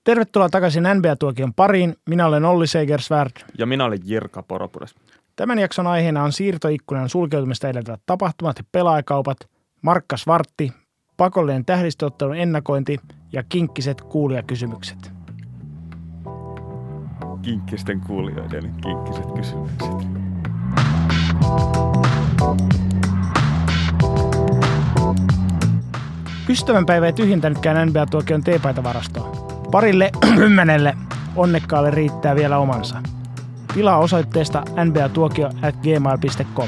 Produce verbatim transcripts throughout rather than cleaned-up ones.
Tervetuloa takaisin N B A-tuokion pariin. Minä olen Olli Segersvärd. Ja minä olen Jirka Poropudas. Tämän jakson aiheena on siirtoikkunan sulkeutumista edeltävät tapahtumat ja pelaajakaupat, Marcus Vartti, pakollinen tähdistöottelun ennakointi ja kinkkiset kuulijakysymykset. Kinkkisten kuulijoiden kinkkiset kysymykset. Ystävänpäivä ei tyhjentänytkään N B A-tuokion teepaitavarastoa. Parille kymmenelle onnekkaalle riittää vielä omansa. Tilaa osoitteesta n b a tuokio at gmail piste com.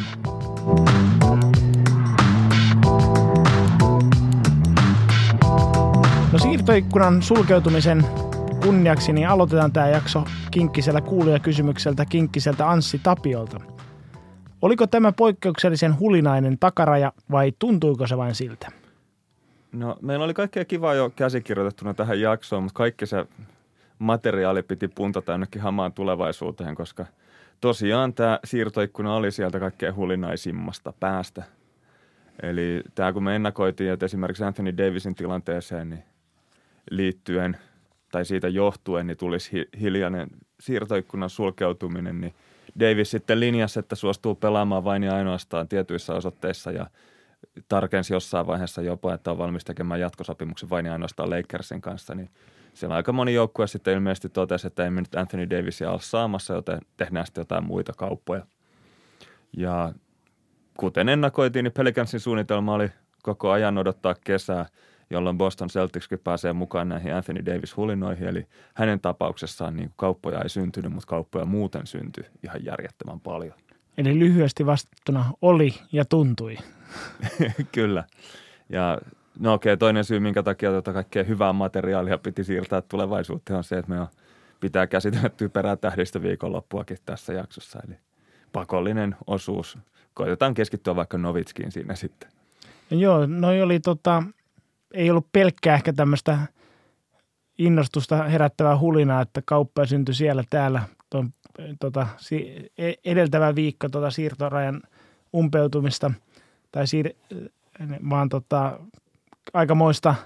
No siirtoikkunan sulkeutumisen kunniaksi niin aloitetaan tämä jakso kinkkisellä kuulijakysymykseltä kinkkiseltä Anssi Tapiolta. Oliko tämä poikkeuksellisen hulinainen takaraja vai tuntuiko se vain siltä? No, meillä oli kaikkea kivaa jo käsikirjoitettuna tähän jaksoon, mutta kaikki se materiaali piti puntata jonnekin hamaan tulevaisuuteen, koska tosiaan tämä siirtoikkuna oli sieltä kaikkein hulinaisimmasta päästä. Eli tämä kun me ennakoitiin, että esimerkiksi Anthony Davisin tilanteeseen niin liittyen tai siitä johtuen niin tulisi hiljainen siirtoikkunan sulkeutuminen, niin Davis sitten linjasi, että suostuu pelaamaan vain ja ainoastaan tietyissä osoitteissa ja tarkensi jossain vaiheessa jopa, että on valmis tekemään jatkosopimuksen vain ja ainoastaan Lakersin kanssa, niin siellä aika moni joukkue sitten ilmeisesti totesi, että ei me nyt Anthony Davisia ole saamassa, joten tehdään sitten jotain muita kauppoja. Ja kuten ennakoitiin, niin Pelicansin suunnitelma oli koko ajan odottaa kesää, jolloin Boston Celticskin pääsee mukaan näihin Anthony Davis-hulinoihin. Eli hänen tapauksessaan niin kauppoja ei syntynyt, mutta kauppoja muuten syntyi ihan järjettömän paljon. Eli lyhyesti vastattuna oli ja tuntui. Kyllä. Ja no okei, toinen syy, minkä takia tuota kaikkea hyvää materiaalia piti siirtää tulevaisuuteen on se, että me on, pitää käsitellä typerää tähdistä viikonloppuakin tässä jaksossa. Eli pakollinen osuus. Koitetaan keskittyä vaikka Novitskiin siinä sitten. No joo, noi oli tota, ei ollut pelkkää ehkä tämmöistä innostusta herättävää hulinaa, että kauppa syntyi siellä täällä. Tuon, tota, si, edeltävä viikko tota, siirtorajan umpeutumista tai siir, vaan tota, aikamoista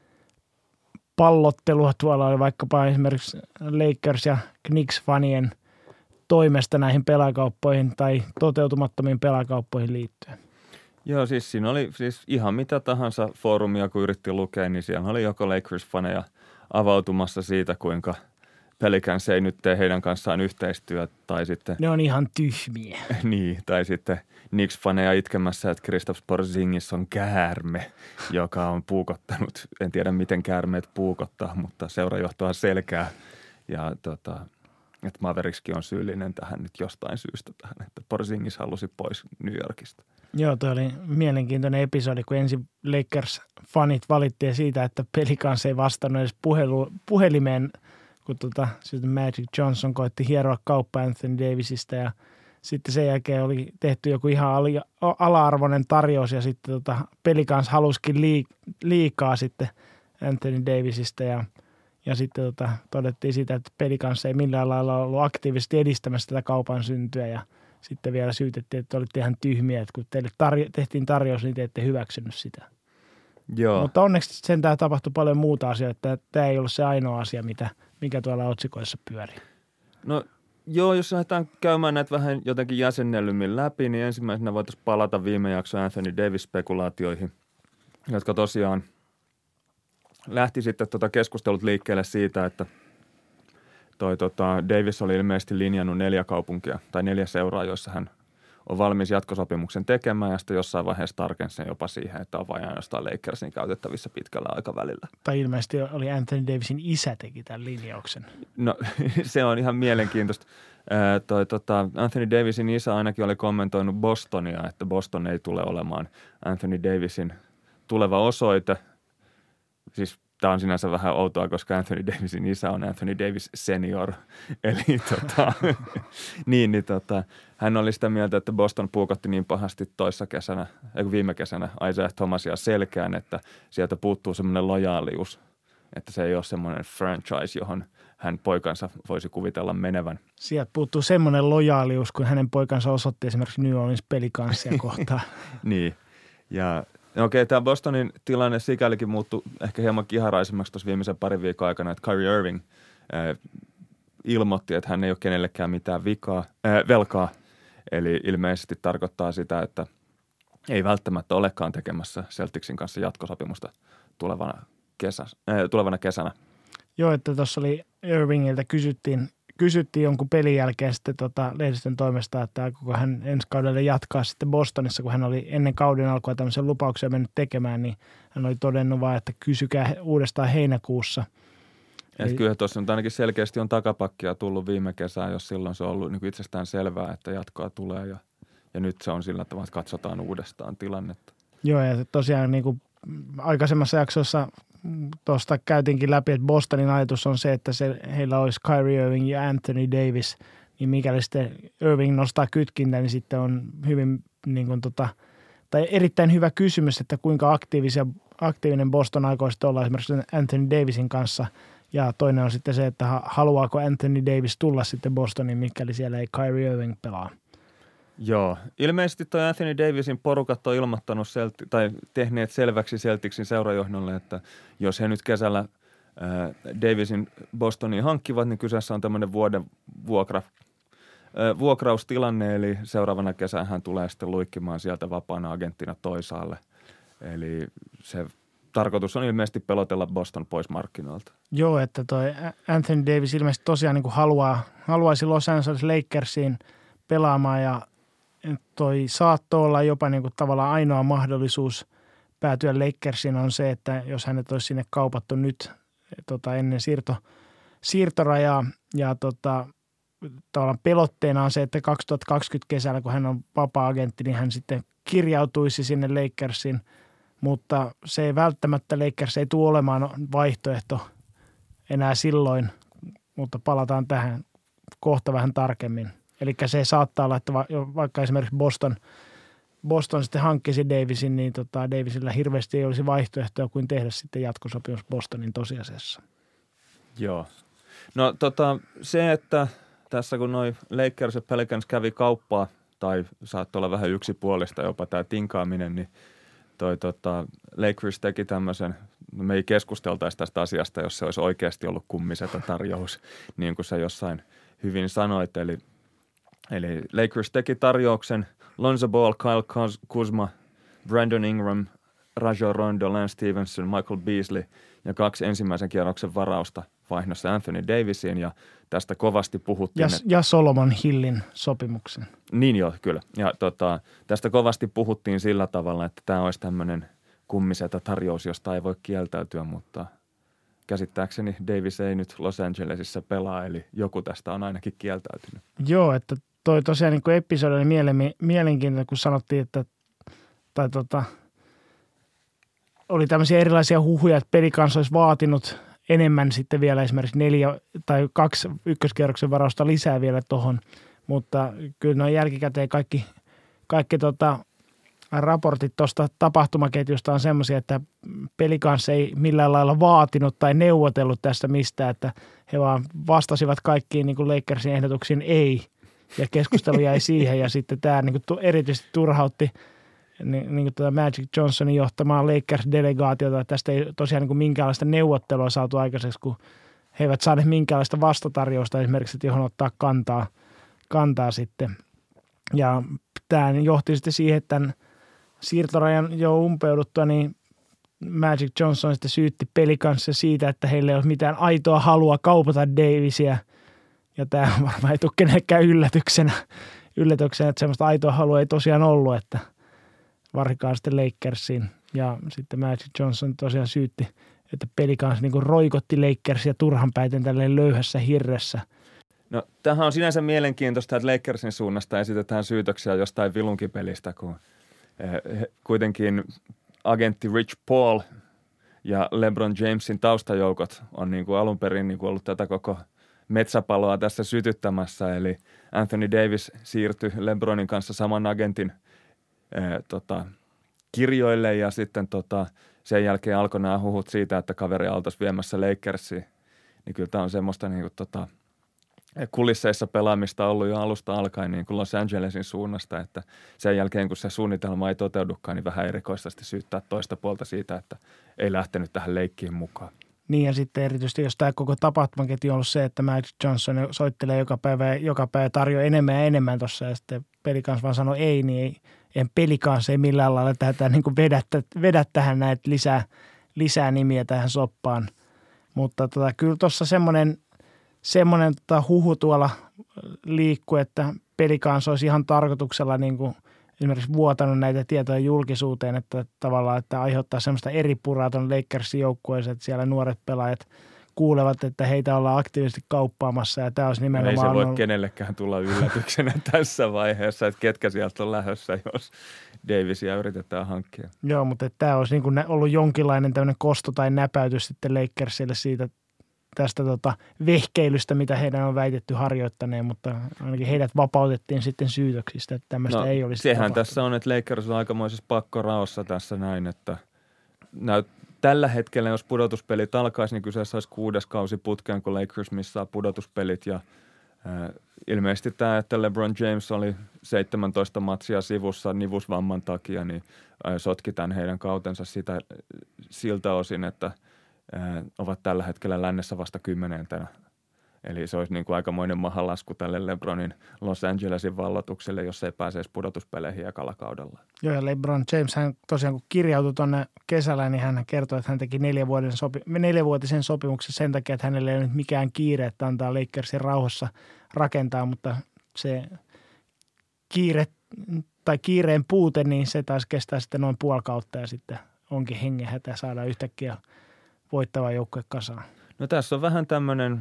pallottelua tuolla oli vaikkapa esimerkiksi Lakers ja Knicks-fanien toimesta näihin pelakauppoihin tai toteutumattomiin pelakauppoihin liittyen. Joo, siis siinä oli siis ihan mitä tahansa foorumia, kun yritti lukea, niin siellä oli joko Lakers-faneja avautumassa siitä, kuinka Pelicans ei nyt tee heidän kanssaan yhteistyötä tai sitten... Ne on ihan tyhmiä. Niin, tai sitten Knicks-faneja itkemässä, että Kristaps Porzingis on käärme, joka on puukottanut, en tiedä miten käärmeet puukottaa, mutta seurajohtoa selkää ja tota, että Maverickskin on syyllinen tähän nyt jostain syystä tähän, että Porzingis halusi pois New Yorkista. Joo, tuo oli mielenkiintoinen episodi, kun ensin Lakers-fanit valittiin siitä, että Pelicans ei vastannut edes puhelu, puhelimeen, kun tota, Magic Johnson koitti hieroa kauppa Anthony Davisista ja sitten sen jälkeen oli tehty joku ihan ala-arvoinen tarjous ja sitten tota, Pelicans halusikin liikaa sitten Anthony Davisista ja, ja sitten tota, todettiin sitä, että Pelicans ei millään lailla ollut aktiivisesti edistämässä tätä kaupan syntyä ja sitten vielä syytettiin, että olitte ihan tyhmiä, että kun teille tarjo- tehtiin tarjous, niin te ette hyväksynyt sitä. Joo. Mutta onneksi sentään tapahtui paljon muuta asioita, että tämä ei ollut se ainoa asia, mitä, mikä tuolla otsikoissa pyörii. No joo, jos lähdetään käymään näitä vähän jotenkin jäsennellymmin läpi, niin ensimmäisenä voitaisiin palata viime jakson Anthony Davis-spekulaatioihin, jotka tosiaan lähti sitten tota keskustelut liikkeelle siitä, että toi tota Davis oli ilmeisesti linjannut neljä kaupunkia tai neljä seuraa, joissa hän on valmis jatkosopimuksen tekemään ja sitten jossain vaiheessa tarkensi sen jopa siihen, että on vain ainoastaan Lakersin käytettävissä pitkällä aikavälillä. Tai ilmeisesti oli Anthony Davisin isä teki tämän linjauksen. No se on ihan mielenkiintoista. Ää, toi, tota, Anthony Davisin isä ainakin oli kommentoinut Bostonia, että Boston ei tule olemaan Anthony Davisin tuleva osoite. Siis tämä on sinänsä vähän outoa, koska Anthony Davisin isä on Anthony Davis senior. Eli tota, niin, niin tota, hän oli sitä mieltä, että Boston puukotti niin pahasti toissa kesänä, ei viime kesänä Isaiah Thomasia selkään, että sieltä puuttuu semmoinen lojaalius, että se ei ole semmoinen franchise, johon hän poikansa voisi kuvitella menevän. Sieltä puuttuu semmoinen lojaalius, kun hänen poikansa osoitti esimerkiksi New Orleans Pelicansia kohtaan. Niin, ja No okei, tämä Bostonin tilanne sikälikin muuttui ehkä hieman kiharaisemmaksi tuossa viimeisen parin viikon aikana, että Kyrie Irving äh, ilmoitti, että hän ei ole kenellekään mitään vikaa, äh, velkaa. Eli ilmeisesti tarkoittaa sitä, että ei välttämättä olekaan tekemässä Celticsin kanssa jatkosopimusta tulevana, kesä, äh, tulevana kesänä. Joo, että tuossa oli Irvingiltä kysyttiin, kysyttiin jonkun pelin jälkeen sitten tota lehdistön toimesta, että koko hän ensi kaudelle jatkaa sitten Bostonissa, kun hän oli ennen kauden alkua tämmöisen lupauksen mennyt tekemään, niin hän oli todennut vaan, että kysykää uudestaan heinäkuussa. Eli... Että kyllä tuossa nyt ainakin selkeästi on takapakkia tullut viime kesään, jos silloin se on ollut niin kuin itsestään selvää, että jatkoa tulee ja, ja nyt se on sillä tavalla, että katsotaan uudestaan tilannetta. Joo, ja tosiaan niin kuin aikaisemmassa jaksossa tuosta käytiinkin läpi, että Bostonin ajatus on se, että se, heillä olisi Kyrie Irving ja Anthony Davis, niin mikäli sitten Irving nostaa kytkintä, niin sitten on hyvin niin kuin tota, tai erittäin hyvä kysymys, että kuinka aktiivisia, aktiivinen Boston aikoo sitten olla esimerkiksi Anthony Davisin kanssa. Ja toinen on sitten se, että haluaako Anthony Davis tulla sitten Bostoniin, mikäli siellä ei Kyrie Irving pelaa. Joo, ilmeisesti toi Anthony Davisin porukat on ilmoittanut Celtic, tai tehneet selväksi Celticsin seurajohdolle, että jos he nyt kesällä ää, Davisin Bostoniin hankkivat, niin kyseessä on tämmöinen vuoden vuokra, ää, vuokraustilanne, eli seuraavana kesänä hän tulee sitten luikkimaan sieltä vapaana agenttina toisaalle. Eli se tarkoitus on ilmeisesti pelotella Boston pois markkinoilta. Joo, että toi Anthony Davis ilmeisesti tosiaan niin kuin haluaa, haluaisi Los Angeles Lakersiin pelaamaan ja toi saattoi olla jopa niin kuin tavallaan ainoa mahdollisuus päätyä Lakersiin on se, että jos hänet olisi sinne kaupattu nyt tota, ennen siirto, siirtorajaa ja tota, tavallaan pelotteena on se, että kaksituhattakaksikymmentä kesällä, kun hän on vapaa-agentti, niin hän sitten kirjautuisi sinne Lakersiin, mutta se ei välttämättä Lakers ei tule olemaan vaihtoehto enää silloin, mutta palataan tähän kohta vähän tarkemmin. Eli se saattaa olla, että vaikka esimerkiksi Boston, Boston sitten hankkisi Davisin, niin tota Davisilla hirveästi ei olisi vaihtoehtoja kuin tehdä sitten jatkosopimus Bostonin tosiasiassa. Joo. No tota, se, että tässä kun noi Lakers ja Pelicans kävi kauppaa, tai saattoi olla vähän yksipuolista jopa tämä tinkaaminen, niin toi tota, Lakers teki tämmöisen, no me ei keskusteltaisi tästä asiasta, jos se olisi oikeasti ollut kummisetä tarjous, niin kuin sä jossain hyvin sanoit, eli Eli Lakers teki tarjouksen Lonzo Ball, Kyle Kuzma, Brandon Ingram, Rajon Rondo, Lance Stevenson, Michael Beasley ja kaksi ensimmäisen kierroksen varausta vaihdossa Anthony Davisiin ja tästä kovasti puhuttiin. Ja, että, ja Solomon Hillin sopimuksen. Niin joo, kyllä. Ja tota, tästä kovasti puhuttiin sillä tavalla, että tämä olisi tämmöinen kummisetä tarjous, josta ei voi kieltäytyä, mutta käsittääkseni Davis ei nyt Los Angelesissa pelaa, eli joku tästä on ainakin kieltäytynyt. Joo, että toi tosiaan niin kuin episodi oli mielenkiintoinen, kun sanottiin, että tai tota, oli tämmöisiä erilaisia huhuja, että Pelicans olisi vaatinut enemmän sitten vielä esimerkiksi neljä tai kaksi ykköskierroksen varausta lisää vielä tuohon, mutta kyllä noin jälkikäteen kaikki, kaikki tota, raportit tuosta tapahtumaketjusta on semmoisia, että Pelicans ei millään lailla vaatinut tai neuvotellut tästä mistään, että he vaan vastasivat kaikkiin niin kuin Lakersin ehdotuksiin ei. Ja keskustelu jäi siihen ja sitten tämä niin kuin erityisesti turhautti niin, niin kuin tuota Magic Johnsonin johtamaa Lakers-delegaatiota. Tästä ei tosiaan niin kuin minkäänlaista neuvottelua saatu aikaiseksi, kun he eivät saaneet minkäänlaista vastatarjousta esimerkiksi, että johon ottaa kantaa, kantaa sitten. Ja tämä johti sitten siihen, että tämän siirtorajan jo umpeuduttua, niin Magic Johnson sitten syytti Pelicansia siitä, että heillä ei ole mitään aitoa halua kaupata Davisia. Ja tämä varmaan ei tule kenellekään yllätyksenä, yllätyksenä, että semmoista aitoa halua ei tosiaan ollut, että varsinkaan sitten Lakersiin. Ja sitten Magic Johnson tosiaan syytti, että Pelicans niin kuin roikotti Lakersia turhan päiten tälleen löyhässä hirressä. No tämähän on sinänsä mielenkiintoista, että Lakersin suunnasta esitetään syytöksiä jostain vilunkipelistä, kun kuitenkin agentti Rich Paul ja LeBron Jamesin taustajoukot on niin kuin alun perin niin kuin ollut tätä koko metsäpaloa tässä sytyttämässä, eli Anthony Davis siirtyi LeBronin kanssa saman agentin ää, tota, kirjoille ja sitten tota, sen jälkeen alkoi nämä huhut siitä, että kaveri oltaisiin viemässä Lakersiin. Niin kyllä tämä on semmoista niin kuin, tota, kulisseissa pelaamista ollut jo alusta alkaen niin kuin Los Angelesin suunnasta, että sen jälkeen kun se suunnitelma ei toteudukaan, niin vähän erikoisesti syyttää toista puolta siitä, että ei lähtenyt tähän leikkiin mukaan. Niin ja sitten erityisesti, jos tämä koko tapahtumaketju on ollut se, että Magic Johnson soittelee joka päivä, joka päivä tarjoaa enemmän ja enemmän tuossa ja sitten Pelicans vaan sanoo ei, niin ei, en Pelicans ei millään lailla tätä niin kuin vedä, vedä tähän näitä lisää, lisää nimiä tähän soppaan. Mutta tota, kyllä tuossa semmoinen, semmoinen tota, huhu tuolla liikkuu, että Pelicans olisi ihan tarkoituksella niin kuin esimerkiksi vuotanut näitä tietoja julkisuuteen, että tavallaan, että aiheuttaa semmoista eri puraa tuon Lakersin joukkueeseen, että siellä nuoret pelaajat kuulevat, että heitä ollaan aktiivisesti kauppaamassa ja tämä olisi nimenomaan... No ei se voi ollut... kenellekään tulla yllätyksenä tässä vaiheessa, että ketkä sieltä on lähdössä, jos Davisia yritetään hankkia. Joo, mutta tämä olisi niin kuin ollut jonkinlainen tämmöinen kosto tai näpäytys sitten Lakersille siitä tästä tota vehkeilystä, mitä heidän on väitetty harjoittaneen, mutta ainakin heidät vapautettiin sitten syytöksistä, että tämmöistä no, ei olisi sehän tapahtunut. Tässä on, että Lakers on aikamoisessa pakkoraossa tässä näin, että näyt, tällä hetkellä, jos pudotuspelit alkaisi, niin kyseessä olisi kuudes kausi putkeen, kun Lakers missaa pudotuspelit ja äh, ilmeisesti tämä, että LeBron James oli seitsemäntoista matsia sivussa nivusvamman takia, niin äh, sotki tämän heidän kautensa sitä, siltä osin, että ovat tällä hetkellä lännessä vasta kymmenentenä. Eli se olisi niin kuin aikamoinen mahalasku tälle LeBronin Los Angelesin vallotukselle, jos ei pääse edes pudotuspeleihin ekalla kaudella. Joo, ja LeBron James, hän tosiaan kun kirjautui tuonne kesällä, niin hän kertoi, että hän teki neljävuotisen, sopi- neljävuotisen sopimuksen sen takia, että hänelle ei ole nyt mikään kiire, että antaa Lakersin rauhassa rakentaa, mutta se kiire tai kiireen puute, niin se taas kestää sitten noin puoli kautta ja sitten onkin hengenhätä saada yhtäkkiä voittava joukkue kasaan. No tässä on vähän tämmöinen,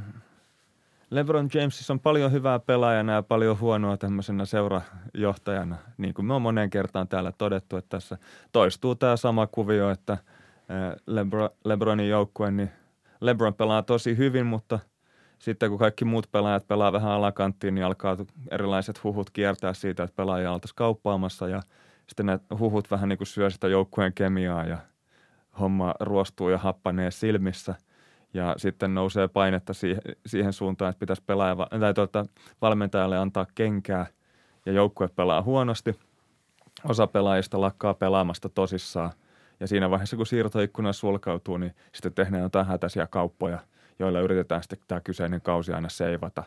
LeBron Jamesissa on paljon hyvää pelaajana ja paljon huonoa tämmöisenä seurajohtajana. Niin kuin me on moneen kertaan täällä todettu, että tässä toistuu tämä sama kuvio, että Lebron, LeBronin joukkue, niin LeBron pelaa tosi hyvin, mutta sitten kun kaikki muut pelaajat pelaa vähän alakanttiin, niin alkaa erilaiset huhut kiertää siitä, että pelaajia oltaisiin kauppaamassa ja sitten ne huhut vähän niin kuin syö sitä joukkueen kemiaa ja homma ruostuu ja happanee silmissä ja sitten nousee painetta siihen, siihen suuntaan, että pitäisi pelaaja, tai tuota, valmentajalle antaa kenkää ja joukkue pelaa huonosti. Osa pelaajista lakkaa pelaamasta tosissaan ja siinä vaiheessa, kun siirtoikkuna sulkautuu, niin sitten tehdään jotain hätäisiä kauppoja, joilla yritetään sitten tämä kyseinen kausi aina seivata.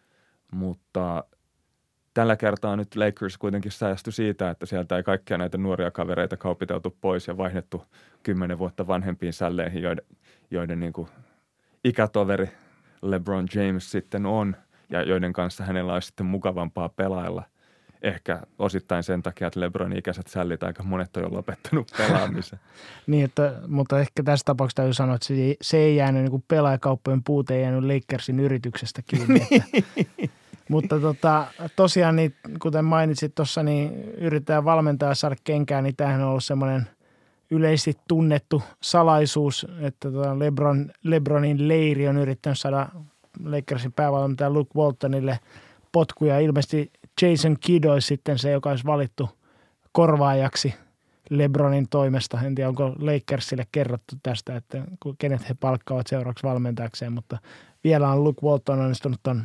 Mutta tällä kertaa nyt Lakers kuitenkin säästyi siitä, että sieltä ei kaikkia näitä nuoria kavereita kaupiteltu pois ja vaihdettu kymmenen vuotta vanhempiin sälleihin, joiden, joiden niin kuin ikätoveri LeBron James sitten on ja joiden kanssa hänellä olisi sitten mukavampaa pelailla. Ehkä osittain sen takia, että LeBronin ikäiset sällit aika monet on jo lopettanut pelaamisen. Niin, että, mutta ehkä tässä tapauksessa täytyy sanoa, että se ei, se ei jäänyt niin kuin pelaajakauppojen puute, ei jäänyt Lakersin yrityksestä kiinni. Että, mutta tota, tosiaan, niin, kuten mainitsit tuossa, niin yritetään valmentaa saada kenkään, niin tämähän on ollut semmoinen yleisesti tunnettu salaisuus, että tota LeBron, LeBronin leiri on yrittänyt saada Lakersin päävalmentaja Luke Waltonille potkuja. Ilmeisesti Jason Kidd olisi sitten se, joka olisi valittu korvaajaksi LeBronin toimesta. En tiedä, onko Lakersille kerrottu tästä, että kenet he palkkaavat seuraavaksi valmentajakseen, mutta vielä on Luke Walton onnistunut ton,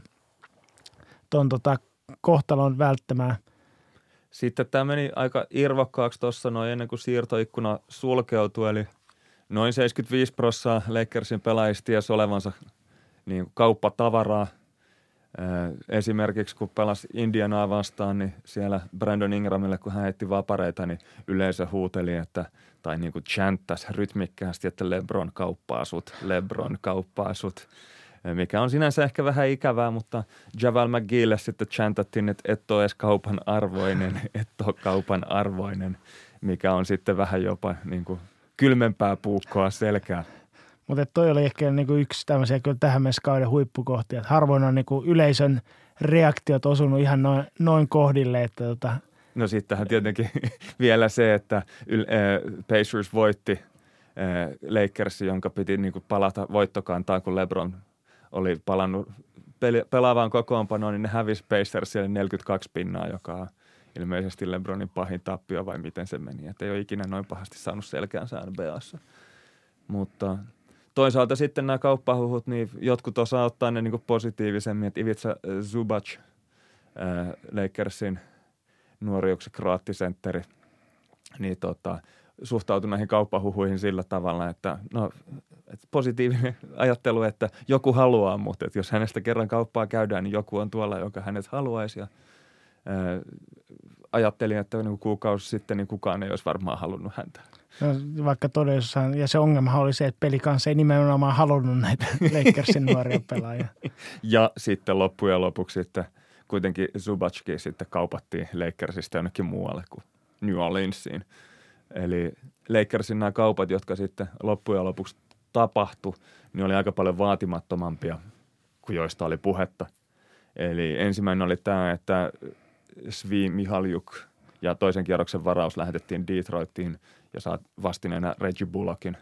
ton tota kohtalon välttämään. Sitten tämä meni aika irvokkaaksi tuossa noin ennen kuin siirtoikkuna sulkeutui, eli noin seitsemänkymmentäviisi prosenttia Lakersin pelaajista ties olevansa niin kauppatavaraa. Esimerkiksi kun pelasi Indianaa vastaan, niin siellä Brandon Ingramille, kun hän heitti vapareita, niin yleisö huuteli, että, tai niin kuin chanttasi rytmikkäästi, että LeBron kauppaa sut, LeBron kauppaa sut. Mikä on sinänsä ehkä vähän ikävää, mutta Javal McGeelle sitten chantattiin, että et ole edes kaupan arvoinen, et ole kaupan arvoinen, mikä on sitten vähän jopa niin kuin kylmempää puukkoa selkää. Mutta toi oli ehkä niinku yksi tämmöisiä kyllä tähän mennessä kauden huippukohtia. Et harvoin on niinku yleisön reaktiot osunut ihan noin, noin kohdille. Että tota. No sittenhän tietenkin vielä se, että yl, äh, Pacers voitti äh, Lakersin, jonka piti niinku palata voittokantaan, kun LeBron oli palannut peli, pelaavaan kokoonpanoon, niin ne hävisi Pacersille neljäkymmentäkaksi pinnaa, joka on ilmeisesti LeBronin pahin tappio vai miten se meni. Että ei ole ikinä noin pahasti saanut selkäänsä N B A:ssa. Mutta toisaalta sitten nämä kauppahuhut, niin jotkut osaa ottaa ne niin kuin positiivisemmin, että Ivica Zubac, ää, Lakersin nuori yksi kroattisentteri, niin tota, suhtautui näihin kauppahuhuihin sillä tavalla, että no, että positiivinen ajattelu, että joku haluaa, mutta että jos hänestä kerran kauppaa käydään, niin joku on tuolla, joka hänet haluaisi. Ja, ää, ajattelin, että niin kuukausi sitten niin kukaan ei olisi varmaan halunnut häntä. No, vaikka todellisuudessa, ja se ongelma oli se, että pelikanssa ei nimenomaan halunnut näitä Lakersin nuoria pelaajia. Ja sitten loppujen lopuksi sitten kuitenkin Zubacki sitten kaupattiin Lakersista jonnekin muualle kuin New Orleansiin. Eli Lakersin nämä kaupat, jotka sitten loppujen lopuksi tapahtui, niin oli aika paljon vaatimattomampia kuin joista oli puhetta. Eli ensimmäinen oli tämä, että Svi Mihaljuk ja toisen kierroksen varaus lähetettiin Detroittiin ja saat vastineena Reggie Bullockin.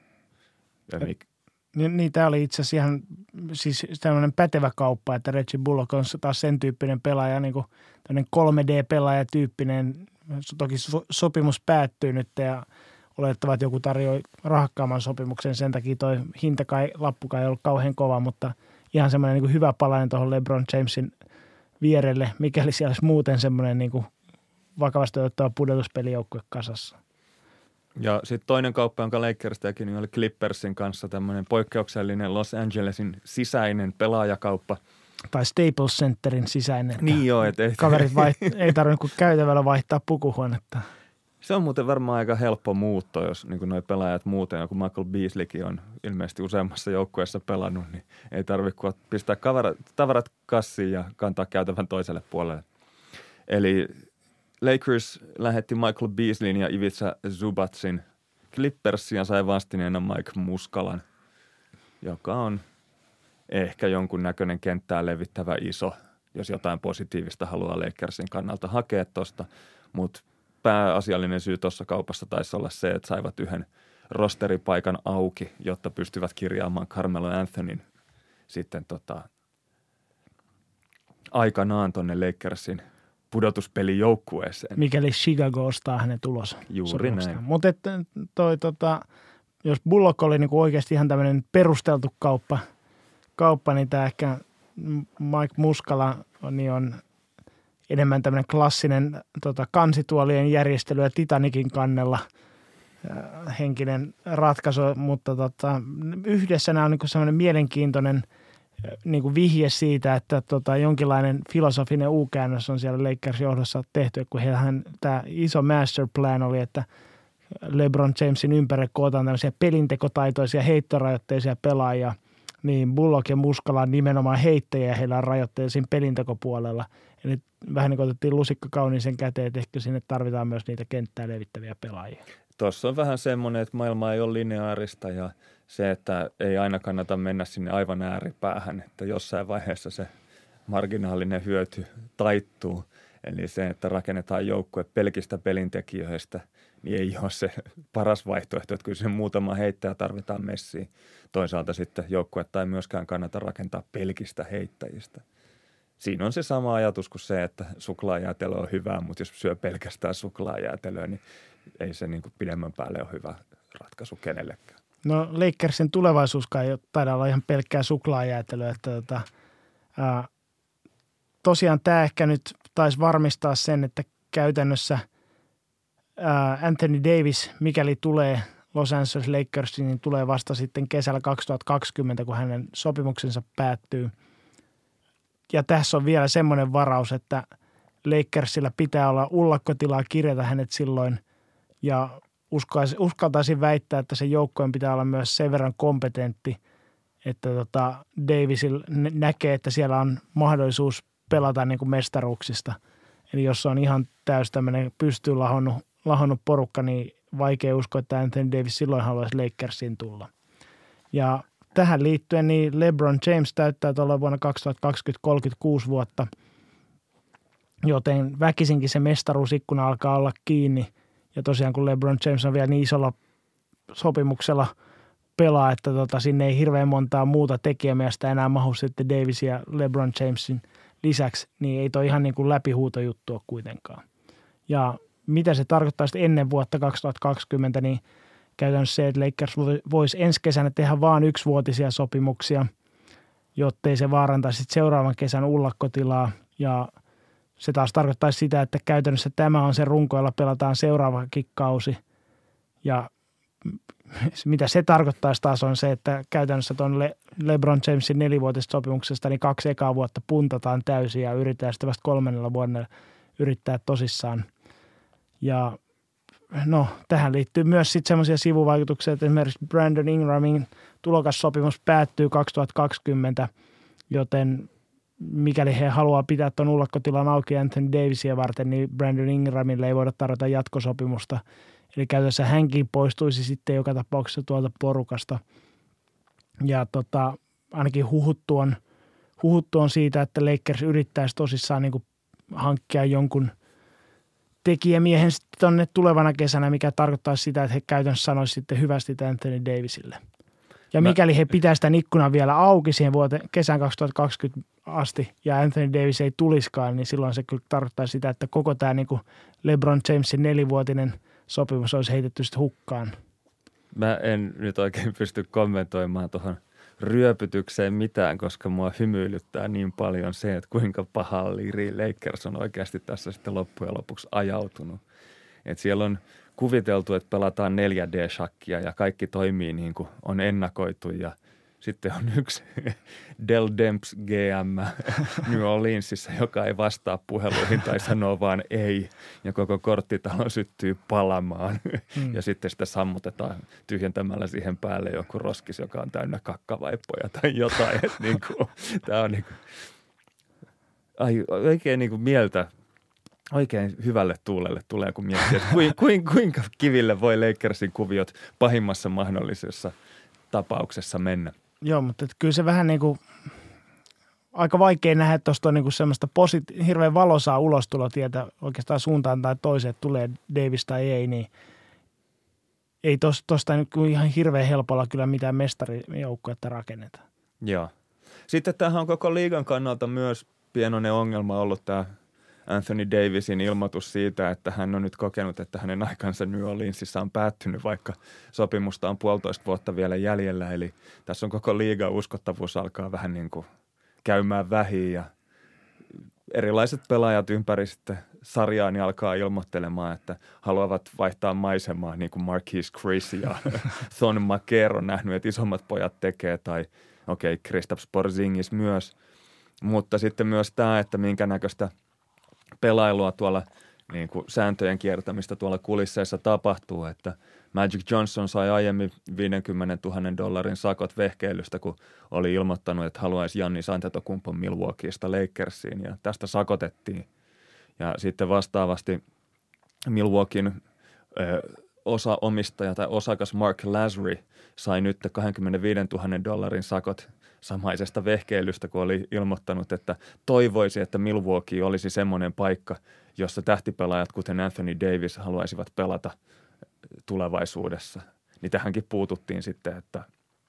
Ja mik- Niin, niin tämä oli itse asiassa ihan siis tämmöinen pätevä kauppa, että Reggie Bullock on taas sen tyyppinen pelaaja, niin kuin tämmöinen kolme D-pelaaja tyyppinen. Toki so, sopimus päättyy nyt ja olettava, että joku tarjoaa rahakkaamman sopimuksen. Sen takia toi hinta kai, lappu kai ei ollut kauhean kova, mutta ihan semmoinen niin kuin hyvä palainen tuohon LeBron Jamesin vierelle, mikäli siellä olisi muuten semmoinen niin kuin vakavasti otettava pudotuspelijoukkue kasassa. Ja sitten toinen kauppa, jonka Lakers teki, niin oli Clippersin kanssa tämmöinen poikkeuksellinen Los Angelesin sisäinen pelaajakauppa. Tai Staples Centerin sisäinen. Niin joo, että ei, kaverit vaiht- ei tarvinnut kuin käytävällä vaihtaa pukuhuonetta. Se on muuten varmaan aika helppo muutto, jos niin nuo pelaajat muuten, joku Michael Beasleykin on ilmeisesti useammassa joukkueessa pelannut, niin ei tarvitse kuin pistää kavarat, tavarat kassiin ja kantaa käytävän toiselle puolelle. Eli Lakers lähetti Michael Beasleyn ja Ivica Zubacin Clippersia, sai vastineena Mike Muscalan, joka on ehkä jonkun näköinen kenttää levittävä iso, jos jotain positiivista haluaa Lakersin kannalta hakea tuosta, mutta pääasiallinen syy tuossa kaupassa taisi olla se, että saivat yhden rosteripaikan auki, jotta pystyvät kirjaamaan Carmelo Anthonyn sitten tota, aikanaan tuonne Lakersin pudotuspelijoukkueeseen. Mikäli Chicago ostaa hänet ulos. Juuri näin. Mutta toi tota, jos Bullock oli niinku oikeasti ihan tämmöinen perusteltu kauppa, kauppa, niin tämä ehkä Mike Muscala niin on enemmän tämmöinen klassinen tota, kansituolien järjestely ja Titanikin kannella äh, henkinen ratkaisu, mutta tota, yhdessä nämä on niinku semmoinen mielenkiintoinen äh, niinku vihje siitä, että tota, jonkinlainen filosofinen U-käännös on siellä Lakers-johdossa tehty, kun heillähän tämä iso master plan oli, että LeBron Jamesin ympärille kootaan tämmöisiä pelintekotaitoisia heittorajoitteisia pelaajia, niin Bullock ja Muscala on nimenomaan heittäjiä ja heillä on rajoitteja siinä pelintekopuolella. Eli vähän niin kuin otettiin lusikka kauniisen käteen, että ehkä sinne tarvitaan myös niitä kenttää levittäviä pelaajia. Tuossa on vähän semmoinen, että maailma ei ole lineaarista ja se, että ei aina kannata mennä sinne aivan ääripäähän, että jossain vaiheessa se marginaalinen hyöty taittuu. Eli se, että rakennetaan joukkue pelkistä pelintekijöistä, niin ei ole se paras vaihtoehto, että kyllä sen muutama heittäjä tarvitaan messiin. Toisaalta sitten joukkuetta ei myöskään kannata rakentaa pelkistä heittäjistä. Siinä on se sama ajatus kuin se, että suklaajäätelö on hyvää, mutta jos syö pelkästään suklaajäätelöä, niin ei se niin kuin pidemmän päälle ole hyvä ratkaisu kenellekään. No Lakersin tulevaisuuskaan ei taida olla ihan pelkkää suklaajäätelöä. Että tota, ää, tosiaan tämä ehkä nyt taisi varmistaa sen, että käytännössä ää, Anthony Davis, mikäli tulee Los Angeles Lakersiin, niin tulee vasta sitten kesällä kaksituhattakaksikymmentä, kun hänen sopimuksensa päättyy. Ja tässä on vielä semmoinen varaus, että Lakersilla pitää olla ullakkotilaa kirjata hänet silloin ja uskaltaisin väittää, että se joukkojen pitää olla myös sen verran kompetentti, että tota Davisil näkee, että siellä on mahdollisuus pelata niin kuin mestaruuksista. Eli jos on ihan täys tämmöinen pystyyn lahonnut, lahonnut porukka, niin vaikea uskoa, että Anthony Davis silloin haluaisi Lakersiin tulla. Ja tähän liittyen niin LeBron James täyttää tuolla vuonna kaksituhattakaksikymmentä kolmekymmentäkuusi vuotta, joten väkisinkin se mestaruusikkuna alkaa olla kiinni. Ja tosiaan kun LeBron James on vielä niin isolla sopimuksella pelaa, että tota, sinne ei hirveän montaa muuta tekijämiestä enää mahu sitten Davis ja LeBron Jamesin lisäksi, niin ei toi ihan niin kuin läpihuutojuttu ole kuitenkaan. Ja mitä se tarkoittaa sitten ennen vuotta kaksituhattakaksikymmentä, niin käytännössä se, että Lakers voisi ensi kesänä tehdä vain yksivuotisia sopimuksia, jottei se vaarantaisi seuraavan kesän ullakkotilaa. Ja se taas tarkoittaisi sitä, että käytännössä tämä on se runko, jolla pelataan seuraavakin kausi. Ja mitä se tarkoittaisi taas on se, että käytännössä tuon Le- LeBron Jamesin nelivuotisesta sopimuksesta niin kaksi ekaa vuotta puntataan täysin ja yritetään sitten vasta kolmannella vuonna yrittää tosissaan. Ja no, tähän liittyy myös sitten semmoisia sivuvaikutuksia, että esimerkiksi Brandon Ingramin tulokassopimus päättyy kaksituhattakaksikymmentä, joten mikäli he haluaa pitää tuon ullakkotilan auki Anthony Davisia varten, niin Brandon Ingramille ei voida tarjota jatkosopimusta. Eli käytössä hänkin poistuisi sitten joka tapauksessa tuolta porukasta. Ja tota, ainakin huhuttu on, huhuttu on siitä, että Lakers yrittäisi tosissaan niin kuin hankkia jonkun tekijämiehen sitten tuonne tulevana kesänä, mikä tarkoittaa sitä, että he käytännössä sanoisivat sitten hyvästi Anthony Davisille. Ja mikäli he pitää sitä ikkunaa vielä auki siihen vuoteen, kesän kaksituhattakaksikymmentä asti ja Anthony Davis ei tuliskaan, niin silloin se kyllä tarkoittaa sitä, että koko tämä niin kuin LeBron Jamesin nelivuotinen sopimus olisi heitetty sitten hukkaan. Mä en nyt oikein pysty kommentoimaan tuohon ryöpytykseen mitään, koska mua hymyilyttää niin paljon se, että kuinka paha liri Lakers on oikeasti tässä sitten loppujen lopuksi ajautunut. Et siellä on kuviteltu, että pelataan neljä D-shakkia ja kaikki toimii niin kuin on ennakoitu ja sitten on yksi Dell Demps G M New Orleansissa, joka ei vastaa puheluihin tai sanoo vaan ei ja koko korttitalo syttyy palamaan mm. ja sitten sitä sammutetaan tyhjentämällä siihen päälle joku roskis, joka on täynnä kakkavaippoja tai jotain. Niin kuin, tämä on niin kuin, ai, oikein niin kuin mieltä. Oikein hyvälle tuulelle tulee, kun miettii, että kuinka, kuinka kiville voi Lakersin kuviot pahimmassa mahdollisessa tapauksessa mennä. Joo, mutta kyllä se vähän niin kuin aika vaikea nähdä, että tuosta on niin kuin semmoista positi- hirveän valoisaa ulostulotietä oikeastaan suuntaan tai toiseen, että tulee Davis tai ei, niin ei tuosta niin ihan hirveän helpolla kyllä mitään mestarijoukkuetta rakenneta. Joo. Sitten tämähän on koko liigan kannalta myös pienoinen ongelma ollut tämä Anthony Davisin ilmoitus siitä, että hän on nyt kokenut, että hänen aikansa New Orleansissa on päättynyt, vaikka sopimusta on puolitoista vuotta vielä jäljellä. Eli tässä on koko liigan uskottavuus alkaa vähän niin kuin käymään vähiin ja erilaiset pelaajat ympäri sitten sarjaa niin alkaa ilmoittelemaan, että haluavat vaihtaa maisemaa niin kuin Marquise Chris ja Thon Maker on nähnyt, että isommat pojat tekee tai okei, okay, Kristaps Porzingis myös. Mutta sitten myös tämä, että minkä näköistä pelailua tuolla niin kuin sääntöjen kiertämistä tuolla kulisseissa tapahtuu, että Magic Johnson sai aiemmin viisikymmentätuhatta dollarin sakot vehkeilystä, kun oli ilmoittanut, että haluaisi Giannis Antetokounmpon Milwaukeesta Lakersiin ja tästä sakotettiin. Ja sitten vastaavasti Milwaukeein ö, osa omistaja tai osakas Mark Lazary sai nyt kaksikymmentäviisituhatta dollarin sakot samaisesta vehkeilystä, kun oli ilmoittanut, että toivoisi, että Milwaukee olisi semmoinen paikka, jossa tähtipelaajat, kuten Anthony Davis, haluaisivat pelata tulevaisuudessa. Niin tähänkin puututtiin sitten, että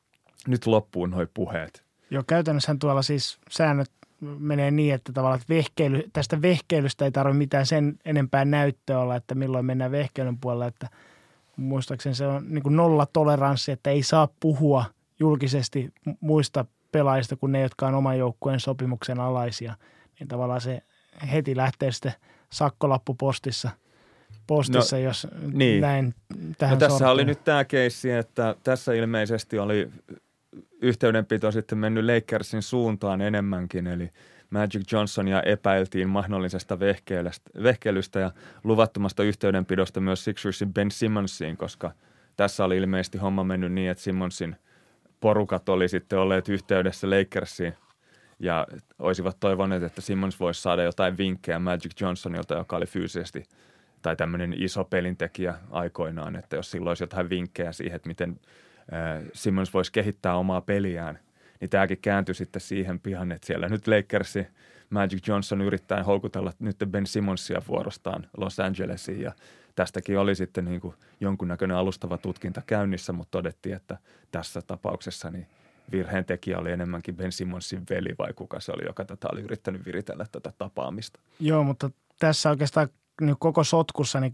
nyt loppuun noi puheet. Joo, käytännössähän tuolla siis säännöt menee niin, että tavallaan että vehkeily, tästä vehkeilystä ei tarvitse mitään sen enempää näyttöä olla, että milloin mennään vehkeilyn puolella, että muistaakseni se on niin kuin nollatoleranssi, että ei saa puhua julkisesti muista pelaajista kuin ne, jotka on oman joukkueen sopimuksen alaisia. Niin tavallaan se heti lähtee sitten sakkolappu postissa, postissa no, jos niin. näin tähän no, tässä sorteen. oli nyt tämä keissi, että tässä ilmeisesti oli yhteydenpito sitten mennyt Lakersin suuntaan enemmänkin, eli Magic Johnsonia epäiltiin mahdollisesta vehkeilystä ja luvattomasta yhteydenpidosta myös Sixersin Ben Simmonsiin, koska tässä oli ilmeisesti homma mennyt niin, että Simmonsin porukat oli sitten olleet yhteydessä Lakersiin ja olisivat toivoneet, että Simmons voisi saada jotain vinkkejä Magic Johnsonilta, joka oli fyysisesti tai tämmöinen iso pelintekijä aikoinaan, että jos silloin olisi jotain vinkkejä siihen, että miten äh, Simmons voisi kehittää omaa peliään, niin tämäkin kääntyi sitten siihen pian, että siellä nyt Lakersi Magic Johnson yrittää houkutella nyt Ben Simmonsia vuorostaan Los Angelesiin ja tästäkin oli sitten niin kuin jonkunnäköinen alustava tutkinta käynnissä, mutta todettiin, että tässä tapauksessa niin virheen tekijä oli enemmänkin Ben Simmonsin veli vai kuka se oli, joka tätä oli yrittänyt viritellä tätä tapaamista. Joo, mutta tässä oikeastaan niin koko sotkussa niin kyllä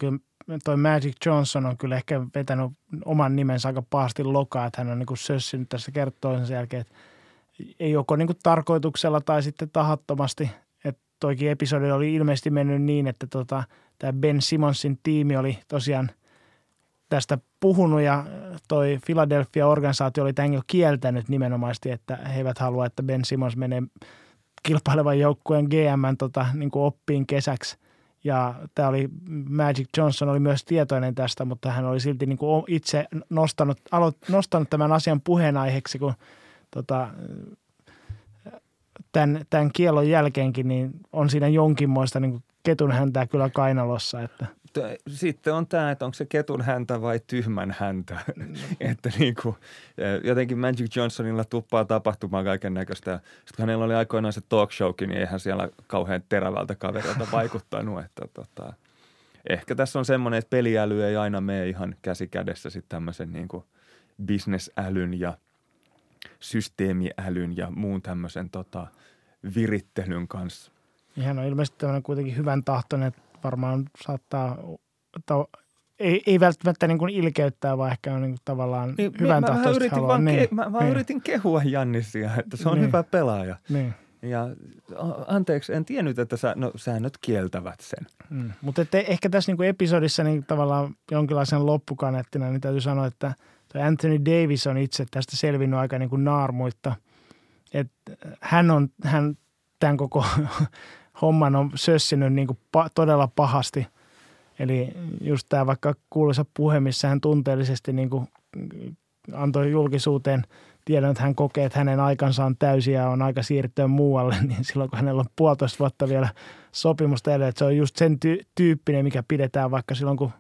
toi Magic Johnson on kyllä ehkä vetänyt oman nimensä aika pahasti lokaa, että hän on niin kuin sössinyt tässä kerta toisensa jälkeen, että ei joko niin kuin tarkoituksella tai sitten tahattomasti. Että toikin episodi oli ilmeisesti mennyt niin, että tota, tämä Ben Simmonsin tiimi oli tosiaan tästä puhunut ja toi Philadelphia-organisaatio oli tämän jo kieltänyt nimenomaisesti, että he eivät halua, että Ben Simmons menee kilpailevan joukkueen G M:n tota, niin kuin oppiin kesäksi. Ja tämä oli, Magic Johnson oli myös tietoinen tästä, mutta hän oli silti niin kuin itse nostanut, aloit, nostanut tämän asian puheenaiheeksi, kun tota, tämän, tämän kielon jälkeenkin niin on siinä jonkinmoista niin kuin ketun häntää kyllä kainalossa. Että. Sitten on tämä, että onko se ketun häntä vai tyhmän häntä. Mm. Että niin kuin, jotenkin Magic Johnsonilla tuppaa tapahtumaan kaiken näköistä. Sitten hänellä oli aikoinaan se talk showkin, niin eihän siellä kauhean terävältä kaverilta vaikuttanut. Että tota, ehkä tässä on semmoinen, että peliäly ei aina mene ihan käsi kädessä sitten tämmöisen niin kuin bisnesälyn ja systeemiälyn ja muun tämmöisen tota, virittelyn kanssa. Hän on ilmeisesti tämmöinen kuitenkin hyvän tahtoinen, että varmaan saattaa, ta, ei, ei välttämättä niin kuin ilkeyttää, vaan ehkä on niin kuin tavallaan niin, hyvän mä, tahtoisesti mä, haluaa. Niin, ke, mä, mä niin. yritin kehua Jannisia, että se on niin. hyvä pelaaja. Niin. Ja anteeksi, en tiennyt, että sä, no, säännöt kieltävät sen. Mm. Mutta ehkä tässä niin kuin episodissa niin tavallaan jonkinlaisen loppukaneettina, niin täytyy sanoa, että Anthony Davis on itse tästä selvinnyt aika niin kuin naarmuitta. Että hän on, hän tämän koko homman on sössinyt niin kuin pa- todella pahasti. Eli just tämä vaikka kuuluisa puhe, missä hän tunteellisesti niin kuin antoi julkisuuteen tiedon, että hän kokee, että hänen aikansa on täysi ja on aika siirtyä muualle, niin silloin kun hänellä on puolitoista vuotta vielä sopimusta edelleen, että se on just sen ty- tyyppinen, mikä pidetään vaikka silloin, kun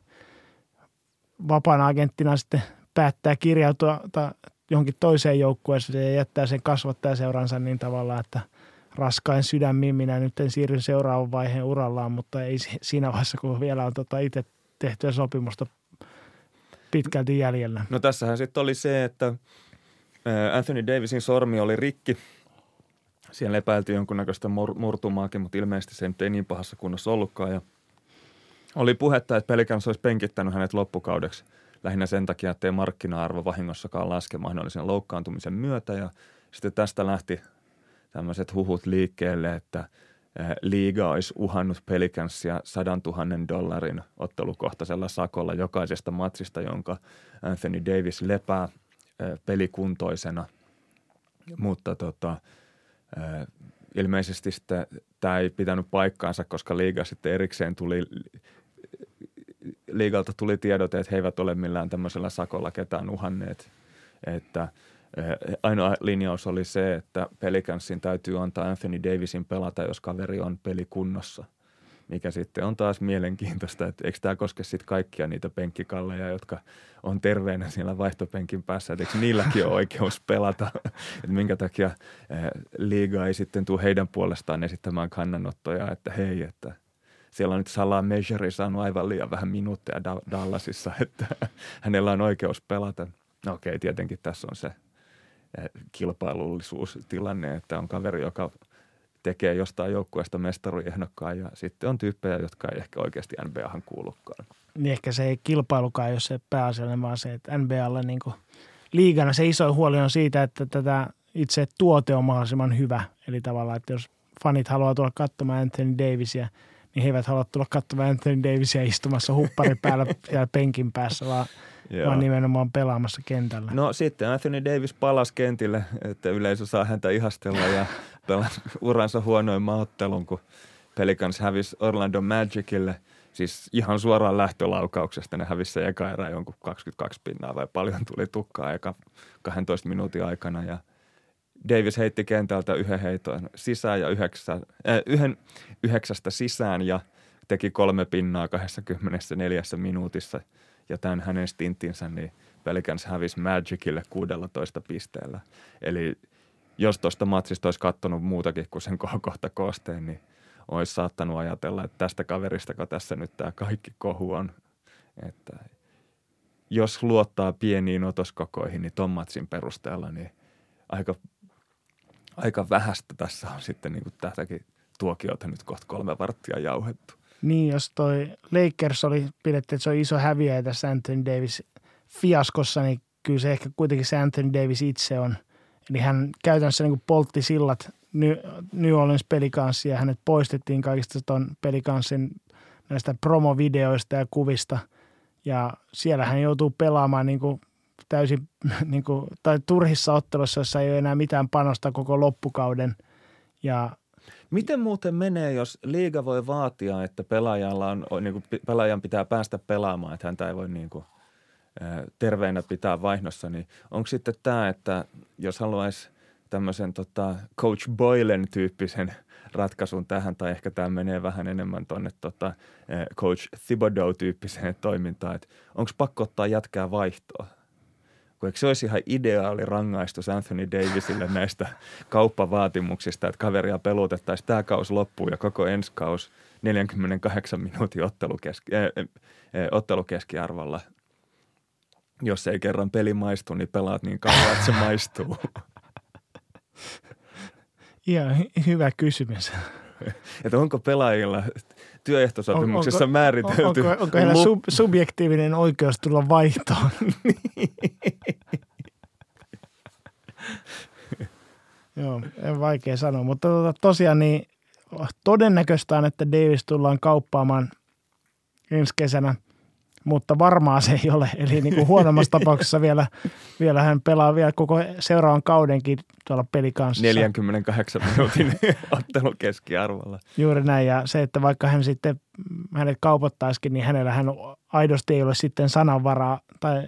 vapaana agenttina sitten päättää kirjautua johonkin toiseen joukkueeseen ja jättää sen kasvattajaseuransa niin tavallaan, että raskain sydämiin minä nyt en siirry seuraavan vaiheen urallaan, mutta ei siinä vaiheessa, kun vielä on tota itse tehtyä sopimusta pitkälti jäljellä. No tässähän sitten oli se, että Anthony Davisin sormi oli rikki. Siellä epäiltiin jonkunnäköistä murtumaakin, mutta ilmeisesti se ei niin pahassa kunnossa ollutkaan. Ja oli puhetta, että Pelicans olisi penkittänyt hänet loppukaudeksi lähinnä sen takia, että ei markkina-arvo vahingossakaan laske mahdollisen loukkaantumisen myötä. Ja sitten tästä lähti tämmöiset huhut liikkeelle, että liiga olisi uhannut Pelicansia sadantuhannen dollarin ottelukohtaisella sakolla jokaisesta matsista, jonka Anthony Davis lepää pelikuntoisena. Mutta tota, ilmeisesti sitten tämä ei pitänyt paikkaansa, koska liiga sitten erikseen tuli, liigalta tuli tiedote, että he eivät ole millään tämmöisellä sakolla ketään uhanneet, että ainoa linjaus oli se, että Pelicansin täytyy antaa Anthony Davisin pelata, jos kaveri on pelikunnossa, mikä sitten on taas mielenkiintoista, että eikö tämä koske sitten kaikkia niitä penkkikalleja, jotka on terveenä siellä vaihtopenkin päässä, että eikö niilläkin ole oikeus pelata, että minkä takia liiga ei sitten tule heidän puolestaan esittämään kannanottoja, että hei, että siellä on nyt Salah Mejri saanut aivan liian vähän minuutteja Dallasissa, että hänellä on oikeus pelata. No okei, tietenkin tässä on se kilpailullisuustilanne, että on kaveri, joka tekee jostain joukkueesta mestaruehdokkaan ja sitten on tyyppejä, jotka ei ehkä oikeasti N B A:han kuulukaan. Niin ehkä se ei kilpailukaan, jos se pääasiallinen, vaan se, että N B A:lla niin kuin liigana se iso huoli on siitä, että tätä itse tuote on mahdollisimman hyvä. Eli tavallaan, että jos fanit haluaa tulla katsomaan Anthony Davisia, niin he eivät halua tulla katsomaan Anthony Davisia istumassa huppari päällä siellä penkin päässä, vaan vaan nimenomaan pelaamassa kentällä. No sitten Anthony Davis palasi kentille, että yleisö saa häntä ihastella ja pelasi uransa huonoimman ottelun, kun Pelicans hävisi Orlando Magicille. Siis ihan suoraan lähtölaukauksesta ne hävisi se eka erä jonkun kaksikymmentäkaksi pinnaa vai paljon tuli tukkaa eka kahdentoista minuutin aikana. Ja Davis heitti kentältä yhden heiton sisään ja yhdeksä, äh, yhden yhdeksästä sisään ja teki kolme pinnaa kaksikymmentäneljä minuutissa. Ja tämän hänen stinttinsä, niin Pelicans hävisi Magicille kuusitoista pisteellä. Eli jos tuosta matsista olisi katsonut muutakin kuin sen kohokohta koosteen, niin olisi saattanut ajatella, että tästä kaveristako tässä nyt tämä kaikki kohu on. Että jos luottaa pieniin otoskokoihin, niin ton matsin perusteella, niin aika, aika vähästä tässä on sitten niin kuin tätäkin tuokiota nyt kohta kolme varttia jauhettu. Niin, jos toi Lakers oli pidetty, että se on iso häviäjä tässä Anthony Davis fiaskossa, niin kyllä se ehkä kuitenkin se Anthony Davis itse on. Eli hän käytännössä niin kuin poltti sillat New Orleans Pelicansia ja hänet poistettiin kaikista ton Pelicansin näistä promovideoista ja kuvista. Ja siellä hän joutuu pelaamaan niin kuin täysin niin kuin, tai turhissa ottelussa, jossa ei ole enää mitään panosta koko loppukauden. Ja miten muuten menee, jos liiga voi vaatia, että pelaajalla on, niin kuin, pelaajan pitää päästä pelaamaan, että häntä ei voi niin kuin, terveenä pitää vaihdossa, niin onko sitten tämä, että jos haluaisi tämmöisen tota, Coach Boylen tyyppisen ratkaisun tähän, tai ehkä tämä menee vähän enemmän tuonne tota, Coach Thibodeau-tyyppiseen toimintaan, että onko pakko ottaa jätkää vaihtoa? Kun eikö se olisi ihan ideaali rangaistus Anthony Davisille näistä kauppavaatimuksista, että kaveria pelutettaisiin tämä kausi loppuun ja koko ensi kausi neljänkymmenenkahdeksan minuutin ottelukeski, äh, äh, ottelukeskiarvolla. Jos ei kerran peli maistu, niin pelaat niin kauan, että se maistuu. Ihan hy- hyvä kysymys. Että onko pelaajilla työehtosopimuksessa on, onko, määritelty? Onko, onko heillä sub, subjektiivinen oikeus tulla vaihtoon? Joo, en vaikea sanoa, mutta tosiaan niin todennäköistä on, että Davis tullaan kauppaamaan ensi kesänä, mutta varmaa se ei ole. Eli niin kuin huonommassa tapauksessa vielä, vielä hän pelaa vielä koko seuraavan kaudenkin tuolla Pelicansissa. neljänkymmenenkahdeksan minuutin ottelu keskiarvolla. Juuri näin, ja se, että vaikka hän sitten hänet kaupattaisikin, niin hänellä hän aidosti ei ole sitten sananvaraa tai,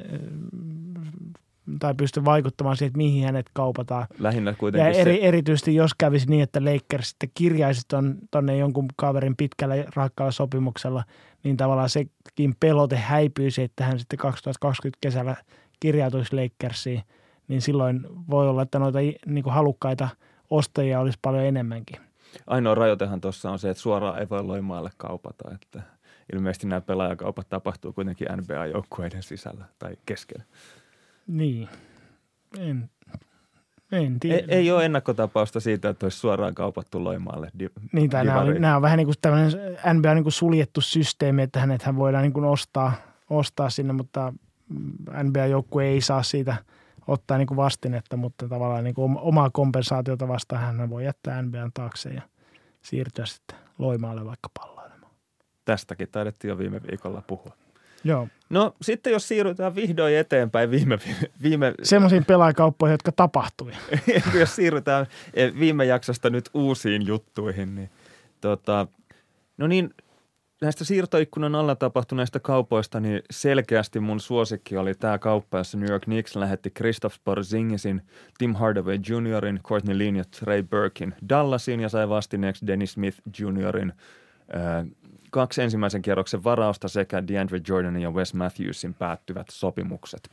tai pysty vaikuttamaan siihen, että mihin hänet kaupataan. Lähinnä kuitenkin ja eri, se... erityisesti jos kävisi niin, että Lakers sitten kirjaisi tuonne jonkun kaverin pitkällä rakkaalla sopimuksella, niin tavallaan sekin pelote häipyisi, että hän sitten kaksituhattakaksikymmentä kesällä kirjautuisi Lakersiin, niin silloin voi olla, että noita niin kuin halukkaita ostajia olisi paljon enemmänkin. Ainoa rajoitehan tuossa on se, että suoraan ei voi Loimaalle kaupata, että ilmeisesti nämä pelaajakaupat tapahtuu kuitenkin N B A-joukkueiden sisällä tai keskellä. Niin, en, en tiedä. Ei, ei ole ennakkotapausta siitä, että olisi suoraan kaupattu Loimaalle. Di, niin, tai nämä on, nämä on vähän niin kuin tämmöinen N B A niin kuin suljettu systeemi, että hänethän voidaan niin kuin ostaa, ostaa sinne, mutta N B A-joukkue ei saa siitä ottaa niin kuin vastinetta, mutta tavallaan niin kuin omaa kompensaatiota vastaan hän voi jättää N B A:n taakse ja siirtyä sitten Loimaalle vaikka pallailemaan. Tästäkin taidettiin jo viime viikolla puhua. Joo. No sitten jos siirrytään vihdoin eteenpäin viime... viime... semmoisiin pelaajakauppoihin, jotka tapahtui. Jos siirrytään viime jaksosta nyt uusiin juttuihin, niin tota, no niin, näistä siirtoikkunan alla tapahtuneista kaupoista, niin selkeästi mun suosikki oli tämä kauppa, jossa New York Knicks lähetti Kristaps Porzingisin, Tim Hardaway juniorin, Courtney Leen ja Trey Burkin Dallasiin ja sai vastineeksi Dennis Smith juniorin äh, kaksi ensimmäisen kierroksen varausta sekä DeAndre Jordanin ja Wes Matthewsin päättyvät sopimukset.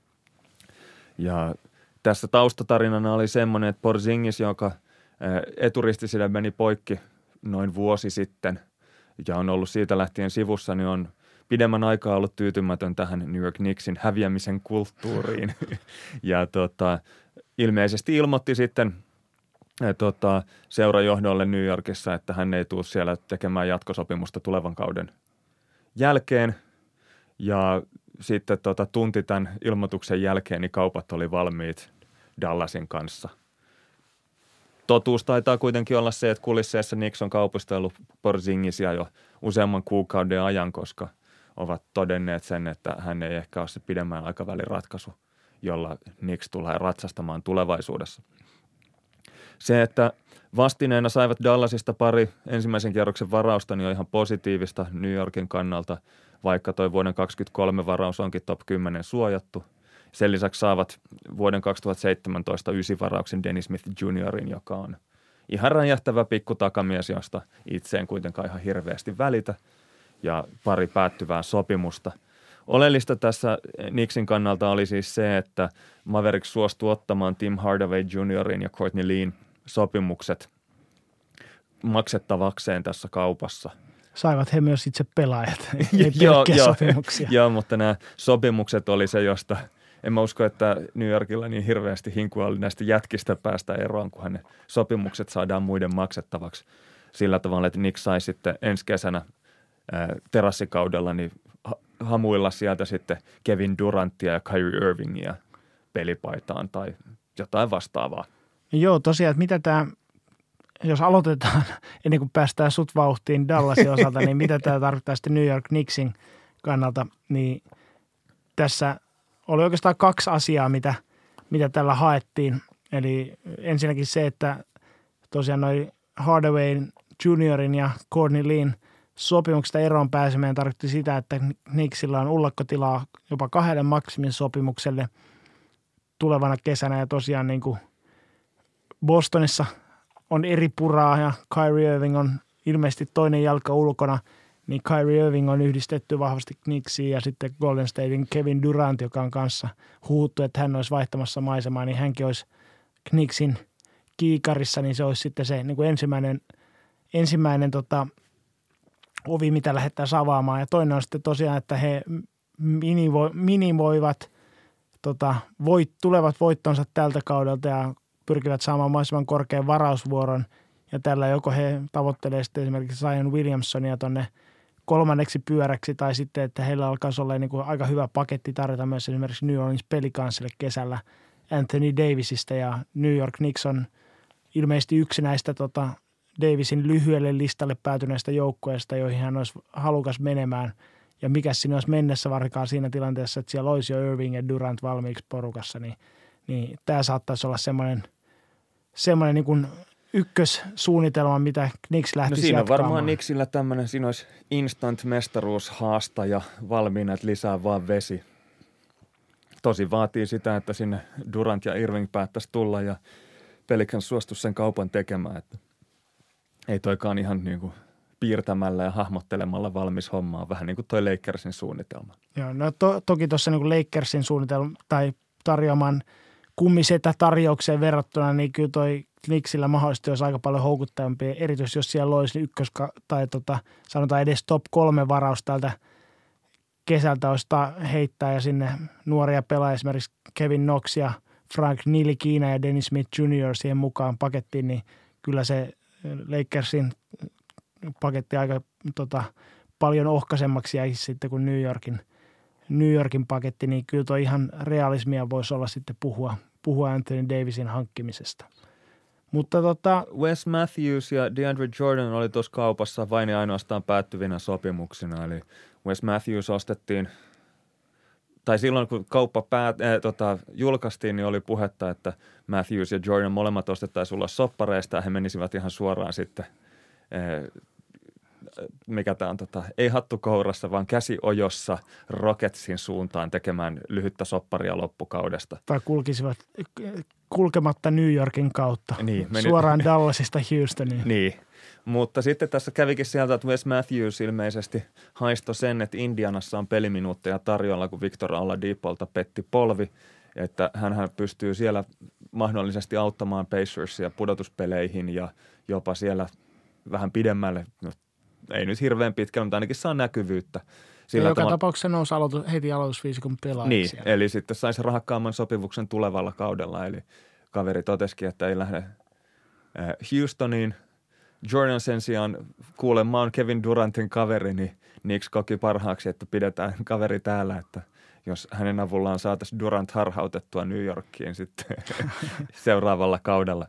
Ja tässä taustatarinana oli semmoinen, että Porzingis, joka eturistisille meni poikki noin vuosi sitten ja on ollut siitä lähtien sivussa, niin on pidemmän aikaa ollut tyytymätön tähän New York Knicksin häviämisen kulttuuriin. ja tota, ilmeisesti ilmoitti sitten Tota, seurajohdolle New Yorkissa, että hän ei tule siellä tekemään jatkosopimusta tulevan kauden jälkeen. Ja sitten tota, tunti tämän ilmoituksen jälkeen niin kaupat oli valmiit Dallasin kanssa. Totuus taitaa kuitenkin olla se, että kulisseessa Knicks on kaupistellut Porzingisia jo useamman kuukauden ajan, koska ovat todenneet sen, että hän ei ehkä ole se pidemmän aikavälin ratkaisu, jolla Knicks tulee ratsastamaan tulevaisuudessa. Se, että vastineena saivat Dallasista pari ensimmäisen kierroksen varausta, niin on ihan positiivista New Yorkin kannalta, vaikka toi vuoden kaksikymmentäkolme varaus onkin top kymmenen suojattu. Sen lisäksi saavat vuoden kaksituhattaseitsemäntoista ysivarauksen Dennis Smith juniorin, joka on ihan räjähtävä pikku takamies, josta itse en kuitenkaan ihan hirveästi välitä, ja pari päättyvää sopimusta. Oleellista tässä Knicksin kannalta oli siis se, että Mavericks suostui ottamaan Tim Hardaway juniorin ja Courtney Leen sopimukset maksettavakseen tässä kaupassa. Saivat he myös itse pelaajat, ei joo, pelkkiä joo, sopimuksia. Joo, mutta nämä sopimukset oli se, josta en mä usko, että New Yorkilla niin hirveästi hinkua oli näistä jätkistä päästä eroon, kunhan ne sopimukset saadaan muiden maksettavaksi sillä tavalla, että Knicks sai sitten ensi kesänä terassikaudella niin hamuilla sieltä sitten Kevin Durantia ja Kyrie Irvingia pelipaitaan tai jotain vastaavaa. Joo, tosiaan, että mitä tämä, jos aloitetaan ennen kuin päästään sut vauhtiin Dallasin osalta, niin mitä tämä tarkoittaa sitten New York Knicksin kannalta, niin tässä oli oikeastaan kaksi asiaa, mitä, mitä tällä haettiin. Eli ensinnäkin se, että tosiaan noi Hardawayn juniorin ja Courtney Leen sopimuksesta eroon pääsemään tarkoitti sitä, että Knicksillä on ullakkotilaa jopa kahdelle maksimin sopimukselle tulevana kesänä. Ja tosiaan niin kuin Bostonissa on eri puraa ja Kyrie Irving on ilmeisesti toinen jalka ulkona, niin Kyrie Irving on yhdistetty vahvasti Knicksiin ja sitten Golden Statein Kevin Durant, joka on kanssa huuttu, että hän olisi vaihtamassa maisemaa, niin hänkin olisi Knicksin kiikarissa, niin se olisi sitten se niin kuin ensimmäinen, ensimmäinen tota, ovi, mitä lähdetään avaamaan. Ja toinen on sitten tosiaan, että he minimo, minimoivat tota, voit, tulevat voittonsa tältä kaudelta ja pyrkivät saamaan mahdollisimman korkean varausvuoron. Ja tällä joko he tavoittelee sitten esimerkiksi Zion Williamsonia tuonne kolmanneksi pyöräksi tai sitten, että heillä alkaisi olla niin kuin aika hyvä paketti tarjota myös esimerkiksi New Orleans Pelicansille kesällä Anthony Davisista ja New York Knicks on ilmeisesti yksi näistä tota, Davisin lyhyelle listalle päätyneistä joukkueista, joihin hän olisi halukas menemään. Ja mikä siinä olisi mennessä varsinkaan siinä tilanteessa, että siellä olisi jo Irving ja Durant valmiiksi porukassa, niin, niin tämä saattaisi olla semmoinen, semmoinen niin kuin ykkössuunnitelma, mitä Knicks lähtisi No siinä jatkaamaan. varmaan Knicksillä tämmöinen, siinä olisi instant mestaruushaastaja valmiina, että lisää vaan vesi. Tosi vaatii sitä, että sinne Durant ja Irving päättäisi tulla ja Pelicans suostuisi sen kaupan tekemään, että ei toikaan ihan niin kuin piirtämällä ja hahmottelemalla valmis hommaa, vähän niin kuin toi Lakersin suunnitelma. Joo, no to, toki tuossa niin kuin Lakersin suunnitelma tai tarjoaman kummisetä tarjoukseen verrattuna, niin kyllä toi Knicksillä mahdollisesti olisi aika paljon houkuttavampia, erityisesti jos siellä olisi ykkös- tai tota, sanotaan edes top kolme varaus tältä kesältä olisi heittää ja sinne nuoria pelaajia, esimerkiksi Kevin Knox ja Frank Ntilikina ja Dennis Smith junior siihen mukaan pakettiin, niin kyllä se Lakersin paketti aika tota, paljon ohkaisemmaksi jäisi sitten kuin New Yorkin, New Yorkin paketti, niin kyllä tuo ihan realismia voisi olla sitten puhua, puhua Anthony Davisin hankkimisesta. Mutta tota, Wes Matthews ja DeAndre Jordan oli tuossa kaupassa vain ja ainoastaan päättyvinä sopimuksina, eli Wes Matthews ostettiin, tai silloin kun kauppa päät, äh, tota, julkaistiin, niin oli puhetta, että Matthews ja Jordan molemmat ostettaisiin ulos soppareista ja he menisivät ihan suoraan sitten, äh, mikä tämä on, tota, ei hattukourassa, vaan käsiojossa Rocketsin suuntaan tekemään lyhyttä sopparia loppukaudesta. Tai kulkisivat kulkematta New Yorkin kautta, niin, meni, suoraan Dallasista Houstoniin. Niin, mutta sitten tässä kävikin sieltä, että Wes Matthews ilmeisesti haistoi sen, että Indianassa on peliminuutteja tarjolla, kun Victor Oladipolta petti polvi, että hänhän pystyy siellä mahdollisesti auttamaan Pacersia pudotuspeleihin ja jopa siellä vähän pidemmälle, no, ei nyt hirveän pitkälle, mutta ainakin saa näkyvyyttä. Sillä joka tavalla tapauksessa nousi aloitu, heti aloitusviisikon pelaajaksi. Niin, siellä. Eli sitten saisi rahakkaamman sopimuksen tulevalla kaudella, eli kaveri totesikin, että ei lähde Houstoniin. Jordan sen sijaan, kuulemma on Kevin Durantin kaveri, niin Knicks koki parhaaksi, että pidetään kaveri täällä, että jos hänen avullaan saataisiin Durant harhautettua New Yorkiin sitten seuraavalla kaudella.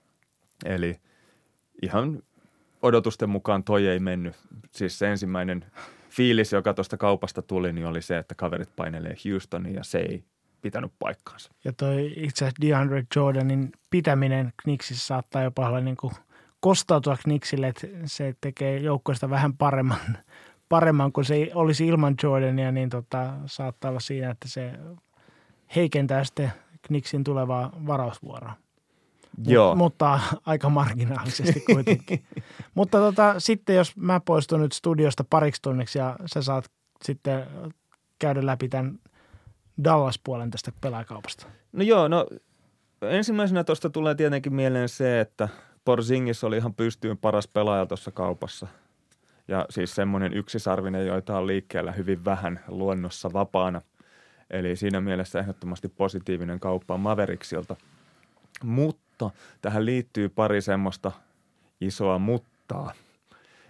Eli ihan odotusten mukaan toi ei mennyt. Siis se ensimmäinen fiilis, joka tuosta kaupasta tuli, niin oli se, että kaverit painelee Houstoniin ja se ei pitänyt paikkaansa. Ja toi itse asiassa DeAndre Jordanin pitäminen Knicksissä saattaa jopa olla niin kuin kostautua Knicksille, että se tekee joukkueesta vähän paremman, paremman kuin se olisi ilman Jordania, niin tota, saattaa olla siinä, että se heikentää sitten Knicksin tulevaa varausvuoroa. Joo. Mut, mutta aika marginaalisesti kuitenkin. Mutta tota, sitten jos mä poistun nyt studiosta pariksi tunniksi ja sä saat sitten käydä läpi tämän Dallas-puolen tästä pelaajakaupasta. No joo, no ensimmäisenä tuosta tulee tietenkin mieleen se, että Porzingis oli ihan pystyyn paras pelaaja tuossa kaupassa. Ja siis semmoinen yksisarvinen, joita on liikkeellä hyvin vähän luonnossa vapaana. Eli siinä mielessä ehdottomasti positiivinen kauppa Mavericksilta. Mutta tähän liittyy pari semmoista isoa muttaa.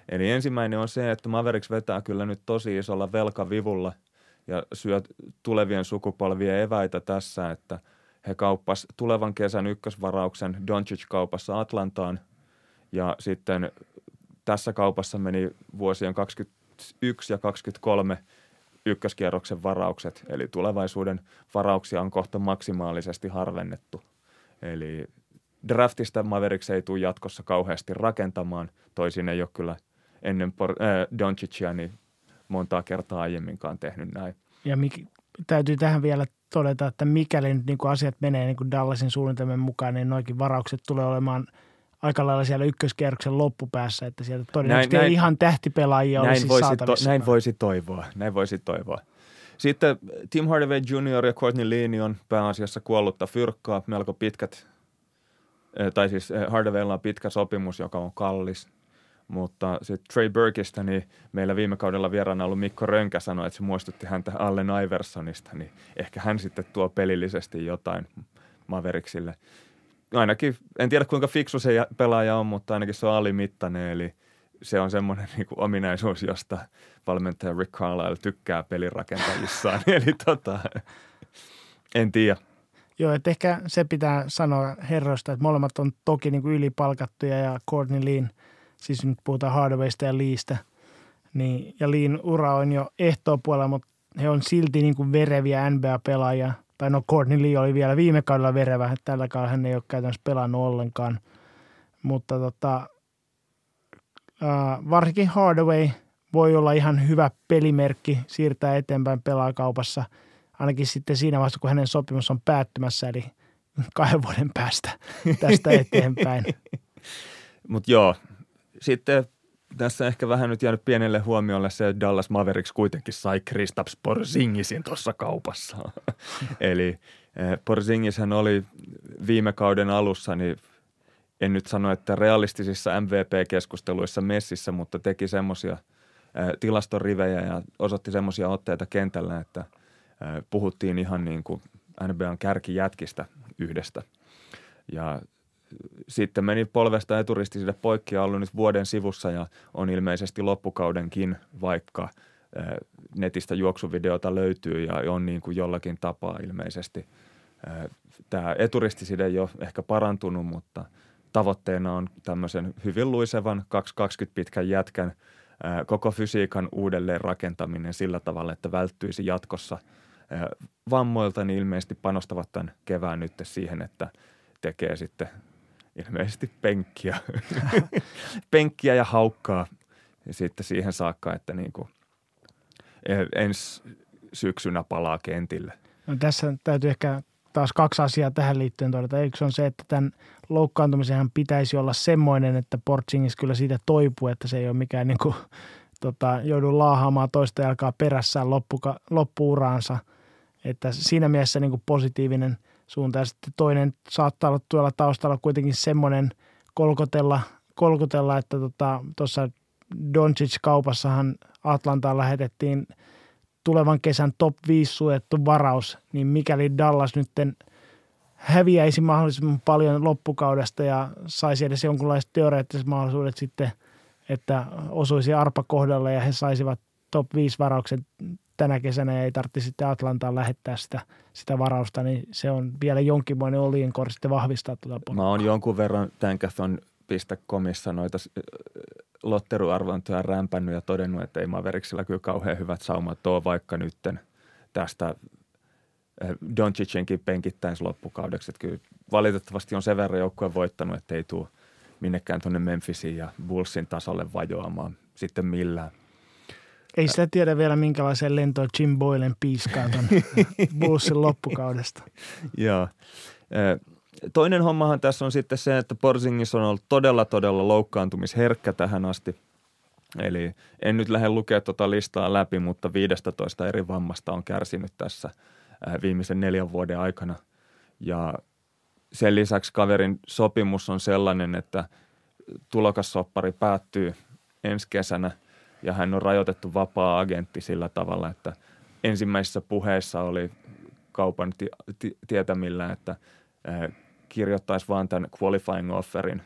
Eli ensimmäinen on se, että Mavericks vetää kyllä nyt tosi isolla velkavivulla ja syö tulevien sukupolvien eväitä tässä, että he kauppas tulevan kesän ykkösvarauksen Doncic kaupassa Atlantaan ja sitten tässä kaupassa meni vuosien kaksikymmentäyksi ja kaksikymmentäkolme ykköskierroksen varaukset, eli tulevaisuuden varauksia on kohta maksimaalisesti harvennettu. Eli draftista Mavericks ei tule jatkossa kauheasti rakentamaan, toisin ei ole kyllä ennen por- äh, Doncicia niin montaa kertaa aiemminkaan tehnyt näin. Ja mik, täytyy tähän vielä todeta, että mikäli nyt niin kuin asiat menee niin kuin Dallasin suunnitelmien mukaan, niin noikin varaukset tulee olemaan aika lailla siellä ykköskierroksen loppupäässä, että sieltä todennäköisesti näin, ihan tähtipelaajia näin olisi voisi saatavissa. To, näin voisi toivoa, näin voisi toivoa. Sitten Tim Hardaway junior ja Courtney Lee on pääasiassa kuollutta fyrkkaa, melko pitkät, tai siis Hardawaylla on pitkä sopimus, joka on kallis. Mutta sitten Trey Burkeista, niin meillä viime kaudella vieraana ollut Mikko Rönkä sanoi, että se muistutti häntä Allen Iversonista, niin ehkä hän sitten tuo pelillisesti jotain Mavericksille. Ainakin, en tiedä kuinka fiksu se pelaaja on, mutta ainakin se on alimittainen, eli se on semmoinen niin kuin ominaisuus, josta valmentaja Rick Carlisle tykkää pelirakentajissaan, eli tota, en tiedä. Joo, että ehkä se pitää sanoa herroista, että molemmat on toki niin kuin ylipalkattuja ja Courtney Leen, siis nyt puhutaan Hardawaysta ja Leestä, niin, ja Leen ura on jo ehtoopuolella, mutta he on silti niin kuin vereviä N B A-pelaajia. Tai no Courtney Lee oli vielä viime kaudella verevä, että tällä kaudella hän ei ole käytännössä pelannut ollenkaan. Mutta tota, äh, varsinkin Hardaway voi olla ihan hyvä pelimerkki siirtää eteenpäin pelaakaupassa, ainakin sitten siinä vaiheessa, kun hänen sopimus on päättymässä, eli kahden vuoden päästä tästä eteenpäin. Mutta joo, sitten tässä ehkä vähän nyt jäänyt pienelle huomiolle se, että Dallas Mavericks kuitenkin sai Kristaps Porzingisin tuossa kaupassa. Eli Porzingishän oli viime kauden alussa, niin en nyt sano, että realistisissa M V P-keskusteluissa messissä, mutta teki semmoisia tilastorivejä ja osoitti semmoisia otteita kentällä, että puhuttiin ihan niin kuin N B A:n kärkijätkistä yhdestä. Ja sitten meni polvesta eturisti sille poikki ja ollut nyt vuoden sivussa ja on ilmeisesti loppukaudenkin, vaikka netistä juoksuvideota löytyy ja on niin kuin jollakin tapaa ilmeisesti. Tämä eturistiside ei ole ehkä parantunut, mutta tavoitteena on tämmöisen hyvin luisevan kaksi kaksikymmentä pitkän jätkän koko fysiikan uudelleen rakentaminen sillä tavalla, että välttyisi jatkossa vammoilta, niin ilmeisesti panostavat tämän kevään nyt siihen, että tekee sitten ilmeisesti penkkiä, penkkiä ja haukkaa ja sitten siihen saakka, että niin kuin ensi syksynä palaa kentille. No tässä täytyy ehkä taas kaksi asiaa tähän liittyen todeta. Yksi on se, että tämän loukkaantumisenhan pitäisi olla semmoinen, että Porzingis kyllä siitä toipuu, että se ei ole mikään niin kuin, tota, joudu laahaamaan toista jalkaa perässään loppuka, loppuuraansa. Että siinä mielessä niin kuin positiivinen suunta. Ja sitten toinen saattaa olla tuolla taustalla kuitenkin semmoinen kolkotella, kolkotella että tuossa tota, Doncic-kaupassahan Atlantaan lähetettiin tulevan kesän top viisi suojattu varaus, niin mikäli Dallas nytten häviäisi mahdollisimman paljon loppukaudesta ja saisi edes jonkunlaiset teoreettiset mahdollisuudet sitten, että osuisi arpa kohdalle ja he saisivat top viisi varauksen tänä kesänä ja ei tarvitse sitten Atlantaan lähettää sitä, sitä varausta, niin se on vielä jonkinmoinen olienkori sitten vahvistaa tuota porukkaa. Mä oon jonkun verran Tankathon piste comissa noita lotteruarvontoja rämpännyt ja todennut, että ei Mavericksilla kyllä kauhean hyvät saumat ole, vaikka nytten tästä Doncicin penkittäisi loppukaudeksi. Että kyllä valitettavasti on sen verran joukkue voittanut, että ei tule minnekään tuonne Memphisiin ja Bullsin tasolle vajoamaan sitten millään. Ei sitä tiedä vielä, minkälaiseen lentoon Jim Boylen piiskaa tuon Bullsin loppukaudesta. Joo. Toinen hommahan tässä on sitten se, että Porzingis on ollut todella, todella loukkaantumisherkkä tähän asti. Eli en nyt lähde lukea tuota listaa läpi, mutta viisitoista eri vammasta on kärsinyt tässä viimeisen neljän vuoden aikana. Ja sen lisäksi kaverin sopimus on sellainen, että tulokassoppari päättyy ensi kesänä ja hän on rajoitettu vapaa-agentti sillä tavalla, että ensimmäisissä puheissa oli kaupan t- t- tietämillä, että kirjoittaisi vaan tämän qualifying offerin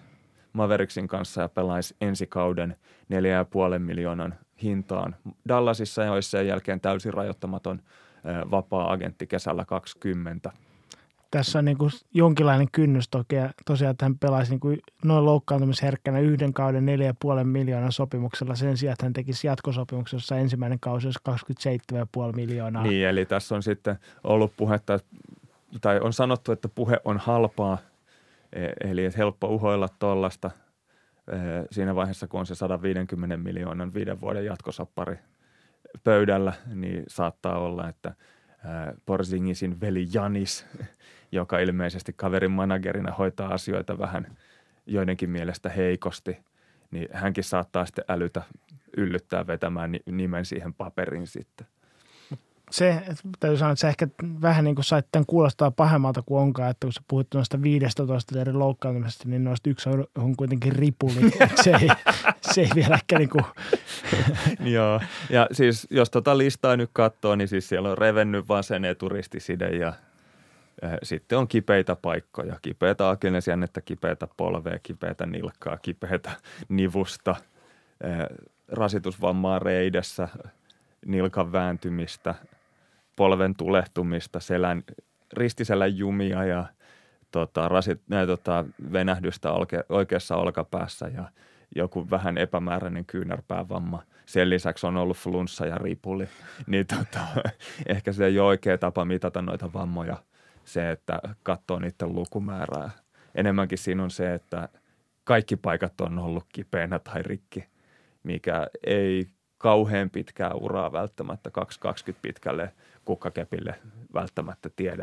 Mavericksin kanssa ja pelaisi ensi kauden neljä ja puolen miljoonan hintaan Dallasissa ja olisi sen jälkeen täysin rajoittamaton vapaa-agentti kesällä kaksikymmentä. Tässä on niin kuin jonkinlainen kynnys toki, tosiaan, että hän pelaisi niin kuin noin loukkaantumisherkkänä yhden kauden neljä ja puolen miljoonan sopimuksella sen sijaan, että hän tekisi jatkosopimuksessa ensimmäinen kausi olisi kaksikymmentäseitsemän ja puoli miljoonaa. Niin, eli tässä on sitten ollut puhetta, tai on sanottu, että puhe on halpaa, eli että helppo uhoilla tuollaista siinä vaiheessa, kun on se sata viisikymmentä miljoonan viiden vuoden jatkosoppari pöydällä, niin saattaa olla, että Porzingisin veli Janis, joka ilmeisesti kaverin managerina hoitaa asioita vähän joidenkin mielestä heikosti, niin hänkin saattaa sitten älytä yllyttää vetämään nimen siihen paperiin sitten. Se, täytyy sanoa, että sä ehkä vähän niin kuin sait tämän kuulostaa pahemmalta kuin onkaan, että kun sä puhut noista viisitoista eri loukkaantumisesta, niin noista yksi on, on kuitenkin ripuli. se, ei, se ei vielä ehkä niin kuin. Joo, ja siis jos tota listaa nyt katsoo, niin siis siellä on revennyt vasen eturistiside ja äh, sitten on kipeitä paikkoja, kipeätä akillesjännettä, kipeätä polvea, kipeätä nilkkaa, kipeätä nivusta, äh, rasitusvammaa reidessä, nilkan vääntymistä, polven tulehtumista, selän, ristiselän jumia ja tota, rasit, äh, tota, venähdystä olke, oikeassa olkapäässä ja joku vähän epämääräinen kyynärpäävamma. Sen lisäksi on ollut flunssa ja ripuli. Niin tota, ehkä se ei ole oikea tapa mitata noita vammoja, se, että katsoo niiden lukumäärää. Enemmänkin siinä on se, että kaikki paikat on ollut kipeänä tai rikki, mikä ei kauhean pitkää uraa välttämättä, kaksi kaksikymmentä pitkälle kukkakepille välttämättä tiedä.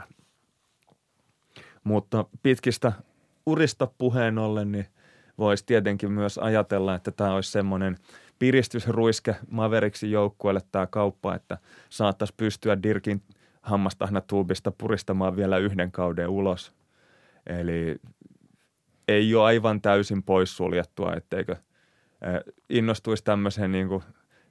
Mutta pitkistä urista puheen ollen, niin voisi tietenkin myös ajatella, että tämä olisi semmoinen piristysruiske Mavericksin joukkueelle tämä kauppa, että saattaisi pystyä Dirkin hammastahnatuubista puristamaan vielä yhden kauden ulos. Eli ei ole aivan täysin poissuljettua, etteikö innostuisi tämmöiseen niin kuin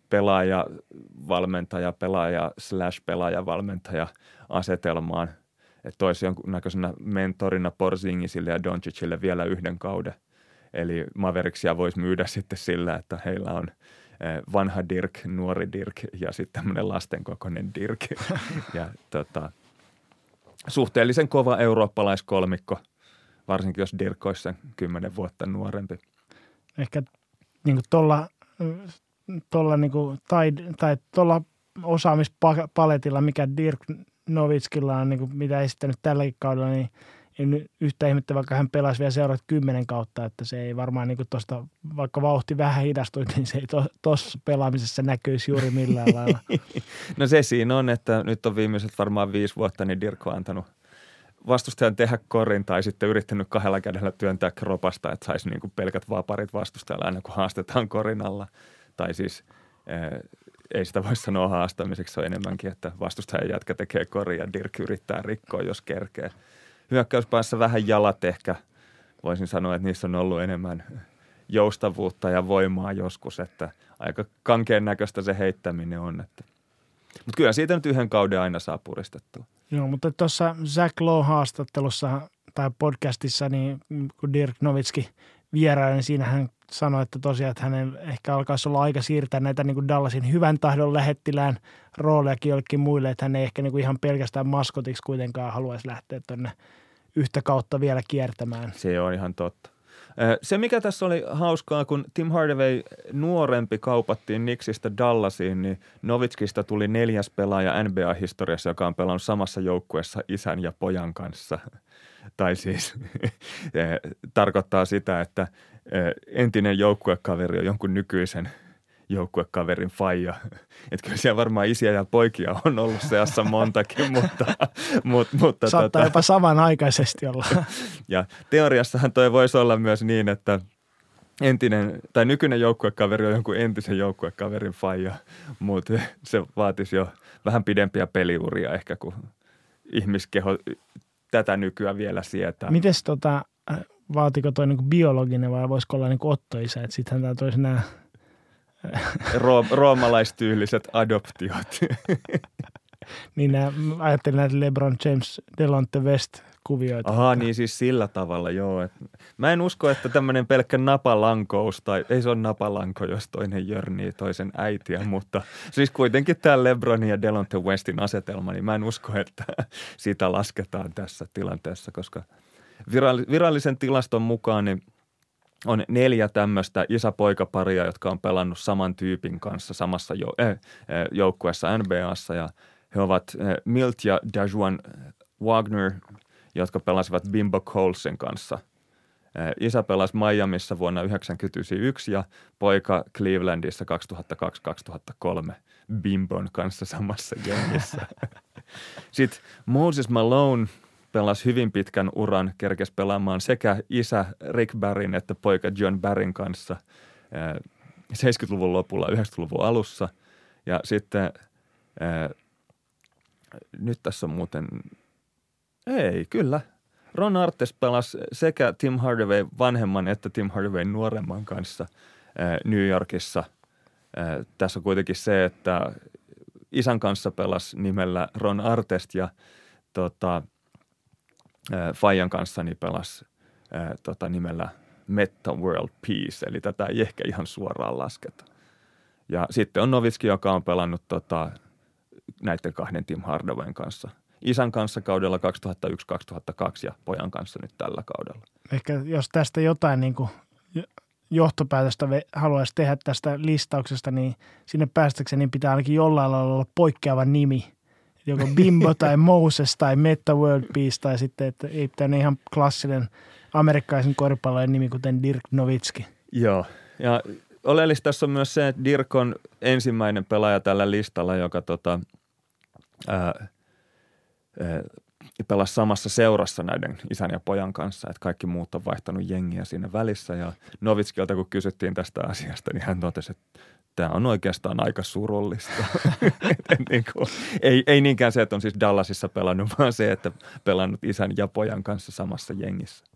pelaaja-valmentaja, pelaaja slash pelaaja-valmentaja asetelmaan, että olisi jonkunnäköisenä mentorina Porzingisille ja Doncicille vielä yhden kauden. Eli Mavericksia voisi myydä sitten sillä, että heillä on vanha Dirk, nuori Dirk ja sitten tämmöinen lastenkokoinen Dirk. Ja tota, suhteellisen kova eurooppalaiskolmikko, varsinkin jos Dirk olisi sen kymmenen vuotta nuorempi. Ehkä niin kuin tuolla, tuolla, niin kuin, tai, tai tuolla osaamispaletilla, mikä Dirk Nowitzkilla on, niin kuin, mitä esittänyt tälläkin kaudella, niin ei nyt yhtä ihmettä, vaikka hän pelasi vielä seuraavat kymmenen kautta, että se ei varmaan niin tuosta, vaikka vauhti vähän hidastui, niin se ei tuossa pelaamisessa näkyisi juuri millään lailla. No se siinä on, että nyt on viimeiset varmaan viisi vuotta, niin Dirk on antanut vastustajan tehdä korin tai sitten yrittänyt kahdella kädellä työntää kropasta, että saisi niin kuin pelkät vaparit vastustajalla aina kun haastetaan korin alla. Tai siis ää, ei sitä voi sanoa haastamiseksi, se on enemmänkin, että vastustajan jätkä tekee korin ja Dirk yrittää rikkoa, jos kerkee. Hyökkäyspäässä vähän jalat ehkä. Voisin sanoa, että niissä on ollut enemmän joustavuutta ja voimaa joskus, että aika kankeen näköistä se heittäminen on. Että. Mutta kyllä siitä nyt yhden kauden aina saa puristettua. Joo, mutta tuossa Zach Lowe-haastattelussa tai podcastissa, niin kun Dirk Nowitzki vieraili, niin siinä hän sanoi, että tosiaan, että hänen ehkä alkaisi olla aika siirtää näitä niin kuin Dallasin hyvän tahdon lähettilään roolejakin jollekin muille, että hän ei ehkä niin kuin ihan pelkästään maskotiksi kuitenkaan haluaisi lähteä tuonne yhtä kautta vielä kiertämään. Se on ihan totta. Se, mikä tässä oli hauskaa, kun Tim Hardaway nuorempi kaupattiin Knicksistä Dallasiin, niin Nowitzkista tuli neljäs pelaaja N B A-historiassa, joka on pelannut samassa joukkueessa isän ja pojan kanssa. Tai siis tarkoittaa sitä, että entinen joukkuekaveri on jonkun nykyisen joukkuekaverin faija. Että kyllä siellä varmaan isiä ja poikia on ollut seassa montakin, mutta... mutta, mutta saattaa tota, jopa samanaikaisesti olla. Ja teoriassahan toi voisi olla myös niin, että entinen tai nykyinen joukkuekaveri on jonkun entisen joukkuekaverin faija, mutta se vaatisi jo vähän pidempiä peliuria ehkä, kun ihmiskeho tätä nykyään vielä sietää. Mites tota, vaatiko toi niinku biologinen vai voisiko olla niinku ottoisä, että sittenhän tämä toisi nämä Room, roomalaistyyliset adoptiot. Niin nämä, ajattelin näitä LeBron James, Delonte West kuvioita. Aha, että... niin siis sillä tavalla, joo. Et mä en usko, että tämmöinen pelkkä napalankous, tai ei se ole napalanko, jos toinen jörnii toisen äitiä, mutta siis kuitenkin tämä LeBronin ja Delonte Westin asetelma, niin mä en usko, että sitä lasketaan tässä tilanteessa, koska virallisen tilaston mukaan niin on neljä tämmöistä isä-poikaparia, jotka on pelannut saman tyypin kanssa samassa jou- äh, joukkueessa N B A:ssa ja he ovat äh, Milt ja Dajuan Wagner, jotka pelasivat Bimbo Colesin kanssa. Äh, isä pelasi Miamissa vuonna yhdeksänkymmentäyksi ja poika Clevelandissa kaksituhattakaksi kaksituhattakolme Bimbon kanssa samassa jengissä. Sitten Moses Malone pelasi hyvin pitkän uran, kerkesi pelaamaan sekä isä Rick Barryn että poika John Barryn kanssa seitsemänkymmentäluvun lopulla, yhdeksänkymmentäluvun alussa. Ja sitten ää, nyt tässä on muuten, ei kyllä, Ron Artest pelasi sekä Tim Hardaway vanhemman että Tim Hardaway nuoremman kanssa ää, New Yorkissa. Ää, tässä on kuitenkin se, että isän kanssa pelasi nimellä Ron Artest ja tota, Fajan kanssani pelasi ää, tota, nimellä Metta World Peace, eli tätä ei ehkä ihan suoraan lasketa. Ja sitten on Nowitzki, joka on pelannut tota, näiden kahden Tim Hardawayn kanssa. Isän kanssa kaudella kaksituhattayksi kaksituhattakaksi ja pojan kanssa nyt tällä kaudella. Ehkä jos tästä jotain niin kuin johtopäätöstä haluaisi tehdä tästä listauksesta, niin sinne päästäkseni niin pitää ainakin jollain lailla olla poikkeava nimi. Joko Bimbo tai Moses tai Metta World Peace tai sitten, että ei pitänyt ihan klassinen amerikkalaisen koripallojen nimi, kuten Dirk Nowitzki. Joo, ja oleellista tässä on myös se, että Dirk on ensimmäinen pelaaja tällä listalla, joka tota, ää, ää, pelasi samassa seurassa näiden isän ja pojan kanssa, että kaikki muut on vaihtanut jengiä siinä välissä. Ja Nowitzkilta, kun kysyttiin tästä asiasta, niin hän totesi, että tämä on oikeastaan aika surullista. niin kuin, ei, ei niinkään se, että on siis Dallasissa pelannut, vaan se, että pelannut isän ja pojan kanssa samassa jengissä.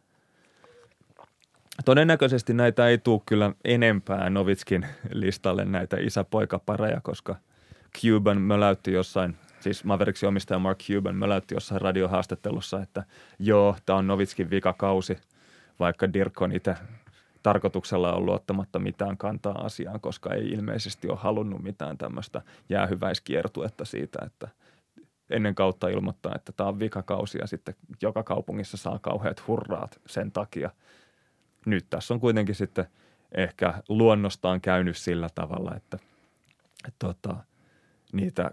Todennäköisesti näitä ei tule kyllä enempää Nowitzkin listalle näitä isä-poikapareja, koska Cuban möläytti jossain, siis Mavericksin omistaja Mark Cuban möläytti jossain radiohaastattelussa, että joo, tämä on Nowitzkin vikakausi, vaikka Dirk on itse tarkoituksella ollut ottamatta mitään kantaa asiaan, koska ei ilmeisesti ole halunnut mitään tämmöistä jäähyväiskiertuetta siitä, että ennen kautta ilmoittaa, että tämä on vikakausi ja sitten joka kaupungissa saa kauheat hurraat sen takia. Nyt tässä on kuitenkin sitten ehkä luonnostaan käynyt sillä tavalla, että tota, niitä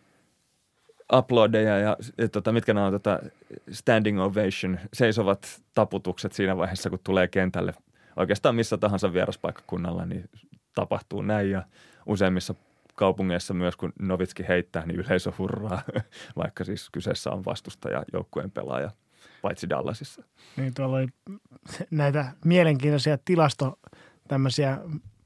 uploadeja ja tota, mitkä nämä on tota standing ovation, seisovat taputukset siinä vaiheessa, kun tulee kentälle oikeastaan missä tahansa vieraspaikkakunnalla, niin tapahtuu näin ja useimmissa kaupungeissa myös, kun Nowitzki heittää, niin yleisö hurraa, vaikka siis kyseessä on vastustaja joukkueen pelaaja, paitsi Dallasissa. Niin tuolla oli näitä mielenkiintoisia tilasto tämmöisiä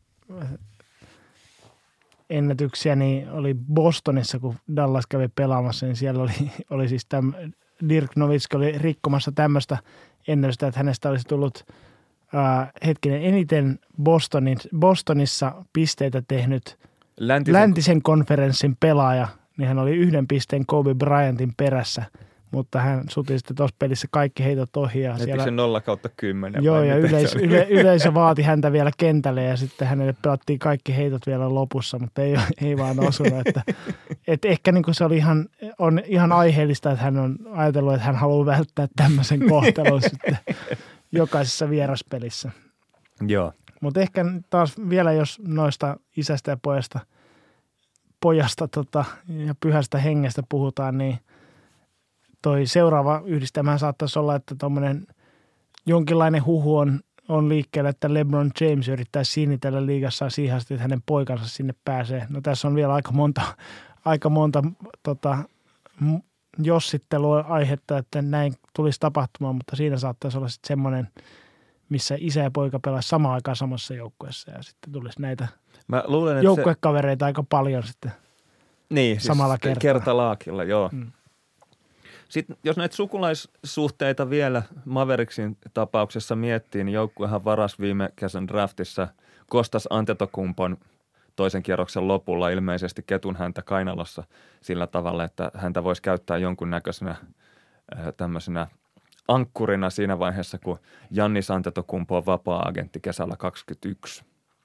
ennätyksiä, niin oli Bostonissa, kun Dallas kävi pelaamassa, niin siellä oli, oli siis täm, Dirk Nowitzki oli rikkomassa tämmöistä ennätystä, että hänestä olisi tullut ää, hetkinen eniten Bostonin, Bostonissa pisteitä tehnyt läntisen, läntisen konferenssin pelaaja, niin hän oli yhden pisteen Kobe Bryantin perässä. Mutta hän suti sitten tuossa pelissä kaikki heitot ohi. Ja siellä, se nolla kautta kymmenen. Joo, ja yleis, yle, yleisö vaati häntä vielä kentälle ja sitten hänelle pelattiin kaikki heitot vielä lopussa, mutta ei, ei vaan osunut. Että, että ehkä niin kuin se oli ihan, on ihan aiheellista, että hän on ajatellut, että hän haluaa välttää tämmöisen kohtelun sitten jokaisessa vieraspelissä. Joo. Mutta ehkä taas vielä, jos noista isästä ja pojasta, pojasta tota, ja pyhästä hengestä puhutaan, niin toi seuraava yhdistelmä saattaisi olla, että tuommoinen jonkinlainen huhu on, on liikkeellä, että LeBron James yrittää sinnitellä liigassa siihen asti, että hänen poikansa sinne pääsee. No tässä on vielä aika monta, aika monta tota, jossittelua aihetta, että näin tulisi tapahtumaan, mutta siinä saattaisi olla sitten semmoinen, missä isä ja poika pelaisi samaan aikaan samassa joukkueessa ja sitten tulisi näitä Mä luulen, joukkuekavereita se aika paljon sitten niin, samalla siis kertaa. Kertalaakilla, joo. Hmm. Sitten jos näitä sukulaissuhteita vielä Mavericksin tapauksessa miettii, niin joukkuehan varasi viime kesän draftissa Kostas Antetokounmpon toisen kierroksen lopulla ilmeisesti ketun häntä kainalossa sillä tavalla, että häntä voisi käyttää jonkunnäköisenä tämmöisenä ankkurina siinä vaiheessa, kun Giannis Antetokounmpo on vapaa-agentti kesällä kaksikymmentäyksi.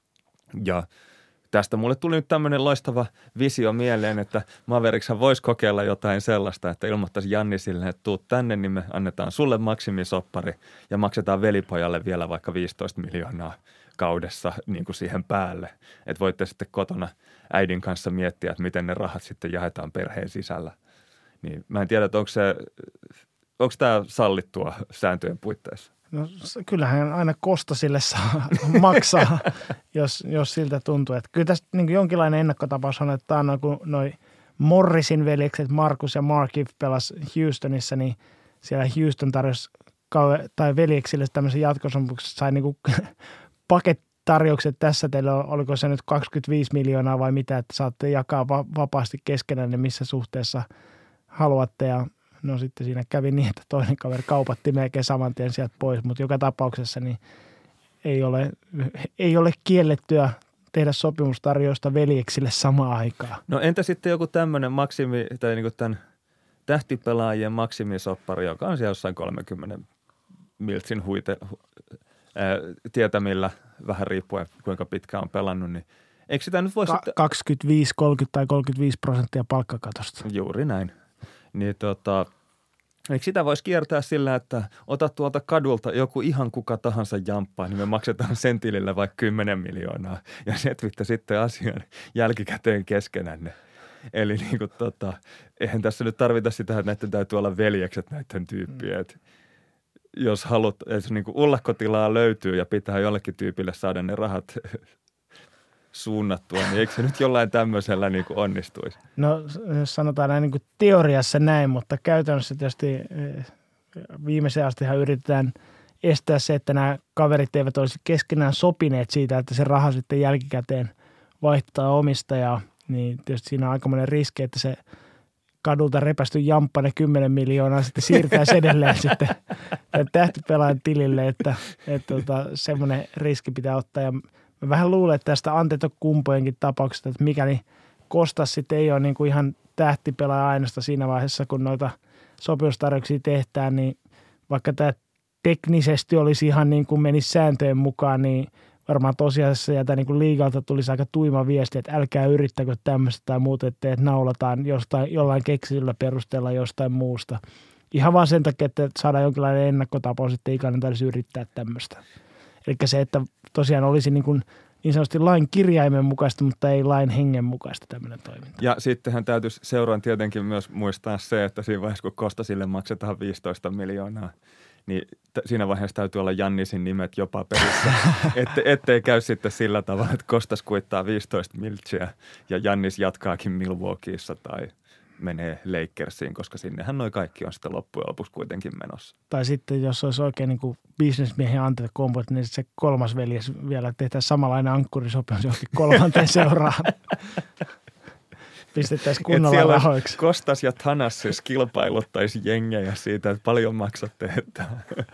Ja tästä mulle tuli nyt tämmöinen loistava visio mieleen, että Maverickshan voisi kokeilla jotain sellaista, että ilmoittaisi Giannisille, että tuut tänne, niin me annetaan sulle maksimisoppari ja maksetaan velipojalle vielä vaikka viisitoista miljoonaa kaudessa niin kuin siihen päälle. Että voitte sitten kotona äidin kanssa miettiä, että miten ne rahat sitten jaetaan perheen sisällä. Niin mä en tiedä, että onko se, onko tämä sallittua sääntöjen puitteissa? No kyllähän aina Kostasille saa maksaa, jos, jos siltä tuntuu. Että kyllä tästä niin jonkinlainen ennakkotapaus on, että on kun noi Morrisin veljekset Marcus ja Markieff pelas Houstonissa, niin siellä Houston tarjosi tai veljeksille tämmöisen jatkosopimuksen, sai niin kuin pakettarjoukset tässä teille, oliko se nyt kaksikymmentäviisi miljoonaa vai mitä, että saatte jakaa va- vapaasti keskenään ne missä suhteessa haluatte ja no sitten siinä kävi niin, että toinen kaveri kaupatti melkein saman tien sieltä pois, mutta joka tapauksessa niin ei ole, ei ole kiellettyä tehdä sopimustarjousta veljeksille samaan aikaan. No entä sitten joku tämmöinen maksimi, tai niin kuin tämän tähtipelaajien maksimisoppari, joka on siellä jossain kolmenkymmenen miltsin huite, ää, tietämillä, vähän riippuen kuinka pitkään on pelannut, niin eikö sitä nyt voisi... Ka- kaksikymmentäviisi, kolmekymmentä tai kolmekymmentäviisi prosenttia palkkakatosta. Juuri näin. Niin tota, eikö sitä voisi kiertää sillä, että ota tuolta kadulta joku ihan kuka tahansa jamppaa, niin me maksetaan sen tilille vaikka kymmenen miljoonaa ja setvitte sitten asian jälkikäteen keskenänne. Eli niin kuin tota, eihän tässä nyt tarvita sitä, että näiden täytyy olla veljekset näiden tyyppiä. Mm. Jos haluat, että niin kuin ullakkotilaa löytyy ja pitää jollekin tyypille saada ne rahat suunnattua, niin eikö se nyt jollain tämmöisellä niin kuin onnistuisi? No sanotaan näin niin kuin teoriassa näin, mutta käytännössä tietysti viimeisen astihan yritetään estää se, että nämä kaverit eivät olisi keskenään sopineet siitä, että se raha sitten jälkikäteen vaihtaa omistajaa, niin tietysti siinä on aikamoinen riski, että se kadulta repästy jamppa ne kymmenen miljoonaa sitten siirtää edelleen sitten tähtipelaajan tilille, että, että, että semmoinen riski pitää ottaa ja mä vähän luulen, että tästä Antetokounmpojenkin tapauksesta, että mikäli Kostas sitten ei ole niin kuin ihan tähtipelaaja ainoastaan siinä vaiheessa, kun noita sopimustarjouksia tehdään, niin vaikka tämä teknisesti olisi ihan niin kuin menisi sääntöjen mukaan, niin varmaan tosiasiassa ja niin kuin liigalta tulisi aika tuima viesti, että älkää yrittäkö tämmöistä tai muuta, että naulataan jostain, jollain keksityllä perusteella jostain muusta. Ihan vaan sen takia, että saadaan jonkinlainen ennakkotapaus, että ei kannata yrittää tämmöistä. Eli se, että tosiaan olisi niin, kuin niin sanotusti lain kirjaimen mukaista, mutta ei lain hengen mukaista tämmöinen toiminta. Ja sittenhän täytyisi seuraan tietenkin myös muistaa se, että siinä vaiheessa, kun Kostasille maksetaan viisitoista miljoonaa, niin t- siinä vaiheessa täytyy olla Jannisin nimet jopa perissä, Ette, ettei käy sitten sillä tavalla, että Kostas kuittaa viisitoista miltsiä ja Jannis jatkaakin Milwaukeeissa tai menee Lakersiin, koska sinnehän noi kaikki on sitten loppujen lopuksi kuitenkin menossa. Tai sitten jos olisi oikein niin kuin bisnesmiehen Antetokounmpo, niin se kolmas veljes vielä tehdään samanlainen ankkurisopimus johonkin kolmanteen seuraan. Pistettäisiin kunnolla rahoiksi. Kostas ja Thanasis kilpailuttaisi jengejä siitä, että paljon maksatte. Että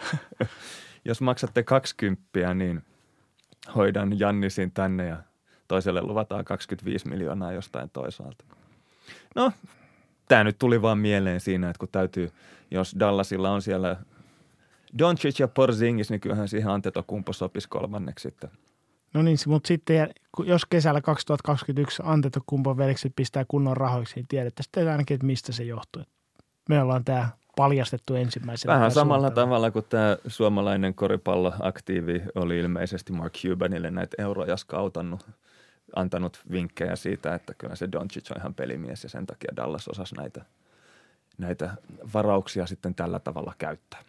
jos maksatte kaksikymppiä, niin hoidan Jannisin tänne ja toiselle luvataan kaksikymmentäviisi miljoonaa jostain toisaalta. No, tämä nyt tuli vaan mieleen siinä, että kun täytyy, jos Dallasilla on siellä Doncic ja Porzingis, niin kyllähän siihen Antetokounmpo sopisi kolmanneksi sitten. No niin, mutta sitten jos kesällä kaksituhattakaksikymmentäyksi Antetokounmpon veljekset pistää kunnon rahoiksi, niin tiedettäisiin ainakin, että mistä se johtuu. Me ollaan tämä paljastettu ensimmäisenä. Vähän samalla suuntaan. Tavalla kuin tämä suomalainen koripalloaktiivi oli ilmeisesti Mark Cubanille näitä euroja skautannut, antanut vinkkejä siitä, että kyllä se Doncic on ihan pelimies ja sen takia Dallas osasi näitä, näitä varauksia sitten tällä tavalla käyttää.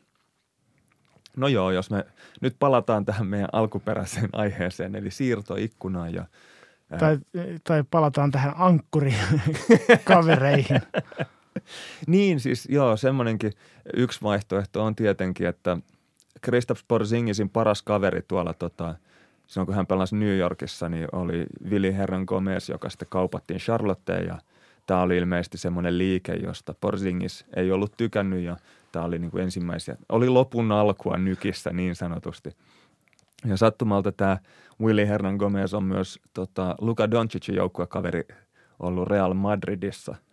No joo, jos me nyt palataan tähän meidän alkuperäiseen aiheeseen, eli siirtoikkunaan ja... Ää... Tai, tai palataan tähän ankkurikavereihin. Niin siis joo, semmoinenkin yksi vaihtoehto on tietenkin, että Kristaps Porzingisin paras kaveri tuolla tota, silloin kun hän pelasi New Yorkissa, niin oli Willy Hernangomez, joka sitten kaupattiin Charlotteen ja tämä oli ilmeisesti semmoinen liike, josta Porzingis ei ollut tykännyt ja tämä oli niin kuin ensimmäisiä, oli lopun alkua Nykissä niin sanotusti. Ja sattumalta tämä Willy Hernangomez on myös tota, Luka Doncicin joukkuekaveri ollut Real Madridissa.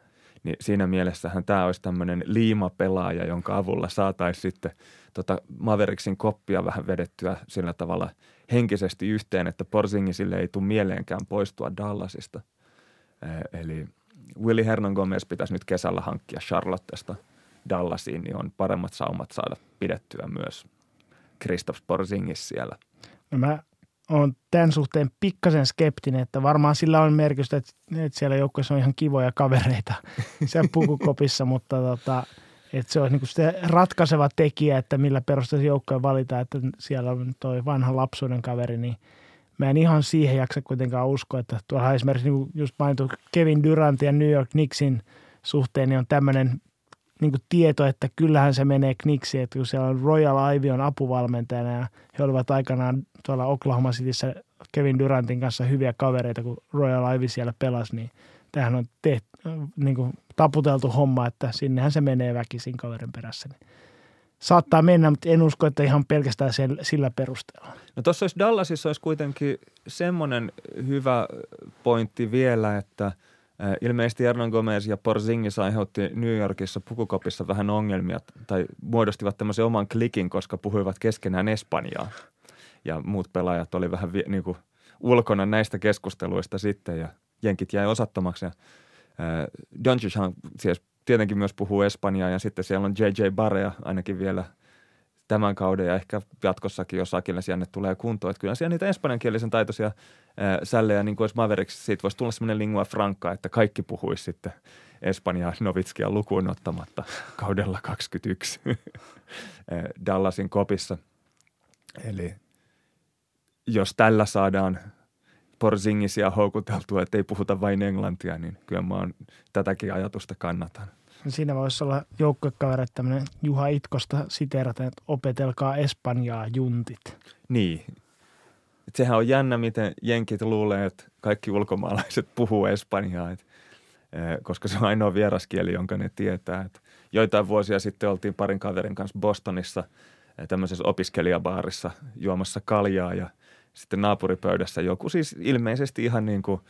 Niin siinä mielessähän tämä olisi tämmöinen liimapelaaja, jonka avulla saataisiin sitten tota Mavericksin koppia vähän vedettyä sillä tavalla henkisesti yhteen, että Porzingisille ei tule mieleenkään poistua Dallasista. Eli Willy Hernangomez pitäisi nyt kesällä hankkia Charlottesta Dallasiin, niin on paremmat saumat saada pidettyä myös Kristaps Porzingis siellä. No mä oon tämän suhteen pikkasen skeptinen, että varmaan sillä on merkitystä, että, että siellä joukkueessa on ihan kivoja kavereita siellä pukukopissa, mutta tota, että se on niin kuin se ratkaiseva tekijä, että millä perusteella joukkoja valitaan, että siellä on toi vanha lapsuuden kaveri, niin mä en ihan siihen jaksa kuitenkaan uskoa, että tuolla esimerkiksi niin just mainittu Kevin Durant ja New York Knicksin suhteen niin on tämmöinen niin kuin tieto, että kyllähän se menee Knicksiin, että kun siellä on Royal Ivy on apuvalmentajana ja he olivat aikanaan tuolla Oklahoma Cityssä Kevin Durantin kanssa hyviä kavereita, kun Royal Ivy siellä pelasi, niin tämähän on tehty, niin kuin taputeltu homma, että sinnehän se menee väkisin kaverin perässä. Niin saattaa mennä, mutta en usko, että ihan pelkästään sillä perusteella. No tuossa olisi Dallasissa olisi kuitenkin semmoinen hyvä pointti vielä, että ilmeisesti Hernangomez ja Porzingis aiheutti New Yorkissa pukukopissa vähän ongelmia tai muodostivat tämmöisen oman klikin, koska puhuivat keskenään espanjaa. Ja muut pelaajat oli vähän vi- niin kuin ulkona näistä keskusteluista sitten ja jenkit jäi osattomaksi. Ja, äh, Doncichan siis tietenkin myös puhuu espanjaa ja sitten siellä on J J Barea ainakin vielä tämän kauden ja ehkä jatkossakin, jos Akilles jänne tulee kuntoon. Että kyllä siellä niitä espanjankielisen taitoisia ää, sällejä, niin kuin olisi Mavericks, siitä voisi tulla semmoinen lingua franca, että kaikki puhuisi sitten Espanjaa Novitskia lukuun ottamatta kaudella kaksikymmentäyksi Dallasin kopissa. Eli jos tällä saadaan Porzingisia houkuteltua, että ei puhuta vain englantia, niin kyllä mä oon tätäkin ajatusta kannatan. Siinä voisi olla joukkuekavereita tämmöinen Juha Itkosta siteeraten, että opetelkaa espanjaa juntit. Niin. Et sehän on jännä, miten jenkit luulee, että kaikki ulkomaalaiset puhuu espanjaa, et, e, koska se on ainoa vieraskieli, jonka ne tietää. Et joitain vuosia sitten oltiin parin kaverin kanssa Bostonissa e, tämmöisessä opiskelijabaarissa juomassa kaljaa ja sitten naapuripöydässä joku siis ilmeisesti ihan niin kuin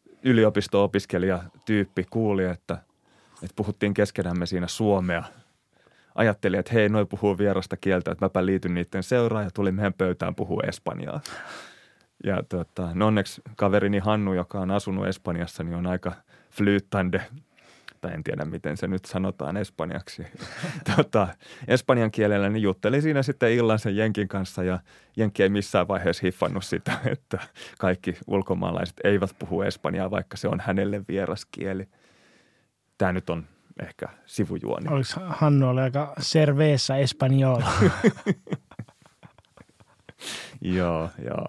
yliopisto-opiskelijatyyppi kuuli, että että puhuttiin keskenämme siinä suomea. Ajattelin, että hei, noi puhuu vierasta kieltä, että mäpä liityn niiden seuraan ja tuli meidän pöytään puhua espanjaa. Ja tota, no onneksi kaverini Hannu, joka on asunut Espanjassa, niin on aika flyyttande, tai en tiedä miten se nyt sanotaan espanjaksi. tota, espanjan kielellä niin jutteli siinä sitten illan sen jenkin kanssa ja jenki ei missään vaiheessa hiffannut sitä, että kaikki ulkomaalaiset eivät puhu espanjaa, vaikka se on hänelle vieras kieli. Tämä nyt on ehkä sivujuoni. Oliko Hannu oli aika cerveza espanjola? Joo, joo.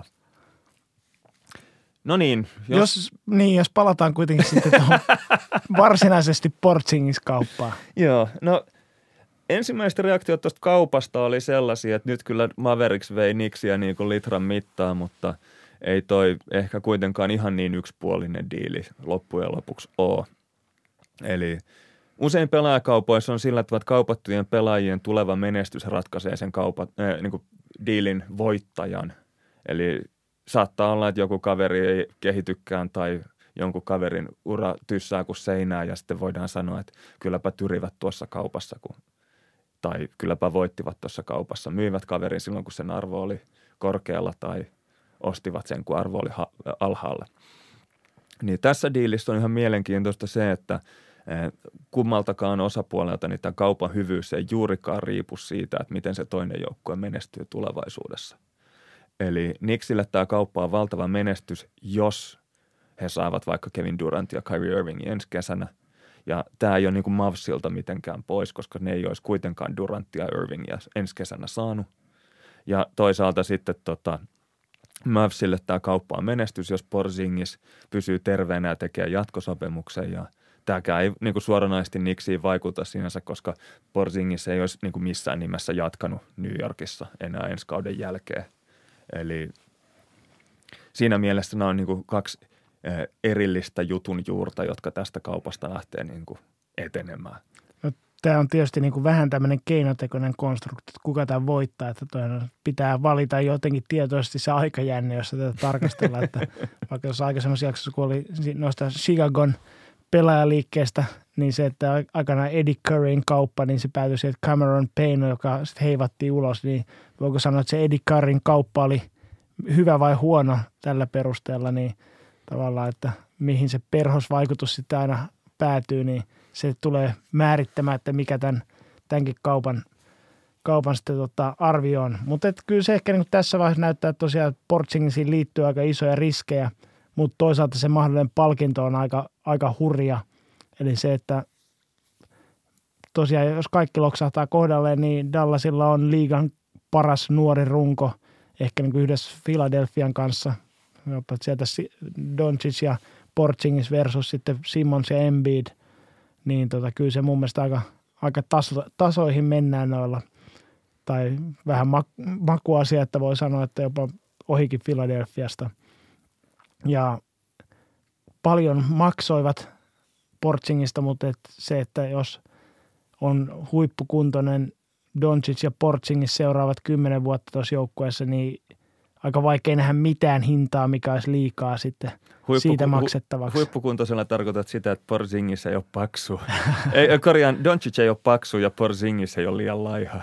No niin. Jos, jos, niin, jos palataan kuitenkin sitten tuohon varsinaisesti Porzingis-kauppaan. Joo, no ensimmäiset reaktiot tuosta kaupasta oli sellaisia, että nyt kyllä Mavericks vei Knicksia niin kuin litran mittaa, mutta ei toi ehkä kuitenkaan ihan niin yksipuolinen diili loppujen lopuksi ole. Eli usein pelaajakaupoissa on sillä tavalla, että kaupattujen pelaajien tuleva menestys ratkaisee sen kaupat, äh, niin kuin diilin voittajan. Eli saattaa olla, että joku kaveri ei kehitykään tai jonkun kaverin ura tyssää kuin seinää ja sitten voidaan sanoa, että kylläpä tyrivät tuossa kaupassa kun, tai kylläpä voittivat tuossa kaupassa. Myivät kaverin silloin, kun sen arvo oli korkealla tai ostivat sen, kun arvo oli ha- alhaalla. Niin tässä diilissä on ihan mielenkiintoista se, että kummaltakaan osapuolelta niin tämän kaupan hyvyys ei juurikaan riipu siitä, että miten se toinen joukkue menestyy tulevaisuudessa. Eli Knicksille tämä kauppa on valtava menestys, jos he saavat vaikka Kevin Durant ja Kyrie Irvingin ensi kesänä. Ja tämä ei ole niin kuin Mavsilta mitenkään pois, koska ne ei olisi kuitenkaan Durantia ja Irvingia ensi kesänä saanut. Ja toisaalta sitten tota, Mavsille tämä kauppa on menestys, jos Porzingis pysyy terveenä ja tekee jatkosopimuksen ja tämäkään ei niin kuin suoranaisesti Knicksiin vaikuta sinänsä, koska Porzingis ei olisi niin kuin missään nimessä jatkanut New Yorkissa enää ensi kauden jälkeen. Eli siinä mielessä nämä on niin kuin kaksi erillistä jutun juurta, jotka tästä kaupasta lähtee niin kuin etenemään. No, tämä on tietysti niin kuin vähän tämmöinen keinotekoinen konstrukti, että kuka tämän voittaa, että pitää valita jotenkin tietoisesti se aikajänne, jossa tätä tarkastellaan, että vaikka jos aikaisemmassa jaksossa, kun oli noista Chicagon pelaajaliikkeestä, niin se, että aikanaan Eddie Curryn kauppa, niin se päätyi siihen, että Cameron Payne, joka sitten heivattiin ulos, niin voiko sanoa, että se Eddie Curryn kauppa oli hyvä vai huono tällä perusteella, niin tavallaan, että mihin se perhosvaikutus sitten aina päätyy, niin se tulee määrittämään, että mikä tämän, tämänkin kaupan, kaupan sitten tota arvio on. Mutta kyllä se ehkä niin tässä vaiheessa näyttää, että tosiaan Porzingisiin liittyy aika isoja riskejä, mutta toisaalta se mahdollinen palkinto on aika, aika hurja. Eli se, että tosiaan jos kaikki loksahtaa kohdalleen, niin Dallasilla on liigan paras nuori runko, ehkä niin kuin yhdessä Philadelphian kanssa. Sieltä Doncic ja Porzingis versus sitten Simmons ja Embiid, niin tota, kyllä se mun mielestä aika, aika taso, tasoihin mennään noilla. Tai vähän mak- makuasia, että voi sanoa, että jopa ohikin Philadelphiasta. Ja paljon maksoivat Porzingista, mutta et se, että jos on huippukuntoinen Doncic ja Porzingis seuraavat kymmenen vuotta tuossa joukkueessa, niin aika vaikea nähdä mitään hintaa, mikä olisi liikaa sitten Huippu, siitä maksettavaksi. Huippukuntoisella tarkoitat sitä, että Porzingis ei ole paksu. ei, korjaan, Doncic ei ole paksu ja Porzingis ei ole liian laiha.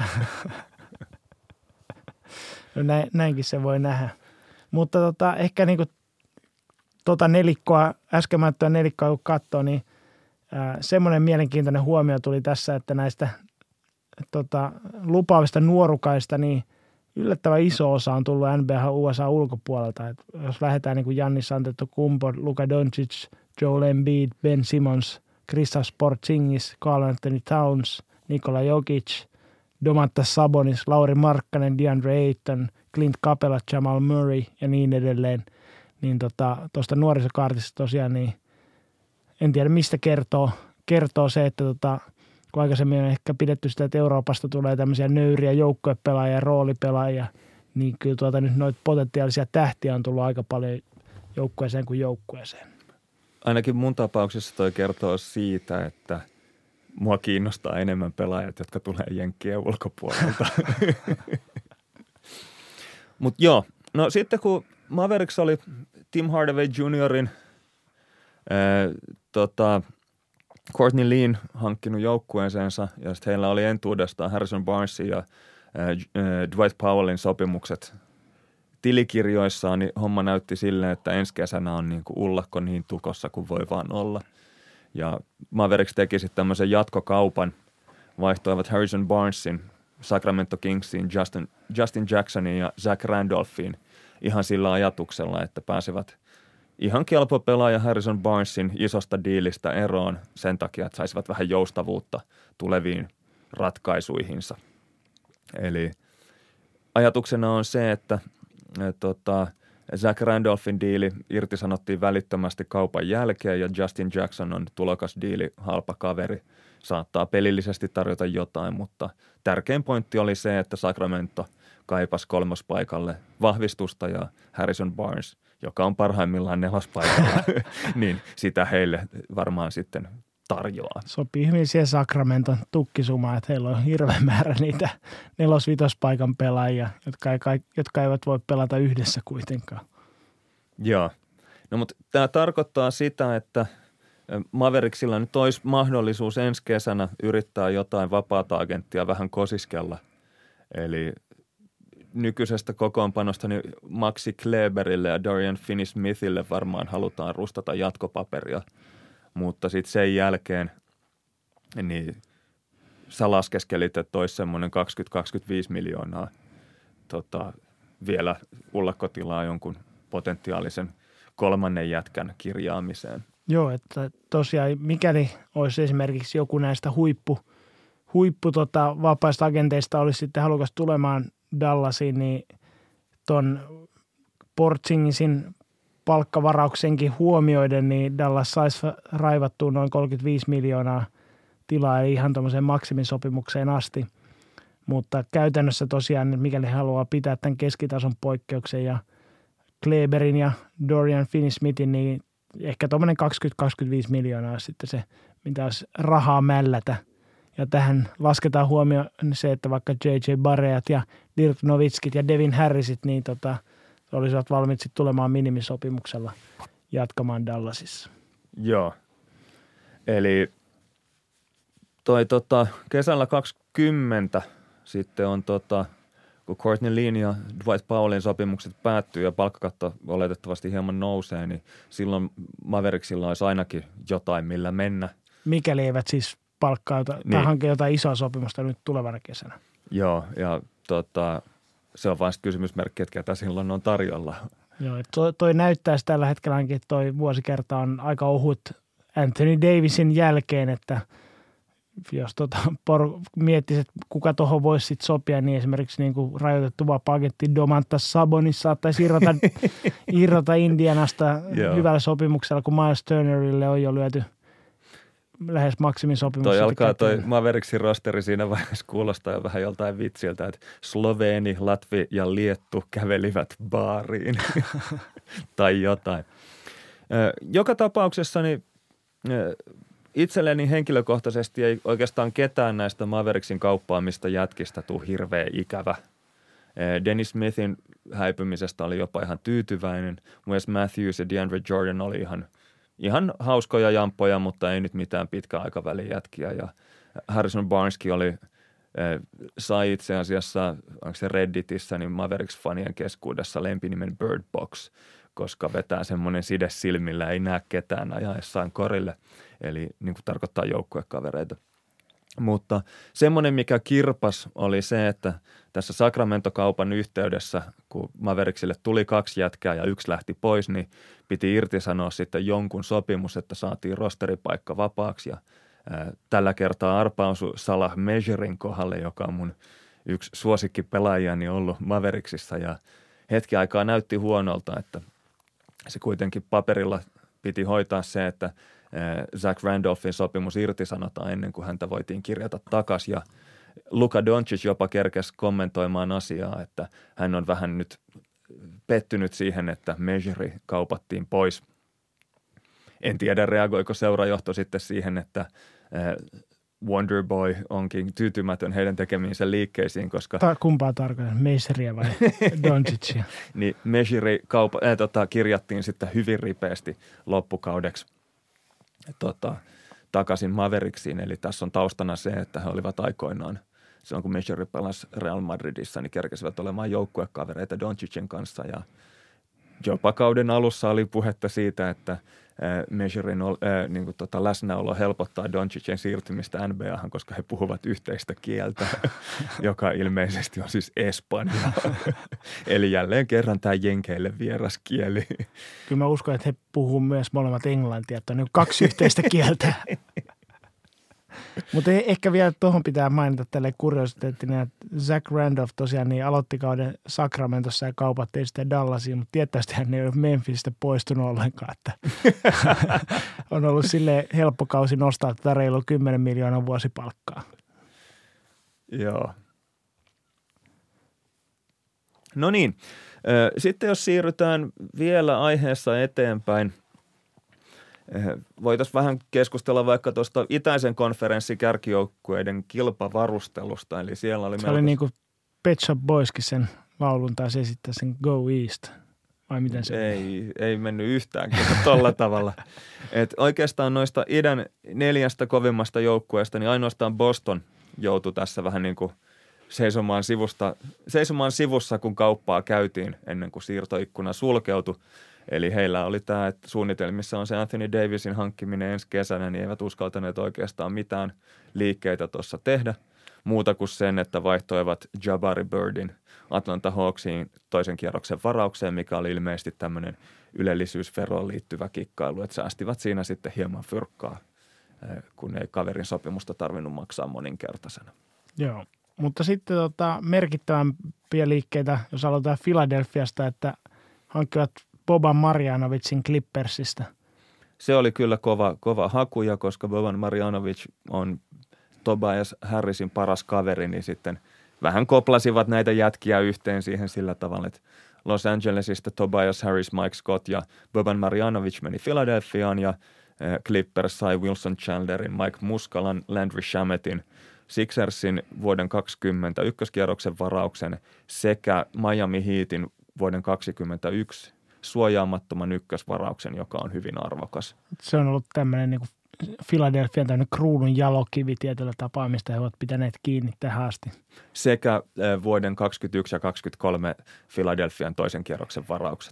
no näin, näinkin se voi nähdä. Mutta tota, ehkä niinku tota nelikkoa, äsken mainittua nelikkoa kun katsoo, niin ää, semmoinen mielenkiintoinen huomio tuli tässä, että näistä tota, lupaavista nuorukaista, niin yllättävän iso osa on tullut N B A U S A ulkopuolelta. Et jos lähdetään niin kuin Giannis Antetokounmpo, Luka Doncic, Joel Embiid, Ben Simmons, Kristaps Porzingis, Karl Anthony Towns, Nikola Jokic, Domantas Sabonis, Lauri Markkanen, DeAndre Ayton, Clint Capela, Jamal Murray ja niin edelleen. Niin tuosta tota, nuorisokaartista tosiaan, niin en tiedä mistä kertoo, kertoo se, että tota, kun aikaisemmin on ehkä pidetty sitä, että Euroopasta tulee tämmöisiä nöyriä joukkuepelaajia ja roolipelaajia, niin kyllä tuota nyt noita potentiaalisia tähtiä on tullut aika paljon joukkueeseen kuin joukkueeseen. Ainakin mun tapauksessa toi kertoo siitä, että mua kiinnostaa enemmän pelaajat, jotka tulee jenkkien ulkopuolelta. Mutta joo, no sitten kun Mavericks oli Tim Hardaway juniorin ää, tota, Courtney Leen hankkinut joukkueeseensa ja sitten heillä oli entuudestaan Harrison Barnesin ja ää, Dwight Powellin sopimukset tilikirjoissaan, niin homma näytti silleen, että ensi kesänä on niin kuin ullakko niin tukossa kuin voi vaan olla. Ja Mavericks teki sitten tämmöisen jatkokaupan, vaihtoivat Harrison Barnesin Sacramento Kingsiin, Justin, Justin Jacksonin ja Zach Randolphiin ihan sillä ajatuksella, että pääsivät ihan kelpo pelaaja Harrison Barnesin isosta diilistä eroon sen takia, että saisivat vähän joustavuutta tuleviin ratkaisuihinsa. Eli ajatuksena on se, että et, tota, Zach Randolphin diili irtisanottiin välittömästi kaupan jälkeen ja Justin Jackson on tulokas diili, halpa kaveri, saattaa pelillisesti tarjota jotain, mutta tärkein pointti oli se, että Sacramento kaipasi kolmospaikalle vahvistusta ja Harrison Barnes, joka on parhaimmillaan nelospaikalla, niin sitä heille varmaan sitten tarjoaa. Sopii hyvin siihen Sacramenton tukkisumaan, että heillä on hirveä määrä niitä nelos-vitospaikan pelaajia, jotka, ei, jotka eivät voi pelata yhdessä kuitenkaan. Joo. No mutta tämä tarkoittaa sitä, että Mavericksilla nyt olisi mahdollisuus ensi kesänä yrittää jotain vapaata agenttia vähän kosiskella. Eli nykyisestä kokoonpanosta niin Maxi Kleberille ja Dorian Finney-Smithille varmaan halutaan rustata jatkopaperia, mutta sitten sen jälkeen niin sä laskeskelit, että olisi semmoinen kaksikymmentä kaksikymmentäviisi miljoonaa tota, vielä ullakkotilaa jonkun potentiaalisen kolmannen jätkän kirjaamiseen. Joo, että tosiaan mikäli olisi esimerkiksi joku näistä huippu, huippu tota, vapaista agenteista olisi sitten halukas tulemaan Dallasiin, niin ton Porzingisin palkkavarauksenkin huomioiden, niin Dallas saisi raivattua noin kolmekymmentäviisi miljoonaa tilaa, eli ihan tuommoiseen maksimisopimukseen asti. Mutta käytännössä tosiaan, mikäli haluaa pitää tämän keskitason poikkeuksen ja Kleberin ja Dorian Finney-Smithin, niin ehkä tuommoinen kaksikymmentä kaksikymmentäviisi miljoonaa sitten se, mitä olisi rahaa mällätä. Ja tähän lasketaan huomioon se, että vaikka J J Barreat ja Dirk Nowitzkit ja Devin Harrisit, niin tota, olisivat valmiit sitten tulemaan minimisopimuksella jatkamaan Dallasissa. Joo. Eli toi tota, kesällä kaksikymmentä sitten on tota, kun Courtney Leen ja Dwight Powellin sopimukset päättyy ja palkkakatto oletettavasti hieman nousee, niin silloin Mavericksilla olisi ainakin jotain, millä mennä. Mikäli eivät siis palkkaa jota, niin. tai hanke jotain isoa sopimusta nyt tulevana kesänä. Joo, ja tota, se on vain kysymysmerkki, että ketä silloin on tarjolla. Joo, toi, toi näyttäisi tällä hetkellä ainakin, että toi vuosikerta on aika ohut Anthony Davisin jälkeen, että jos tota por- miettisi, että kuka tuohon voisi sit sopia, niin esimerkiksi niin kuin rajoitettu vapaa-agentti Domantas Sabonis saattaisi irrota, irrota Indianasta hyvällä sopimuksella, kun Miles Turnerille on jo lyöty lähes maksimisopimus. Toi alkaa toi Mavericksin rosteri siinä vaiheessa kuulostaa jo vähän joltain vitsiltä, että Sloveeni, Latvi ja Liettu kävelivät baariin tai jotain. Joka tapauksessa niin itselleni henkilökohtaisesti ei oikeastaan ketään näistä Mavericksin kauppaamista jätkistä tule hirveä ikävä. Dennis Smithin häipymisestä oli jopa ihan tyytyväinen. Wes Matthews ja DeAndre Jordan oli ihan, ihan hauskoja jamppoja, mutta ei nyt mitään pitkän aikavälin jätkiä. Ja Harrison Barneskin oli, sai itse asiassa, onko se Redditissä, niin Mavericks-fanien keskuudessa lempinimen Bird Box, koska vetää semmoinen side silmillä, ei näe ketään ajaessaan korille. Eli niin kuin tarkoittaa joukkuekavereita. Mutta semmoinen, mikä kirpas, oli se, että tässä Sacramento-kaupan yhteydessä, kun Mavericksille tuli kaksi jätkää ja yksi lähti pois, niin piti irtisanoa sitten jonkun sopimus, että saatiin rosteripaikka vapaaksi. Ja ää, tällä kertaa arpa osui Salah Measurein kohdalle, joka on mun yksi suosikkipelaajani ollut Mavericksissa. Ja hetki aikaa näytti huonolta, että se kuitenkin paperilla piti hoitaa se, että Zach Randolphin sopimus irtisanotaan ennen kuin häntä voitiin kirjata takaisin. Ja Luka Doncic jopa kerkesi kommentoimaan asiaa, että hän on vähän nyt pettynyt siihen, että Measure kaupattiin pois. En tiedä, reagoiko seurajohto sitten siihen, että Wonderboy onkin tyytymätön heidän tekemiinsä liikkeisiin, koska... Ta- kumpaa tarkoittaa, Measurea vai Doncicia? Niin Measure kaupa, äh, tota, kirjattiin sitten hyvin ripeästi loppukaudeksi tota, takaisin Mavericksiin. Eli tässä on taustana se, että he olivat aikoinaan, silloin kun Measure pelasi Real Madridissa, niin kerkesivät olemaan joukkuekavereita Doncicin kanssa. Ja jopa kauden alussa oli puhetta siitä, että Measurein äh, niin kuin tota läsnäolo helpottaa Doncicin siirtymistä N B A:han, koska he puhuvat yhteistä kieltä, joka ilmeisesti on siis Espanja. Eli jälleen kerran tämä jenkeille vieras kieli. Kyllä mä uskon, että he puhuu myös molemmat englantia, että on niin kaksi yhteistä kieltä. Mutta ehkä vielä tuohon pitää mainita tälle kuriositeettina, että Zach Randolph tosiaan niin aloitti kauden Sacramentossa ja kaupattiin sitten Dallasiin, mutta tietysti hän ei ole Memphisistä poistunut ollenkaan, että on ollut silleen helppo kausi nostaa tätä reilu kymmenen miljoonan vuosipalkkaa. Joo. No niin, sitten jos siirrytään vielä aiheessa eteenpäin, voitaisiin vähän keskustella vaikka tuosta itäisen konferenssin kärkijoukkueiden kilpavarustelusta. Eli siellä oli se melko... oli niin kuin Pet Shop Boyskin sen laulun taisi esittää sen Go East, vai miten se ei, ei mennyt yhtään tuolla tavalla. Et oikeastaan noista idän neljästä kovimmasta joukkueesta, niin ainoastaan Boston joutui tässä vähän niin kuin seisomaan, sivusta, seisomaan sivussa, kun kauppaa käytiin ennen kuin siirtoikkuna sulkeutui. Eli heillä oli tämä, että suunnitelmissa on se Anthony Davisin hankkiminen ensi kesänä, niin eivät uskaltaneet oikeastaan mitään liikkeitä tuossa tehdä. Muuta kuin sen, että vaihtoivat Jabari Birdin Atlanta Hawksiin toisen kierroksen varaukseen, mikä oli ilmeisesti tämmöinen ylellisyysveroon liittyvä kikkailu, että säästivät siinä sitten hieman fyrkkaa, kun ei kaverin sopimusta tarvinnut maksaa moninkertaisena. Joo, mutta sitten tota, merkittävämpiä liikkeitä, jos aloitetaan Philadelphiasta, että hankkivat Boban Marjanovicin Clippersistä. Se oli kyllä kova, kova hakuja, koska Boban Marjanovic on Tobias Harrisin paras kaveri, niin sitten vähän koplasivat näitä jätkiä yhteen siihen sillä tavalla, että Los Angelesista Tobias Harris, Mike Scott ja Boban Marjanovic meni Philadelphiaan ja Clippers sai Wilson Chandlerin, Mike Muscalan, Landry Shametin, Sixersin vuoden kaksikymmentä ykköskierroksen varauksen sekä Miami Heatin vuoden kaksikymmentäyksi suojaamattoman ykkösvarauksen, joka on hyvin arvokas. Se on ollut tämmöinen niin kuin Philadelphian tämmöinen kruunun jalokivi tietyllä tapaa, mistä he ovat pitäneet kiinni tähän asti. Sekä vuoden kaksikymmentäyksi ja kaksikymmentäkolme Philadelphian toisen kierroksen varaukset.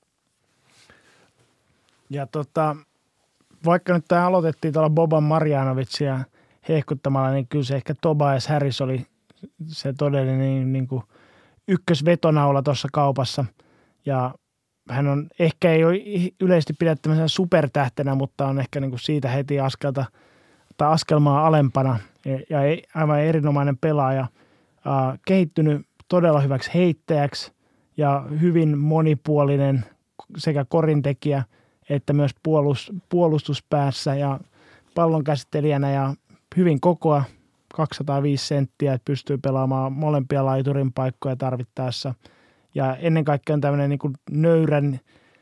Ja tota, vaikka nyt tämä aloitettiin tuolla Boban Marjanovitsia hehkuttamalla, niin kyllä se ehkä Tobias Harris oli se todellinen niin, niin kuin ykkösvetonaula tuossa kaupassa. Ja hän on ehkä ei ole yleisesti pidetty supertähtenä, mutta on ehkä niin kuin siitä heti askelta tai askelmaa alempana ja aivan erinomainen pelaaja. Äh, kehittynyt todella hyväksi heittäjäksi ja hyvin monipuolinen sekä korintekijä että myös puolus, puolustuspäässä ja pallonkäsittelijänä ja hyvin kokoa, kaksisataaviisi senttiä, että pystyy pelaamaan molempia laiturin paikkoja tarvittaessa. Ja ennen kaikkea on tämmöinen niin kuin nöyrän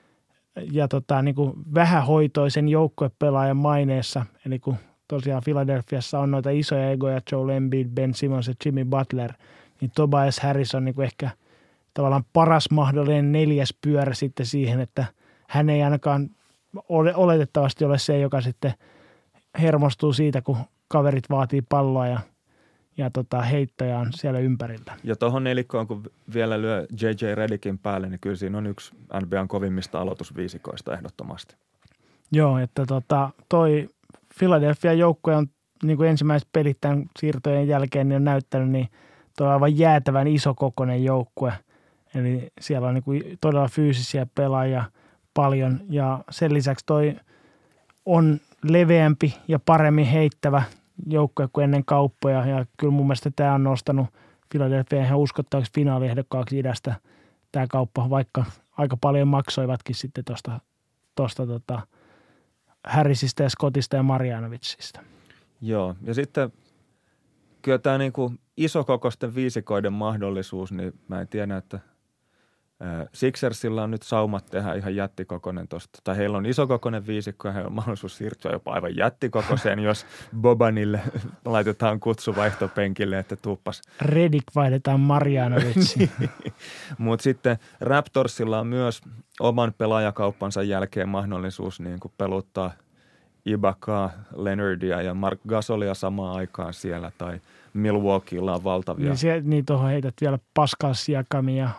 ja tota, niin kuin vähähoitoisen joukkuepelaajan maineessa. Eli kun tosiaan Philadelphiassa on noita isoja egoja, Joel Embiid, Ben Simmons ja Jimmy Butler, niin Tobias Harris on niin kuin ehkä tavallaan paras mahdollinen neljäs pyörä sitten siihen, että hän ei ainakaan ole, oletettavasti ole se, joka sitten hermostuu siitä, kun kaverit vaatii palloa ja, ja tota, heittoja on siellä ympärillä. Ja tuohon nelikkoon, kun vielä lyö J J Redickin päälle, niin kyllä siinä on yksi N B A:n kovimmista aloitusviisikoista ehdottomasti. Joo, että tota, toi Philadelphia joukkue on niin kuin ensimmäiset pelit tämän siirtojen jälkeen niin on näyttänyt, niin toi on aivan jäätävän isokokoinen joukkue. Eli siellä on niin kuin todella fyysisiä pelaajia paljon ja sen lisäksi toi on leveämpi ja paremmin heittävä joukkue kuin ennen kauppoja. Ja kyllä mun mielestä tämä on nostanut Philadelphia ihan uskottavaksi finaaliehdokkaaksi idästä tämä kauppa, vaikka aika paljon maksoivatkin sitten tuosta tosta, tota, Harrisista ja Scottista ja Marjanovitsista. Joo, ja sitten kyllä tämä niinku isokokoisten viisikoiden mahdollisuus, niin mä en tiedä, että Sixersilla on nyt saumat tehdä ihan jättikokoinen tuosta. Tai heillä on isokokoinen viisikko ja heillä on mahdollisuus siirtyä jopa aivan jättikokoiseen, jos Bobanille laitetaan kutsu vaihtopenkille, että tuuppas. Redick vaihdetaan Marjanovitsiin. Mutta sitten Raptorsilla on myös oman pelaajakauppansa jälkeen mahdollisuus niin kuin peluttaa Ibakaa, Leonardia ja Mark Gasolia samaan aikaan siellä tai Milwaukeella on valtavia. Niin, se, niin tuohon heität vielä Pascal Siakami ja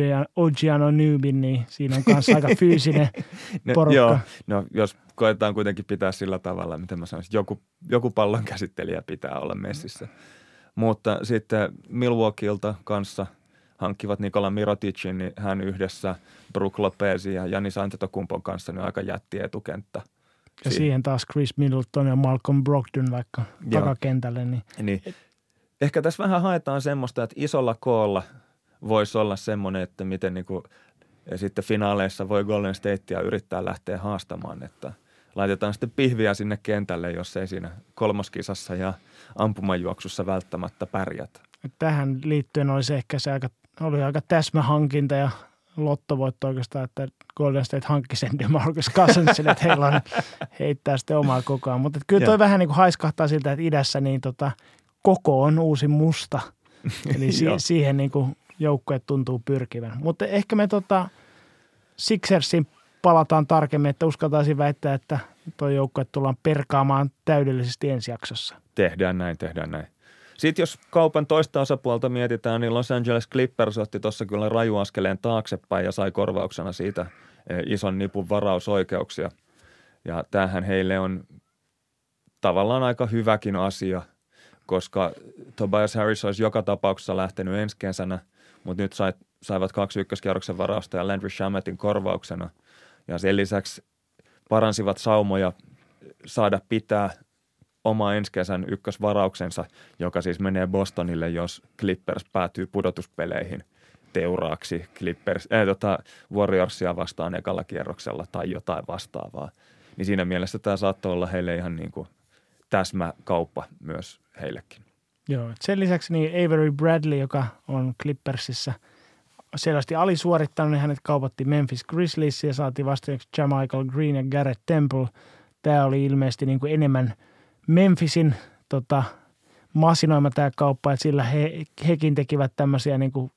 O G Anunobin, niin siinä on kanssa aika fyysinen no, porukka. Joo, no jos koetaan kuitenkin pitää sillä tavalla, miten mä sanoisin, joku, joku pallon käsittelijä pitää olla messissä. Mutta sitten Milwaukeelta kanssa hankkivat Nikola Miroticin, niin hän yhdessä Brook Lopezin ja Giannis Antetokounmpon kanssa niin aika jätti etukenttä. Ja siihen, siihen taas Chris Middleton ja Malcolm Brogdon vaikka Joo. takakentälle. Niin. niin. Ehkä tässä vähän haetaan semmoista, että isolla koolla voisi olla semmoinen, että miten niinku, ja sitten finaaleissa voi Golden Statea yrittää lähteä haastamaan, että laitetaan sitten pihviä sinne kentälle, jos ei siinä kolmoskisassa ja ampumajuoksussa välttämättä pärjätä. Tähän liittyen olisi ehkä se aika, oli aika täsmähankinta ja lottovoitto oikeastaan, että Golden State hankki sen DeMarcus Cousinsin, että heillä on, heittää sitten omaa kokoaan. Mutta kyllä toi vähän niin kuin haiskahtaa siltä, että idässä niin tota, koko on uusi musta. Eli si- siihen niin kuin joukkueet tuntuu pyrkivän. Mutta ehkä me tota Sixersin palataan tarkemmin, että uskaltaisin väittää, että tuo joukkue tullaan perkaamaan täydellisesti ensi jaksossa. Tehdään näin, tehdään näin. Sitten jos kaupan toista osapuolta mietitään, niin Los Angeles Clippers otti tuossa kyllä rajuaskeleen taaksepäin ja sai korvauksena siitä ison nipun varausoikeuksia. Ja tämähän heille on tavallaan aika hyväkin asia, koska Tobias Harris olisi joka tapauksessa lähtenyt ensi kesänä, mutta nyt sai, saivat kaksi ykköskierroksen varausta ja Landry Shametin korvauksena. Ja sen lisäksi paransivat saumoja saada pitää oma ensi kesän ykkösvarauksensa, joka siis menee Bostonille, jos Clippers päätyy pudotuspeleihin teuraaksi Clippers, äh, tota, Warriorsia vastaan ekalla kierroksella tai jotain vastaavaa. Niin siinä mielessä tämä saattoi olla heille ihan niin kuin täsmäkauppa myös heillekin. Joo, sen lisäksi niin Avery Bradley, joka on Clippersissä selvästi alisuorittanut, niin hänet kaupattiin Memphis Grizzliesiin ja saatiin vastaavaksi JaMychal Green ja Garrett Temple. Tämä oli ilmeisesti niin kuin enemmän Memphisin tota, masinoima tämä kauppa, että sillä he, hekin tekivät tämmöisiä niin kuin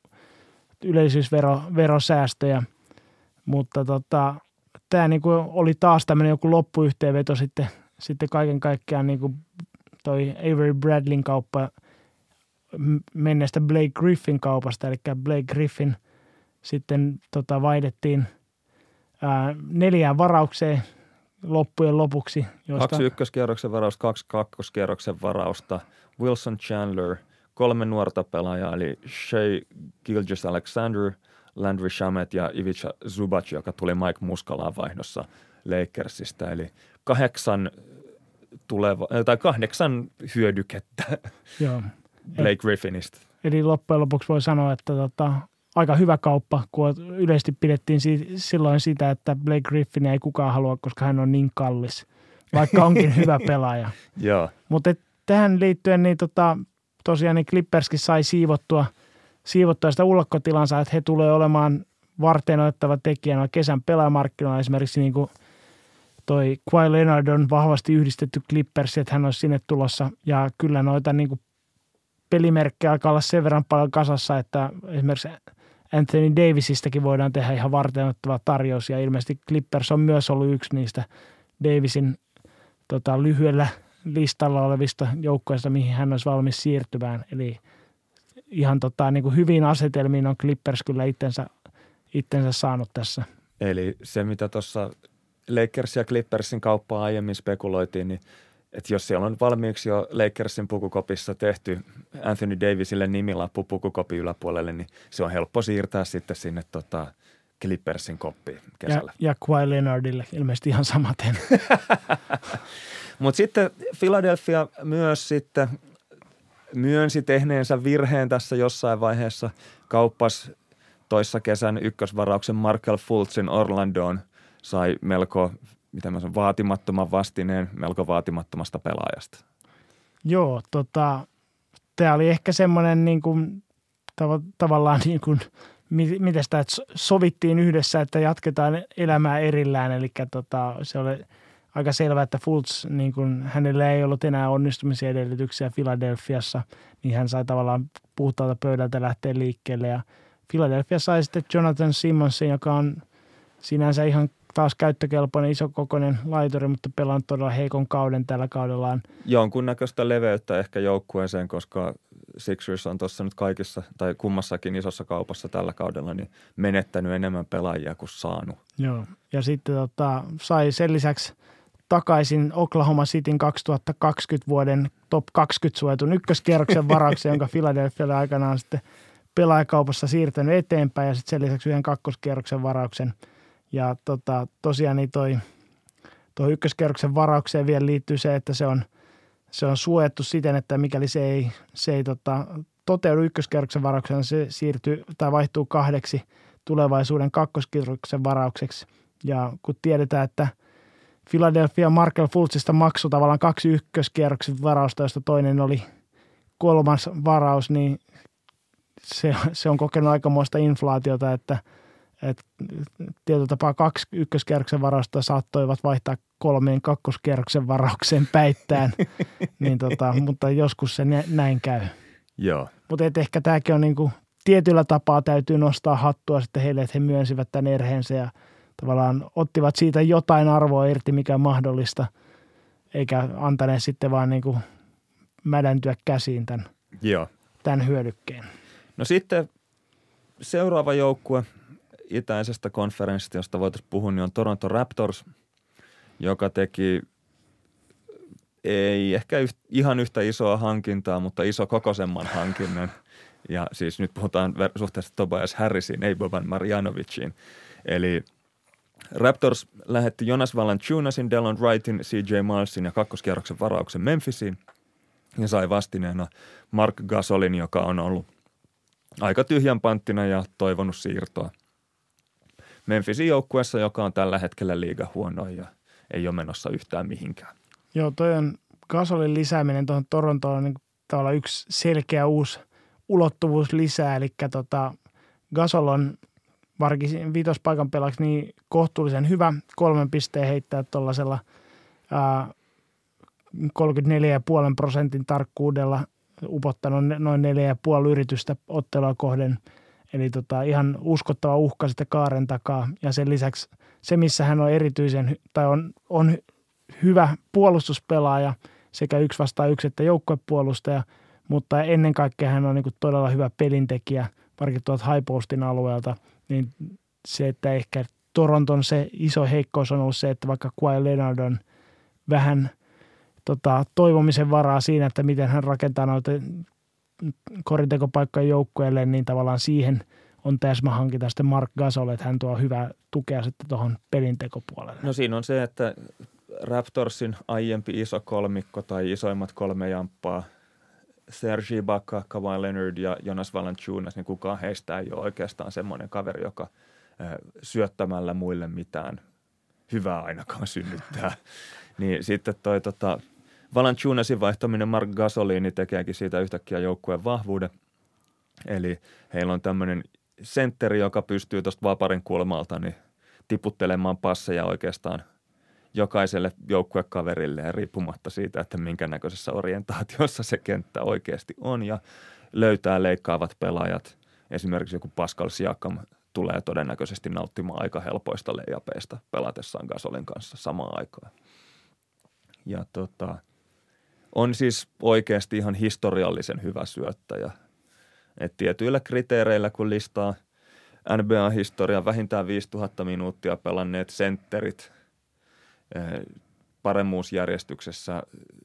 yleisyysverosäästöjä, mutta tota, tämä niin kuin oli taas tämmöinen joku loppuyhteenveto sitten sitten kaiken kaikkiaan niin kuin toi Avery Bradleyn kauppa menneestä Blake Griffin kaupasta, eli Blake Griffin sitten tota, vaihdettiin ää, neljään varaukseen loppujen lopuksi. Josta... Kaksi ykköskierroksen varausta, kaksi kakkoskierroksen varausta, Wilson Chandler, kolme nuorta pelaajaa, eli Shea Gilgeous-Alexander, Landry Shamet ja Ivica Zubac, joka tuli Mike Muscalaan vaihdossa Lakersista, eli kahdeksan, tuleva, tai kahdeksan hyödykettä Joo. Blake Griffinistä. Eli loppujen lopuksi voi sanoa, että tota, aika hyvä kauppa, kun yleisesti pidettiin si- silloin sitä, että Blake Griffinia ei kukaan halua, koska hän on niin kallis, vaikka onkin hyvä pelaaja. Joo. Mutta tähän liittyen niin tota, tosiaan niin Clipperskin sai siivottua, siivottua sitä ulkotilansa, että he tulee olemaan varten otettava tekijänä kesän pelaajamarkkinoilla. Esimerkiksi niin kuin toi Kawhi Leonard on vahvasti yhdistetty Clippers, että hän olisi sinne tulossa. Ja kyllä noita niin kuin pelimerkkejä alkaa olla sen verran paljon kasassa, että esimerkiksi Anthony Davisistäkin voidaan tehdä ihan varteenottava tarjous. Ja ilmeisesti Clippers on myös ollut yksi niistä Davisin tota, lyhyellä listalla olevista joukkoista, mihin hän olisi valmis siirtymään. Eli ihan tota, niin kuin hyviin asetelmiin on Clippers kyllä itsensä, itsensä saanut tässä. Eli se, mitä tuossa Lakers ja Clippersin kauppaa aiemmin spekuloitiin, niin että jos siellä on valmiiksi jo Lakersin pukukopissa tehty Anthony Davisille nimilappu pukukopin yläpuolelle, niin se on helppo siirtää sitten sinne tota Clippersin koppiin kesällä. Ja, ja Kawhi Leonardille ilmeisesti ihan samaten. Mutta sitten Philadelphia myös sitten myönsi tehneensä virheen tässä jossain vaiheessa. Kauppas toissa kesän ykkösvarauksen Markel Fultzin Orlandoon, sai melko mitä mä sanon, vaatimattoman vastineen melko vaatimattomasta pelaajasta. Joo, tota, tämä oli ehkä semmoinen niin kuin, tav- tavallaan niin kuin, miten sitä että sovittiin yhdessä, että jatketaan elämää erillään. Eli tota, se oli aika selvää, että Fultz, niin kuin, hänellä ei ollut enää onnistumisen edellytyksiä Philadelphiassa, niin hän sai tavallaan puhtaalta pöydältä lähteä liikkeelle. Ja Philadelphia sai sitten Jonathan Simmonsin, joka on sinänsä ihan taas käyttökelpoinen isokokoinen laituri, mutta pelannut todella heikon kauden tällä kaudellaan. Jonkunnäköistä leveyttä ehkä joukkueeseen, koska Sixers on tuossa nyt kaikissa tai kummassakin isossa kaupassa tällä kaudella niin menettänyt enemmän pelaajia kuin saanut. Joo, ja sitten tota, sai sen lisäksi takaisin Oklahoma Cityn kaksituhattakaksikymmentä vuoden top kaksikymmentä suojatun ykköskierroksen varauksen, jonka Philadelphia aikanaan sitten pelaajakaupassa siirtänyt eteenpäin ja sitten sen lisäksi yhden kakkoskierroksen varauksen. Ja tota, tosiaan niin toi, toi ykköskerroksen varaukseen vielä liittyy se, että se on, se on suojattu siten, että mikäli se ei, se ei tota, toteudu ykköskerroksen varauksena, se siirtyy tai vaihtuu kahdeksi tulevaisuuden kakkoskerroksen varaukseksi. Ja kun tiedetään, että Philadelphia Markel Fultzista maksoi tavallaan kaksi ykköskierroksen varausta, josta toinen oli kolmas varaus, niin se, se on kokenut aikamoista inflaatiota, että että tietyllä tapaa kaksi ykköskierroksen varausta saattoivat vaihtaa kolmeen kakkoskierroksen varaukseen päittäin, niin tota, mutta joskus se näin käy. Joo. Mutta ehkä tämäkin on niinku, tietyllä tapaa täytyy nostaa hattua sitten heille, että he myönsivät tämän erheensä ja tavallaan ottivat siitä jotain arvoa irti, mikä on mahdollista, eikä antaneet sitten vaan niinku mädäntyä käsiin tämän, Joo. tämän hyödykkeen. No sitten seuraava joukkue itäisestä konferenssista, josta voitaisiin puhua, niin on Toronto Raptors, joka teki ei ehkä yht, ihan yhtä isoa hankintaa, mutta iso kokoisemman hankinnan. Ja siis nyt puhutaan suhteessa Tobias Harrisiin, ei Boban Marjanoviciin. Eli Raptors lähetti Jonas Valanciunasin, Delon Wrightin, C J Milesin ja kakkoskierroksen varauksen Memphisiin ja sai vastineena Marc Gasolin, joka on ollut aika tyhjän panttina ja toivonut siirtoa Memphisin joukkueessa, joka on tällä hetkellä liiga huono ja ei ole menossa yhtään mihinkään. Joo, toi on Gasolin lisääminen tuohon Torontoon on niin tavallaan yksi selkeä uusi ulottuvuus lisää. Eli tota, Gasol on varsinkin viitospaikan pelaajaksi niin kohtuullisen hyvä kolmen pisteen heittää tuollaisella kolmekymmentäneljä pilkku viisi prosentin tarkkuudella upottanut noin neljä pilkku viisi yritystä ottelua kohden. Eli tota, ihan uskottava uhka sitten kaaren takaa. Ja sen lisäksi se, missä hän on erityisen tai on, on hyvä puolustuspelaaja, sekä yksi vastaan yksi että joukkuepuolustaja, mutta ennen kaikkea hän on niin kuin todella hyvä pelintekijä, varsinkin tuolta high postin alueelta, niin se, että ehkä Toronton se iso heikkous on ollut se, että vaikka Kawhi Leonard on vähän tota, toivomisen varaa siinä, että miten hän rakentaa noita korintekopaikkoja joukkueelle, niin tavallaan siihen on täsmähankinta sitten Marc Gasol, että hän tuo hyvää tukea sitten tuohon pelintekopuolelle. No siinä on se, että Raptorsin aiempi iso kolmikko tai isoimmat kolme jamppaa, Serge Ibaka, Kawhi Leonard ja Jonas Valanciunas, niin kukaan heistä ei ole oikeastaan semmoinen kaveri, joka syöttämällä muille mitään hyvää ainakaan synnyttää. Niin sitten toi tota, Valanciunasin vaihtaminen Marc Gasoliin niin tekeekin siitä yhtäkkiä joukkueen vahvuuden. Eli heillä on tämmöinen sentteri, joka pystyy tuosta vaparin kulmalta niin tiputtelemaan passeja oikeastaan jokaiselle joukkuekaverille riippumatta siitä, että minkä näköisessä orientaatiossa se kenttä oikeasti on ja löytää leikkaavat pelaajat. Esimerkiksi joku Pascal Siakam tulee todennäköisesti nauttimaan aika helpoista leijapeista pelatessaan Gasolin kanssa samaan aikaan. Ja tota, on siis oikeasti ihan historiallisen hyvä syöttäjä. Et tietyillä kriteereillä, kun listaa N B A-historian vähintään viisituhatta minuuttia pelanneet sentterit paremmuusjärjestyksessä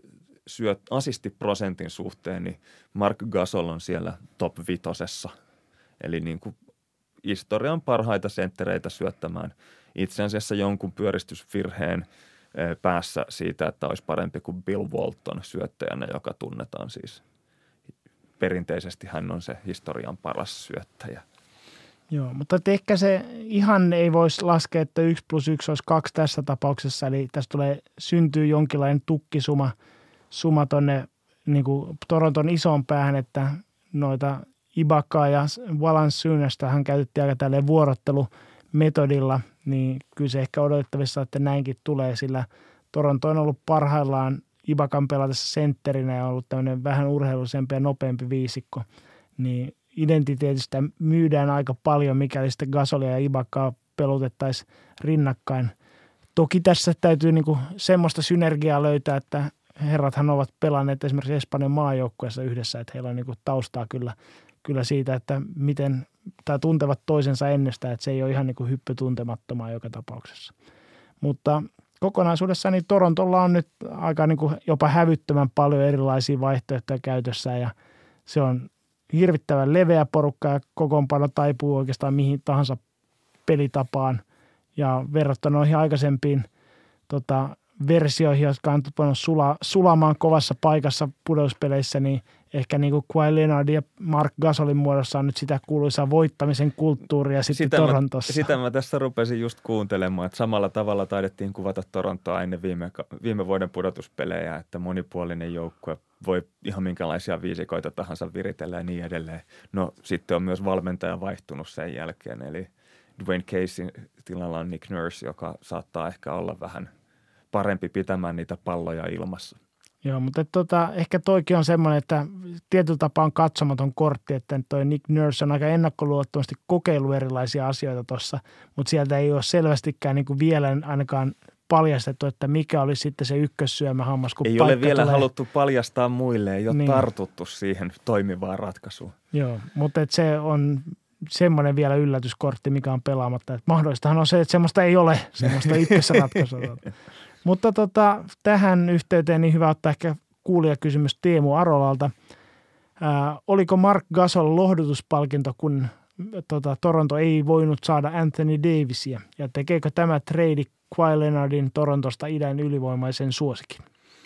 syöt assistiprosentin suhteen, niin Marc Gasol on siellä top vitosessa. Eli niin kuin historian parhaita senttereitä syöttämään itse asiassa jonkun pyöristysvirheen päässä siitä, että olisi parempi kuin Bill Walton syöttäjänä, joka tunnetaan siis. Perinteisesti hän on se historian paras syöttäjä. Joo, mutta ehkä se ihan ei voisi laskea, että yksi plus yksi olisi kaksi tässä tapauksessa. Eli tässä tulee, syntyy jonkinlainen tukkisuma suma tuonne niin kuin Toronton isoon päähän, että noita Ibakaa ja Valanciunasta hän käytettiin aika tälleen vuorottelumetodilla, niin kyllä se ehkä odotettavissa, että näinkin tulee, sillä Toronto on ollut parhaillaan Ibakan pelatessa sentterinä ja on ollut tämmöinen vähän urheiluisempi ja nopeampi viisikko, niin identiteetistä myydään aika paljon, mikäli sitten Gasolia ja Ibakaa pelutettaisiin rinnakkain. Toki tässä täytyy niinku semmoista synergiaa löytää, että herrathan ovat pelanneet esimerkiksi Espanjan maajoukkueessa yhdessä, että heillä on niinku taustaa kyllä, kyllä siitä, että miten tai tuntevat toisensa ennestään, että se ei ole ihan niinku hyppy tuntemattomaa joka tapauksessa. Mutta kokonaisuudessaan niin Torontolla on nyt aika niinku jopa hävyttömän paljon erilaisia vaihtoehtoja käytössä ja se on hirvittävän leveä porukka ja kokoonpano taipuu oikeastaan mihin tahansa pelitapaan. Ja verrattuna noihin aikaisempiin tota, versioihin, jotka on voinut sula, sulamaan kovassa paikassa pudotuspeleissä, niin ehkä niin kuin Kawhi Leonard ja Marc Gasolin muodossa on nyt sitä kuuluisaa voittamisen kulttuuria sitten sitä Torontossa. Mä, sitä mä tässä rupesin just kuuntelemaan, että samalla tavalla taidettiin kuvata Torontoa ennen viime, viime vuoden pudotuspelejä, että monipuolinen joukkue voi ihan minkälaisia viisikoita tahansa viritellä ja niin edelleen. No sitten on myös valmentaja vaihtunut sen jälkeen, eli Dwayne Caseyn tilalla on Nick Nurse, joka saattaa ehkä olla vähän parempi pitämään niitä palloja ilmassa. Joo, mutta tota, ehkä toikin on semmoinen, että tietyllä tapaa on katsomaton kortti, että toi Nick Nurse on aika ennakkoluulottomasti kokeillut erilaisia asioita tuossa, mutta sieltä ei ole selvästikään niin kuin vielä ainakaan paljastettu, että mikä olisi sitten se ykkössyömähammas, kun ei paikka ole vielä tulee. haluttu paljastaa muille, ei ole niin. tartuttu siihen toimivaan ratkaisuun. Joo, mutta et se on semmoinen vielä yllätyskortti, mikä on pelaamatta. Et mahdollistahan on se, että semmoista ei ole, semmoista ykkösratkaisua. Mutta tota, tähän yhteyteen niin hyvä ottaa ehkä kuulijakysymys Teemu Arolalta. Ää, oliko Marc Gasol lohdutuspalkinto, kun tota, Toronto ei voinut saada Anthony Davisia? Ja tekeekö tämä trade Kawhi Leonardin Torontosta idän ylivoimaisen suosikin?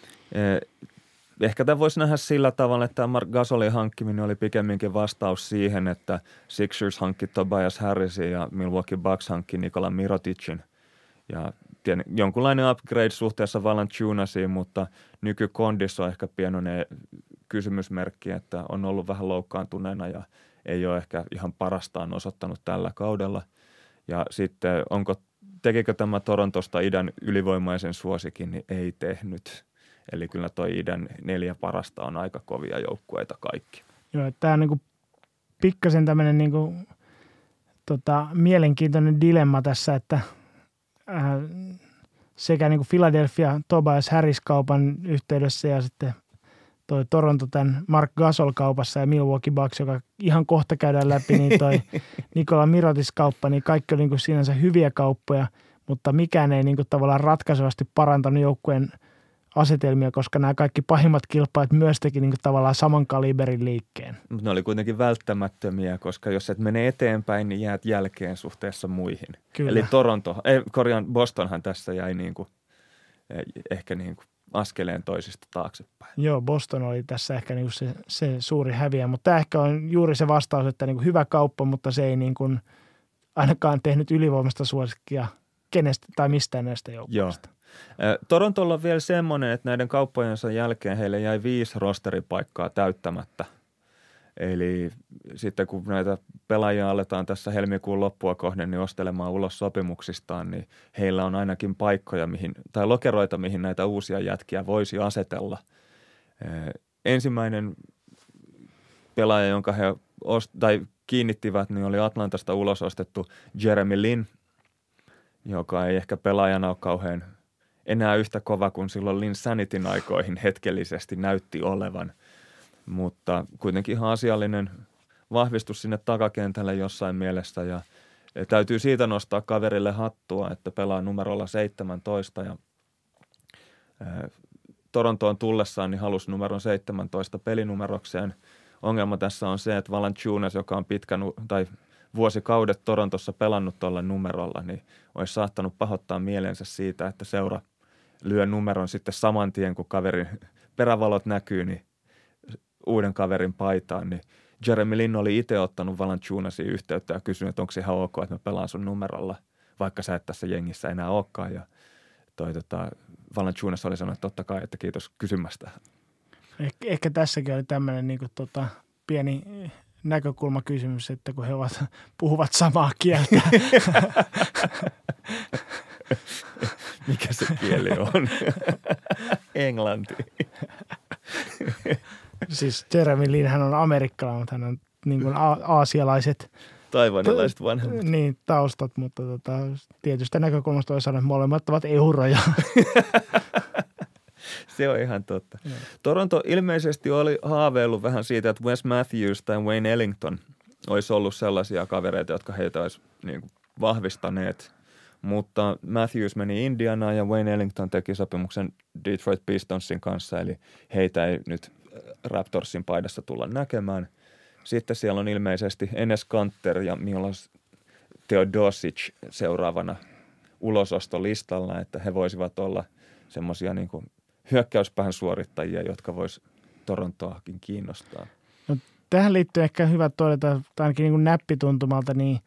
Ehkä tämä voisi nähdä sillä tavalla, että tämä Marc Gasolin hankkiminen oli pikemminkin vastaus siihen, että Sixers hankki Tobias Harrisin ja Milwaukee Bucks hankki Nikola Miroticin. Ja jonkunlainen upgrade suhteessa Valanciunasiin, mutta nykykondissa on ehkä pienoinen kysymysmerkki, että on ollut vähän loukkaantuneena ja ei ole ehkä ihan parastaan osoittanut tällä kaudella. Ja sitten onko, tekikö tämä Torontosta idän ylivoimaisen suosikin, niin ei tehnyt. Eli kyllä toi idän neljä parasta on aika kovia joukkueita kaikki. Joo, tämä on niinku pikkasen tämmöinen niinku, tota, mielenkiintoinen dilemma tässä, että Äh, sekä niin kuin Philadelphia Tobias Harris-kaupan yhteydessä ja sitten toi Toronto tämän Mark Gasol-kaupassa ja Milwaukee Bucks, joka ihan kohta käydään läpi, niin toi Nikola Mirotic-kauppa, niin kaikki oli niin kuin sinänsä hyviä kauppoja, mutta mikään ei niin kuin tavallaan ratkaisevasti parantanut joukkueen asetelmia, koska nämä kaikki pahimmat kilpailijat myös teki niin kuin tavallaan saman kaliberin liikkeen. Mutta ne oli kuitenkin välttämättömiä, koska jos et mene eteenpäin, niin jäät jälkeen suhteessa muihin. Kyllä. Eli Toronto, ei, korjaan, Bostonhan tässä jäi niin kuin, ehkä niin kuin askeleen toisista taaksepäin. Joo, Boston oli tässä ehkä niin kuin se, se suuri häviä, mutta tämä ehkä on juuri se vastaus, että niin kuin hyvä kauppa, mutta se ei niin kuin ainakaan tehnyt ylivoimasta suosikkia kenestä tai mistään näistä joukkueista. Torontolla on vielä semmoinen, että näiden kauppojensa jälkeen heille jäi viisi rosteripaikkaa täyttämättä. Eli sitten kun näitä pelaajia aletaan tässä helmikuun loppua kohden niin ostelemaan ulos sopimuksistaan, niin heillä on ainakin paikkoja mihin, tai lokeroita, mihin näitä uusia jätkiä voisi asetella. Ensimmäinen pelaaja, jonka he ost- tai kiinnittivät, niin oli Atlantasta ulos ostettu Jeremy Lin, joka ei ehkä pelaajana ole kauhean enää yhtä kova kuin silloin Linsanitin aikoihin hetkellisesti näytti olevan, mutta kuitenkin ihan asiallinen vahvistus sinne takakentälle jossain mielessä ja täytyy siitä nostaa kaverille hattua, että pelaa numerolla seitsemäntoista ja ää, Torontoon tullessaan niin halusi numeron seitsemäntoista pelinumerokseen. Ongelma tässä on se, että Valanciunas, joka on pitkän tai vuosikaudet Torontossa pelannut tuolla numerolla, niin olisi saattanut pahoittaa mielensä siitä, että seura lyö numeron sitten saman tien, kun kaverin perävalot näkyy, niin uuden kaverin paitaan, niin Jeremy Lin oli itse ottanut Valanciunasin yhteyttä ja kysynyt, että onko se ihan ok, että mä pelaan sun numerolla, vaikka sä et tässä jengissä enää olekaan. Ja toi tota, Valanciunas oli sanonut, että totta kai, että kiitos kysymästä. Eh- ehkä tässäkin oli tämmöinen niin kuin, tota, pieni näkökulmakysymys, että kun he ovat, puhuvat samaa kieltä. Mikä se kieli on? Englanti. Siis Jeremy Lin, hän on amerikkalainen, mutta hän on niin kuin a- aasialaiset Taiwanilaiset vanhemmat. Niin, taustat, mutta tota, tietystä näkökulmasta voi sanoa, että molemmat ovat euroja. Se on ihan totta. No. Toronto ilmeisesti oli haaveillut vähän siitä, että Wes Matthews tai Wayne Ellington olisi ollut sellaisia kavereita, jotka heitä olisi niin kuin vahvistaneet. Mutta Matthews meni Indianaan ja Wayne Ellington teki sopimuksen Detroit Pistonsin kanssa, eli heitä ei nyt Raptorsin paidassa tulla näkemään. Sitten siellä on ilmeisesti Enes Kanter ja Milos Teodosic seuraavana ulosostolistalla, että he voisivat olla semmoisia niin kuin hyökkäyspään suorittajia, jotka vois Torontoakin kiinnostaa. No, tähän liittyy ehkä hyvä todeta, tai ainakin niin kuin näppituntumalta, niin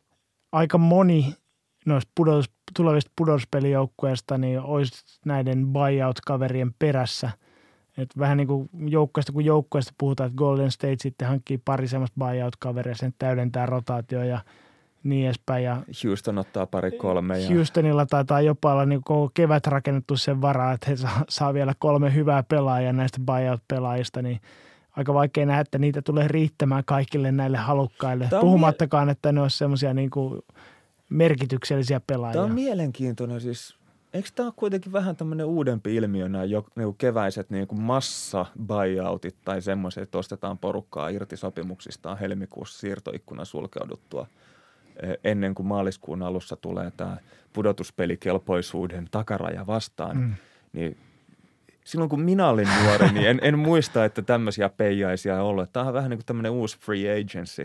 aika moni noista pudotus, tulevista pudotuspelijoukkueista niin olisi näiden buyout-kaverien perässä. Et vähän niin kuin joukkueesta kuin joukkueesta puhutaan, että Golden State sitten hankkii pari semmoista buyout-kaveria, sen täydentää rotaatio ja niin edespäin. Ja Houston ottaa pari kolme. Ja Houstonilla taitaa jopa olla niin koko kevät rakennettu sen varaa, että he saa, saa vielä kolme hyvää pelaajaa näistä buyout-pelaajista, niin aika vaikea nähdä, että niitä tulee riittämään kaikille näille halukkaille. Tämä puhumattakaan, mie- että ne olisi semmoisia niin kuin merkityksellisiä pelaajia. Tämä on mielenkiintoinen siis. Eikö tämä ole kuitenkin vähän tämmöinen uudempi ilmiö, nämä jo, niin keväiset niin kuin massa-buyoutit tai semmoiset, että ostetaan porukkaa irti sopimuksistaan helmikuussa siirtoikkunan sulkeuduttua ennen kuin maaliskuun alussa tulee tämä pudotuspelikelpoisuuden takaraja vastaan. Mm. Niin silloin kun minä olin nuori, niin en, en muista, että tämmöisiä peijaisia on ollut. Tämä on vähän niin kuin tämmöinen uusi free agency.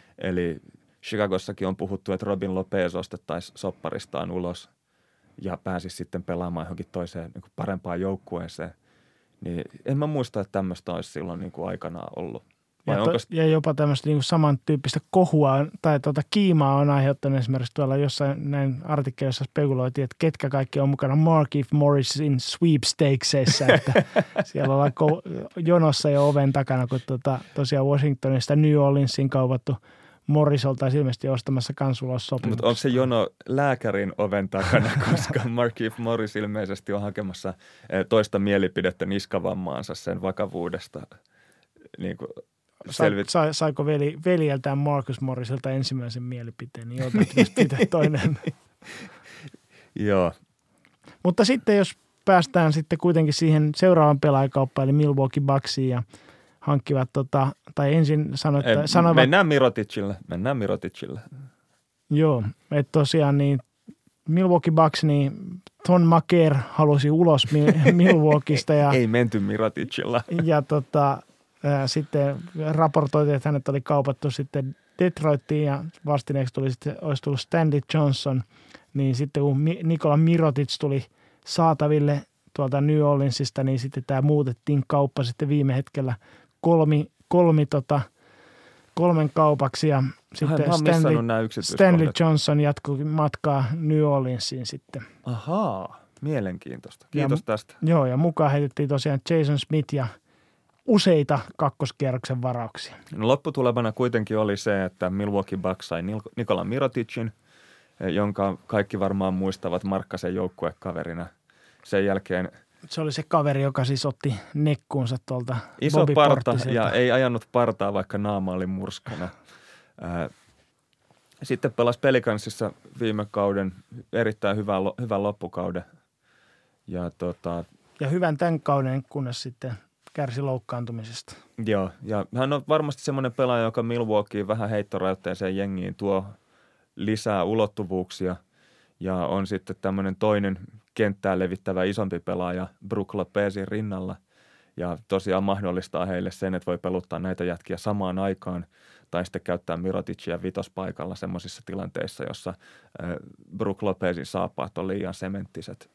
Eli Chicagossakin on puhuttu, että Robin Lopez ostettaisiin sopparistaan ulos ja pääsisi sitten pelaamaan johonkin toiseen niin kuin parempaan joukkueeseen. Niin en mä muista, että tämmöistä olisi silloin niin kuin aikanaan ollut. Ja, to, ja jopa tämmöistä niin kuin samantyyppistä kohua tai tuota kiimaa on aiheuttanut esimerkiksi tuolla jossain näin artikkelissa spekuloitiin, että ketkä kaikki on mukana Markieff Morrisin sweepstakesissa, että siellä ollaan ko- jonossa jo oven takana, kun tuota, tosiaan Washingtonista New Orleansin kaupattu Morris oltaisi ilmeisesti ostamassa kansulossopimuksia. Mutta onko se jono lääkärin oven takana, koska Markieff Morris ilmeisesti on hakemassa toista mielipidettä niskavammaansa sen vakavuudesta niin kuin Selvit. Sa, saiko veli, veljeltään Marcus Morrisilta ensimmäisen mielipiteen, niin jotain pitää toinen. Joo. Mutta sitten jos päästään sitten kuitenkin siihen seuraavan pelaajakauppaan, eli Milwaukee Bucksiin ja hankkivat, tota, tai ensin sanoit, Ei, sanoivat... Mennään Miroticille, mennään Miroticille. Joo, että tosiaan niin Milwaukee Bucks, niin Ton Maker halusi ulos Milwaukeesta. Ja, ei, ei menty Miroticilla. Ja tota, ää, sitten raportoitiin, että hänet oli kaupattu sitten Detroittiin ja vastineeksi tuli sitten, olisi tullut Stanley Johnson. Niin sitten kun Nikola Mirotic tuli saataville tuolta New Orleansista, niin sitten tämä muutettiin kauppa sitten viime hetkellä kolmi, kolmi tota, kolmen kaupaksi ja sitten Stanley, Stanley Johnson jatkoi matkaa New Orleansiin sitten. Ahaa, mielenkiintoista. Kiitos ja, tästä. Joo, ja mukaan heitettiin tosiaan Jason Smith ja useita kakkoskierroksen varauksia. No, lopputulemana kuitenkin oli se, että Milwaukee Bucks sai Nikola Miroticin, jonka kaikki varmaan muistavat Markkasen joukkuekaverina. Sen jälkeen... Se oli se kaveri, joka siis otti nekkuunsa tuolta Iso Bobby parta Portiselta. Ja ei ajanut partaa, vaikka naama oli murskana. Sitten pelasi Pelicansissa viime kauden erittäin hyvän, hyvän loppukauden. Ja, tota, ja hyvän tämän kauden, kunnes sitten kärsi loukkaantumisesta. Joo, ja hän on varmasti semmoinen pelaaja, joka Milwaukee vähän heittorajoitteeseen jengiin tuo lisää ulottuvuuksia. Ja on sitten tämmöinen toinen kenttään levittävä isompi pelaaja Brook Lopezin rinnalla. Ja tosiaan mahdollistaa heille sen, että voi peluttaa näitä jätkiä samaan aikaan tai sitten käyttää Miroticia vitospaikalla semmoisissa tilanteissa, jossa Brook Lopezin saapaat on liian sementtiset.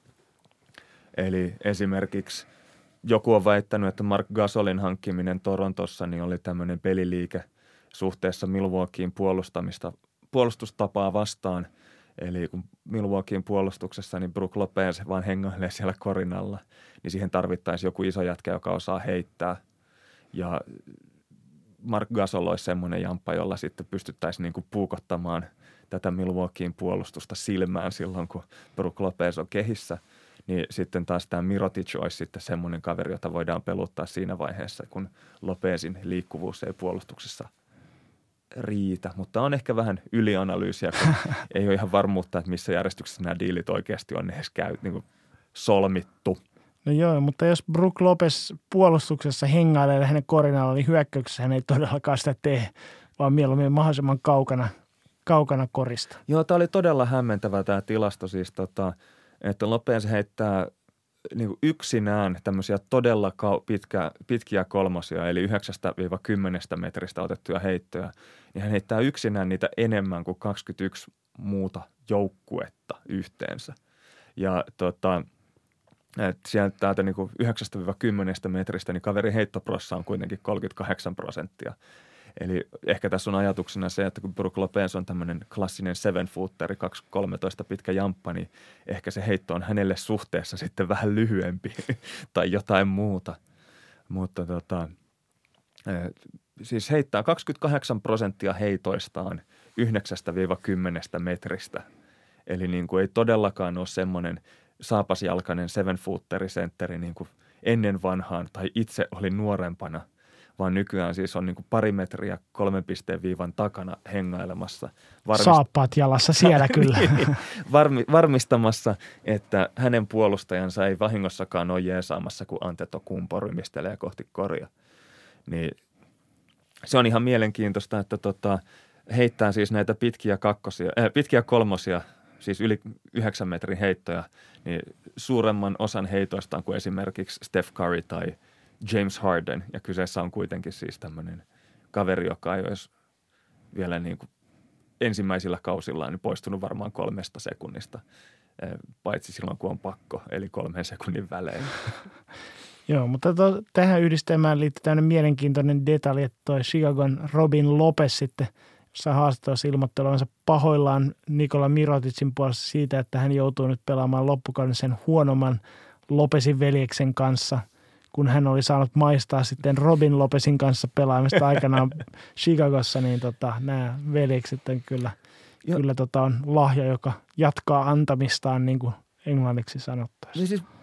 Eli esimerkiksi joku on väittänyt, että Marc Gasolin hankkiminen Torontossa niin oli tämmöinen peliliike suhteessa Milwaukeein puolustamista, puolustustapaa vastaan. Eli kun Milwaukeein puolustuksessa niin Brook Lopez vaan hengailee siellä korin alla, niin siihen tarvittaisiin joku iso jätkä, joka osaa heittää. Ja Marc Gasol olisi semmoinen jamppa, jolla sitten pystyttäisiin niin kuin puukottamaan tätä Milwaukeein puolustusta silmään silloin, kun Brook Lopez on kehissä. Niin sitten taas tämä Mirotic olisi sitten semmoinen kaveri, jota voidaan peluttaa siinä vaiheessa, kun Lopezin liikkuvuus ei puolustuksessa riitä, mutta on ehkä vähän ylianalyysiä, kun ei ole ihan varmuutta, että missä järjestyksessä nämä diilit oikeasti on edes käy, niin kuin solmittu. No joo, mutta jos Brook Lopez puolustuksessa hengailee hänen korinalla, niin hyökkäyksessä hän ei todellakaan sitä tee, vaan mieluummin mahdollisimman kaukana, kaukana korista. Joo, tämä oli todella hämmentävä tämä tilasto siis, tota, että Lopez heittää niin kuin yksinään tämmöisiä todella pitkä, pitkiä kolmosia, eli yhdeksästä kymmeneen metristä otettuja heittoja, niin hän heittää yksinään niitä enemmän kuin kaksikymmentäyksi muuta joukkuetta yhteensä. Ja tota, sieltä täältä niin kuin yhdeksästä kymmeneen metristä, niin kaverin heittoprossa on kuitenkin kolmekymmentäkahdeksan prosenttia. Eli ehkä tässä on ajatuksena se, että kun Brook Lopez on tämmöinen klassinen seven-footeri, kaksi kolmetoista pitkä jamppa, niin ehkä se heitto on hänelle suhteessa sitten vähän lyhyempi tai jotain muuta. Mutta tota, siis heittää kaksikymmentäkahdeksan prosenttia heitoistaan yhdeksästä kymmeneen metristä. Eli niin kuin ei todellakaan ole semmoinen saapasjalkainen seven-footeri sentteri niin kuin ennen vanhaan tai itse oli nuorempana, vaan nykyään siis on niin kuin pari metriä kolmen pisteen viivan takana hengailemassa. Varmist... Saappaat jalassa siellä kyllä. niin, varmi, varmistamassa, että hänen puolustajansa ei vahingossakaan ole jeesaamassa, kun Antetokounmpo rymistelee kohti koria. Niin se on ihan mielenkiintoista, että tota, heittää siis näitä pitkiä, kakkosia, äh, pitkiä kolmosia, siis yli yhdeksän metrin heittoja, niin suuremman osan heitoistaan kuin esimerkiksi Steph Curry tai James Harden, ja kyseessä on kuitenkin siis tämmöinen kaveri, joka ei olisi vielä niin kuin ensimmäisillä kausillaan niin poistunut varmaan kolmesta sekunnista, paitsi silloin kun on pakko, eli kolmen sekunnin välein. Joo, mutta to, tähän yhdistelmään liittyy tämmöinen mielenkiintoinen detalji, että toi Chicagon Robin Lopez sitten jossain haastattelussa ilmoitteluansa pahoillaan Nikola Miroticin puolesta siitä, että hän joutuu nyt pelaamaan loppukauden sen huonomman Lopezin veljeksen kanssa, kun hän oli saanut maistaa sitten Robin Lopezin kanssa pelaamista aikanaan Chicagossa, niin tota, nämä veljekset kyllä, kyllä tota on lahja, joka jatkaa antamistaan, niin kuin englanniksi sanottaisiin. Niin siis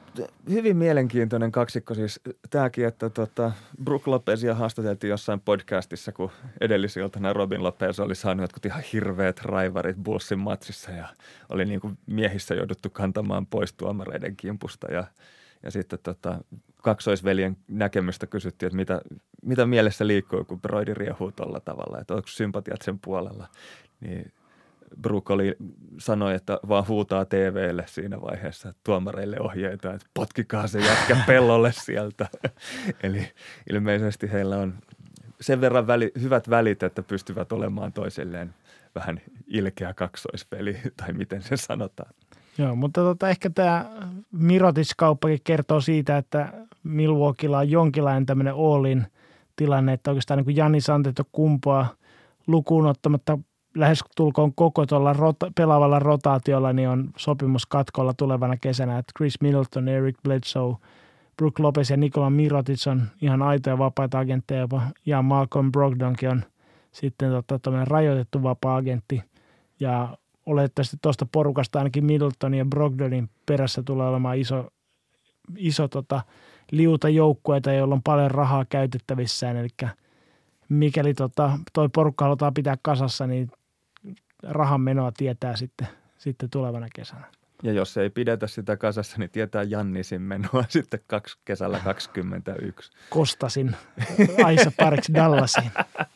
hyvin mielenkiintoinen kaksikko siis tämäkin, että tota, Brook Lopezia haastateltiin jossain podcastissa, kun edellisiltana Robin Lopez oli saanut jotkut ihan hirveät raivarit Bullsin matsissa ja oli niin kuin miehissä jouduttu kantamaan pois tuomareiden kimpusta ja, ja sitten tota, kaksoisveljen näkemystä kysyttiin, että mitä, mitä mielessä liikkuu, kun Broidi riehuu tuolla tavalla, että onko sympatiat sen puolella, niin Brook oli, sanoi, että vaan huutaa T V:lle siinä vaiheessa tuomareille ohjeita, että potkikaa se jätkä pellolle sieltä. Eli ilmeisesti heillä on sen verran väli, hyvät välit, että pystyvät olemaan toisilleen vähän ilkeä kaksoispeli, tai miten se sanotaan. Joo, mutta tota, ehkä tämä Mirotic-kauppakin kertoo siitä, että Milwaukeella on jonkinlainen tämmöinen all-in tilanne, että oikeastaan niin kuin Giannis Antetokounmpoa lukuun ottamatta lähes tulkoon koko tuolla rota, pelaavalla rotaatiolla, niin on sopimus katkolla tulevana kesänä, että Chris Middleton, Eric Bledsoe, Brook Lopez ja Nikola Mirotic on ihan aitoja vapaita agentteja jopa, ja Malcolm Brogdonkin on sitten tota, rajoitettu vapaa-agentti, ja oletettavasti tuosta porukasta ainakin Middletonin ja Brogdonin perässä tulee olemaan iso, iso tota, liuta joukkueita, joilla on paljon rahaa käytettävissään, eli mikäli tota, toi porukka halutaan pitää kasassa, niin rahan menoa tietää sitten, sitten tulevana kesänä. Ja jos ei pidetä sitä kasassa, niin tietää Jannisin menoa sitten kaksi, kesällä kaksikymmentäyksi. Kostasin Aisa pariksi Dallasiin.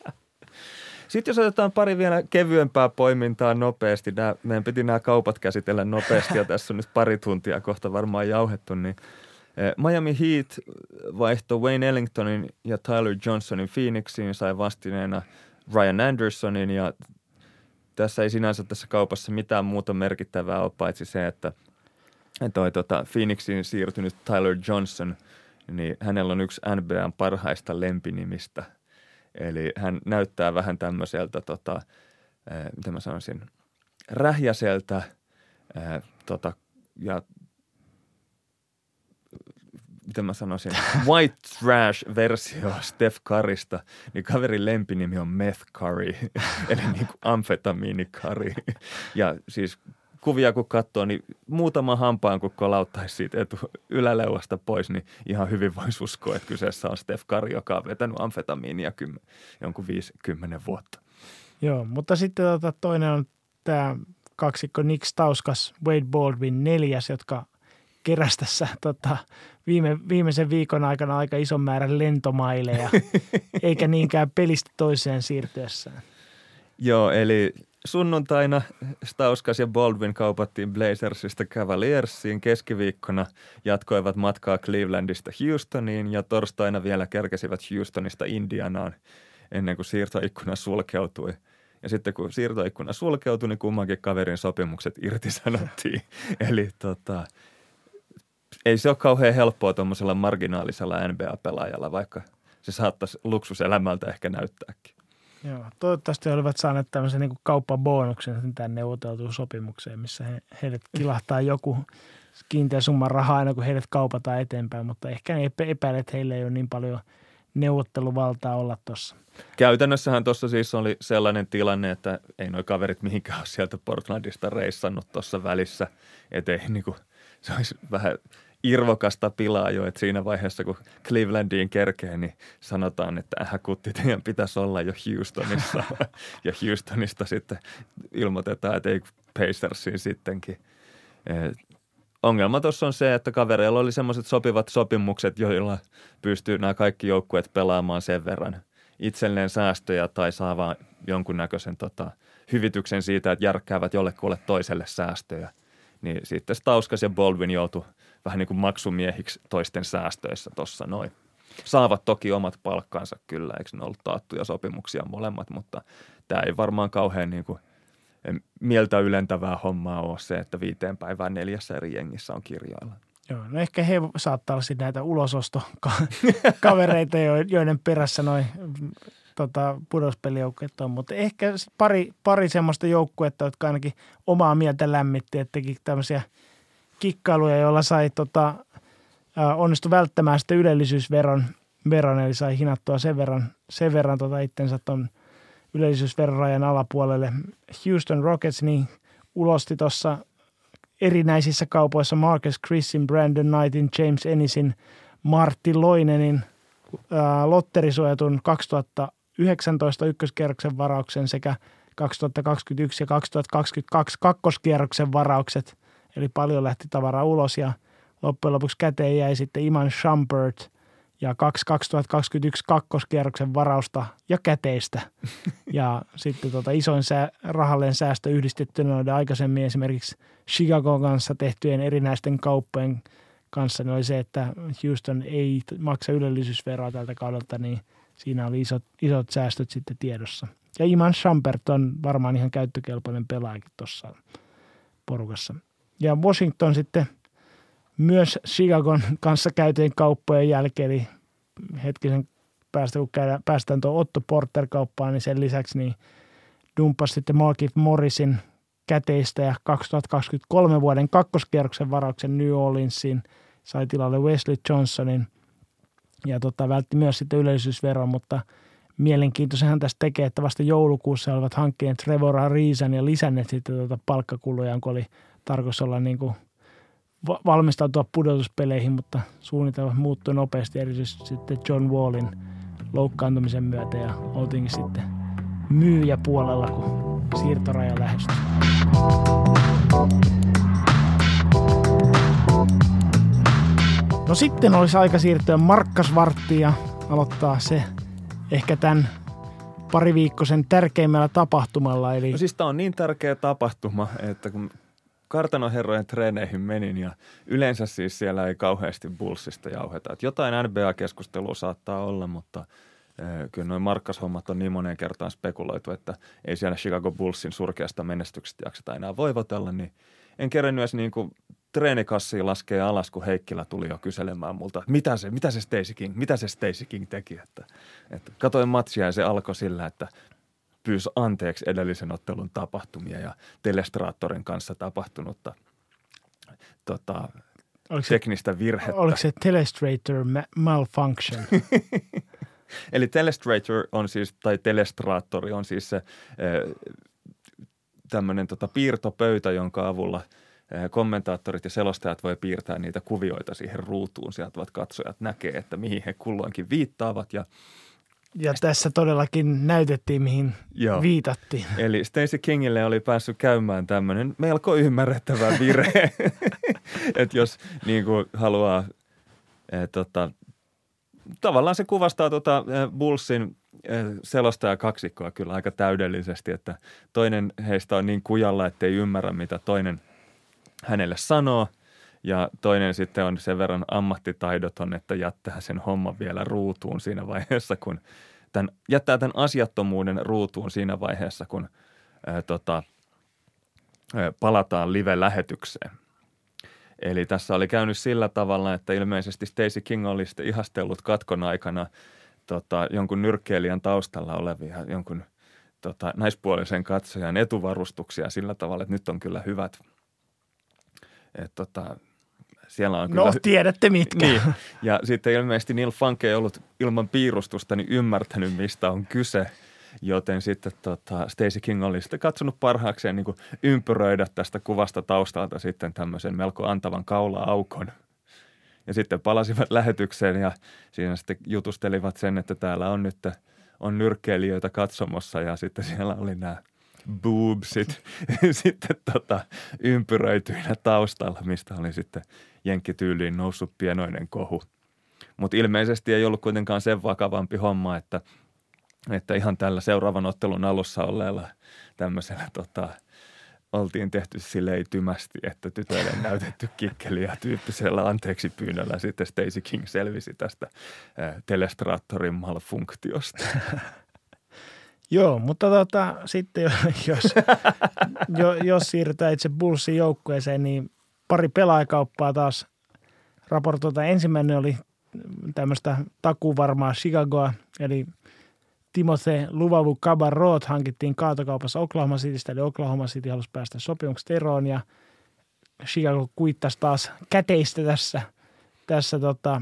Sitten jos otetaan pari vielä kevyempää poimintaa nopeasti, nämä, meidän piti nämä kaupat käsitellä nopeasti ja tässä on nyt pari tuntia kohta varmaan jauhettu, niin Miami Heat vaihtoi Wayne Ellingtonin ja Tyler Johnsonin Phoenixiin, sai vastineena Ryan Andersonin ja tässä ei sinänsä tässä kaupassa mitään muuta merkittävää ole, paitsi se, että toi tota, Phoenixiin siirtynyt Tyler Johnson, niin hänellä on yksi N B A:n parhaista lempinimistä. Eli hän näyttää vähän tämmöiseltä, tota, äh, miten mä sanoisin, rähjäseltä äh, tota, ja miten mä sanoisin, white trash-versio Steph Currysta, niin kaverin lempinimi on Meth Curry, eli niin kuin amfetamiini Curry. Ja siis kuvia kun katsoo, niin muutama hampaan kun kolauttaisi siitä etu yläleuasta pois, niin ihan hyvin voisi uskoa, että kyseessä on Steph Curry, joka on vetänyt amfetamiinia kymmen, jonkun viisikymmentä vuotta. Joo, mutta sitten tota, toinen on tämä kaksikko Nick Stauskas, Wade Baldwin neljäs, jotka keräsi tässä tota, viime, viimeisen viikon aikana aika ison määrän lentomaileja, eikä niinkään pelistä toiseen siirtyessään. Joo, eli sunnuntaina Stauskas ja Baldwin kaupattiin Blazersista Cavaliersiin, keskiviikkona jatkoivat matkaa Clevelandista Houstoniin ja torstaina vielä kerkesivät Houstonista Indianaan ennen kuin siirtoikkuna sulkeutui. Ja sitten kun siirtoikkuna sulkeutui, niin kummankin kaverin sopimukset irtisanottiin. Eli tota, ei se ole kauhean helppoa tuommoisella marginaalisella N B A-pelaajalla, vaikka se saattaisi luksuselämältä ehkä näyttääkin. Joo, toivottavasti he olivat saaneet tämmöisen niin kuin kauppabonuksen tämän neuvoteltuun sopimukseen, missä he, heidät kilahtaa joku kiinteä summa rahaa aina, kun heidät kaupataan eteenpäin, mutta ehkä ne epäilet, että heillä ei ole niin paljon neuvotteluvaltaa olla tuossa. Käytännössähän tuossa siis oli sellainen tilanne, että ei noi kaverit mihinkään ole sieltä Portlandista reissannut tuossa välissä, ettei niin kuin, se olisi vähän irvokasta pilaa jo, että siinä vaiheessa, kun Clevelandiin kerkee, niin sanotaan, että ähä kutti, teidän pitäisi olla jo Houstonissa. Ja Houstonista sitten ilmoitetaan, että ei Pacersiin sittenkin. Eh, ongelma tuossa on se, että kavereilla oli semmoiset sopivat sopimukset, joilla pystyy nämä kaikki joukkueet pelaamaan sen verran itselleen säästöjä tai saamaan jonkunnäköisen tota, hyvityksen siitä, että järkkäävät jollekulle toiselle säästöjä. Niin sitten Stauskas ja Baldwin joutu vähän niin kuin maksumiehiksi toisten säästöissä tuossa noin. Saavat toki omat palkkansa kyllä, eikö ne ollut taattuja sopimuksia molemmat, mutta tämä ei varmaan kauhean niin kuin mieltä ylentävää hommaa ole se, että viiteen päivään neljässä eri jengissä on kirjoilla. Joo, no ehkä he saattaa olla sitten näitä ulosostokavereita, joiden perässä noin tota, pudospelijoukkueet on, mutta ehkä pari, pari semmoista joukkuetta, jotka ainakin omaa mieltä lämmitti, että teki tämmöisiä kikkailuja, joilla sai tota, onnistu välttämään sitten ylellisyysveron, veron, eli sai hinattua sen verran, sen verran tota itsensä tuon ylellisyysveron rajan alapuolelle. Houston Rockets niin ulosti tuossa erinäisissä kaupoissa Marcus Chrisin, Brandon Knightin, James Ennisin, Martti Loinenin ää, lotterisuojatun kaksituhattayhdeksäntoista ykköskierroksen varauksen sekä kaksituhattakaksikymmentäyksi ja kaksituhattakaksikymmentäkaksi kakkoskierroksen varaukset. Eli paljon lähti tavaraa ulos ja loppujen lopuksi käteen jäi sitten Iman Shumpert ja kaksi kaksituhattakaksikymmentäyksi kakkoskierroksen varausta ja käteistä. Ja sitten tota isoin sää, rahallinen säästö yhdistettynä noiden aikaisemmin esimerkiksi Chicagon kanssa tehtyjen erinäisten kauppojen kanssa niin oli se, että Houston ei maksa ylellisyysveroa tältä kaudelta, niin siinä oli isot, isot säästöt sitten tiedossa. Ja Iman Shumpert on varmaan ihan käyttökelpoinen pelaajakin tuossa porukassa. Ja Washington sitten myös Chicagon kanssa käytyjen kauppojen jälkeen, eli hetkisen päästä, kun käydään, päästään tuon Otto Porter-kauppaan, niin sen lisäksi niin dumppasi sitten Markieff Morrisin käteistä ja kaksituhattakaksikymmentäkolme vuoden kakkoskierroksen varauksen New Orleansiin, sai tilalle Wesley Johnsonin ja tota, vältti myös sitten ylellisyysveron, mutta mielenkiintoisenhan tästä tekee, että vasta joulukuussa olivat hankkineet Trevor Arisan ja lisänneet sitten tuota palkkakuluja, kun oli tarkoitus olla niin kuin valmistautua pudotuspeleihin, mutta suunnitelma muuttui nopeasti, erityisesti sitten John Wallin loukkaantumisen myötä ja oltiinkin sitten myyjäpuolella, kun siirtoraja lähestyi. No sitten olisi aika siirtyä Markkasvarttiin ja aloittaa se ehkä tämän pariviikkoisen tärkeimmällä tapahtumalla. Eli... No siis tämä on niin tärkeä tapahtuma, että kun kartanoherrojen treeneihin menin ja yleensä siis siellä ei kauheasti Bullsista jauheta. Että jotain N B A-keskustelua saattaa olla, mutta äh, kyllä noin Markkashommat on niin moneen kertaan spekuloitu, että ei siellä Chicago Bullsin surkeasta menestyksestä jakseta enää voivotella, niin en kerennyt edes niin kuin treenikassia laskee alas, kun Heikkilä tuli jo kyselemään multa, mitä se, mitä se Stacey King, mitä se Stacey King teki. Että, että katoin matsia ja se alkoi sillä, että pyysi anteeksi edellisen ottelun tapahtumia ja Telestraattorin kanssa tapahtunutta tota, teknistä se, virhettä. Oliko se Telestrator ma- malfunction? Eli Telestrator on siis, tai Telestraattori on siis se tämmöinen tota, piirtopöytä, jonka avulla kommentaattorit ja selostajat voi piirtää niitä kuvioita siihen ruutuun. Sieltä katsojat näkee, että mihin he kulloinkin viittaavat ja Ja tässä todellakin näytettiin, mihin Joo. viitattiin. Eli Stacey Kingille oli päässyt käymään tämmöinen melko ymmärrettävä virhe, että jos niin kuin haluaa, eh, tota, tavallaan se kuvastaa tota, eh, Bullsin eh, selostajakaksikkoa kyllä aika täydellisesti, että toinen heistä on niin kujalla, ettei ymmärrä, mitä toinen hänelle sanoo. Ja toinen sitten on sen verran ammattitaidoton, että jättää sen homman vielä ruutuun siinä vaiheessa, kun tämän, jättää tämän asiattomuuden ruutuun siinä vaiheessa, kun ää, tota, ää, palataan live-lähetykseen. Eli tässä oli käynyt sillä tavalla, että ilmeisesti Stacey King oli sitten ihastellut katkon aikana tota, jonkun nyrkkeilijän taustalla olevia, jonkun tota, naispuolisen katsojan etuvarustuksia sillä tavalla, että nyt on kyllä hyvät. Et, tota, siellä on no kyllä, tiedätte mitkä. Niin. Ja sitten ilmeisesti Neil Funk ei ollut ilman piirustusta niin ymmärtänyt, mistä on kyse. Joten sitten tota, Stacey King oli sitten katsonut parhaakseen niin kuin ympyröidä tästä kuvasta taustalta sitten tämmöisen melko antavan kaula-aukon. Ja sitten palasivat lähetykseen ja siinä sitten jutustelivat sen, että täällä on nyt on nyrkkeilijöitä katsomossa ja sitten siellä oli nämä boobsit sitten tota, ympyröityinä taustalla, mistä oli sitten jenkkityyliin noussut pienoinen kohu. Mutta ilmeisesti ei ollut kuitenkaan sen vakavampi homma, että, että ihan tällä seuraavan ottelun alussa olleella tämmöisellä tota, oltiin tehty silleen tymästi, että tytöille näytetty kikkeliä tyyppisellä anteeksi pyynnöllä. Sitten Stacey King selvisi tästä ää, Telestraattorin malfunktiosta. Joo, mutta tota, sitten jos, jos, jos siirrytään itse Bullsin joukkueeseen, niin pari pelaajakauppaa taas raportoita. Ensimmäinen oli tämmöistä takuvarmaa Chicagoa, eli Timothy Luvavu-Cabarrot hankittiin kaatokaupassa Oklahoma Citystä, eli Oklahoma City halusi päästä sopimuksesta eroon, ja Chicago kuittasi taas käteistä tässä, tässä tota,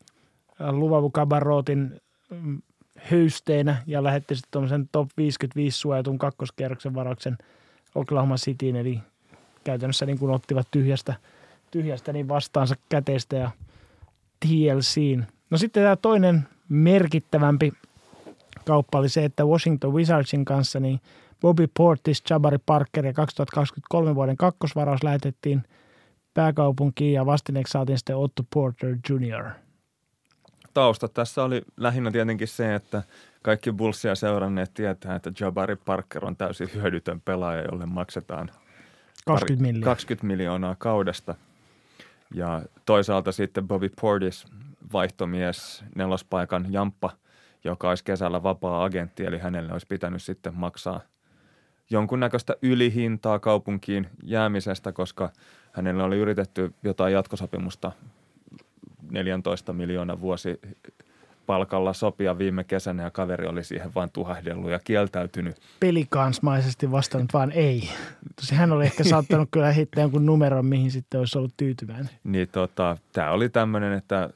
Luvavu-Cabarrotin höysteenä ja lähetti sitten tuommoisen top viisikymmentäviisi suojatun kakkoskierroksen varauksen Oklahoma Cityin, eli käytännössä niin kuin ottivat tyhjästä, tyhjästä niin vastaansa käteistä ja T L C:n. No sitten tämä toinen merkittävämpi kauppa oli se, että Washington Wizardsin kanssa niin Bobby Portis, Jabari Parker ja kaksituhattakaksikymmentäkolme vuoden kakkosvaraus lähetettiin pääkaupunkiin ja vastineeksi saatiin sitten Otto Porter junior Tausta tässä oli lähinnä tietenkin se, että kaikki Bullsia seuranneet tietää, että Jabari Parker on täysin hyödytön pelaaja, jolle maksetaan kaksikymmentä miljoonaa. kaksikymmentä miljoonaa kaudesta. Ja toisaalta sitten Bobby Portis, vaihtomies, nelospaikan jamppa, joka olisi kesällä vapaa-agentti, eli hänelle olisi pitänyt sitten maksaa jonkunnäköistä ylihintaa kaupunkiin jäämisestä, koska hänelle oli yritetty jotain jatkosopimusta neljätoista miljoonaa vuosi palkalla sopia viime kesänä ja kaveri oli siihen vaan tuhahdellut ja kieltäytynyt. Pelikansmaisesti vastannut vaan ei. Tosi hän oli ehkä saattanut kyllä heittää jonkun numeron, mihin sitten olisi ollut tyytyväinen. Niin tota, tämä oli tämmöinen, että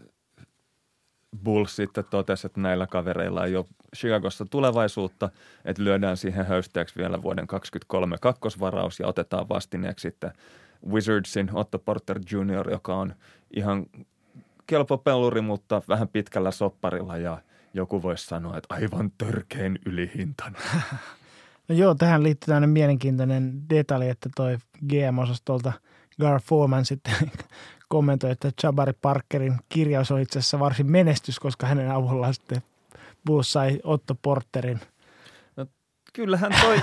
Bulls sitten totesi, että näillä kavereilla ei ole Chicagossa tulevaisuutta, että lyödään siihen höysteeksi vielä vuoden kaksikymmentäkolme kakkosvaraus ja otetaan vastineeksi sitten Wizardsin Otto Porter junior, joka on ihan kelpo peluri, mutta vähän pitkällä sopparilla ja joku voisi sanoa, että aivan törkein ylihintainen. No joo, tähän liittyy tämmöinen mielenkiintoinen detalji, että toi G M-osastolta Gar Forman sitten kommentoi, että Jabari Parkerin kirjaus on itse asiassa varsin menestys, koska hänen avullaan sitten Bulls sai Otto Porterin. No, kyllähän toi,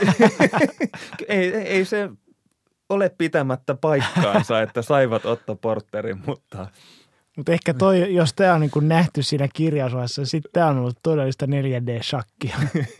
ei, ei se ole pitämättä paikkaansa, että saivat Otto Porterin, mutta... Mutta ehkä toi, jos tämä on niin kuin nähty siinä kirjausvaiheessa, sitten tämä on ollut todellista neljä D-shakkia.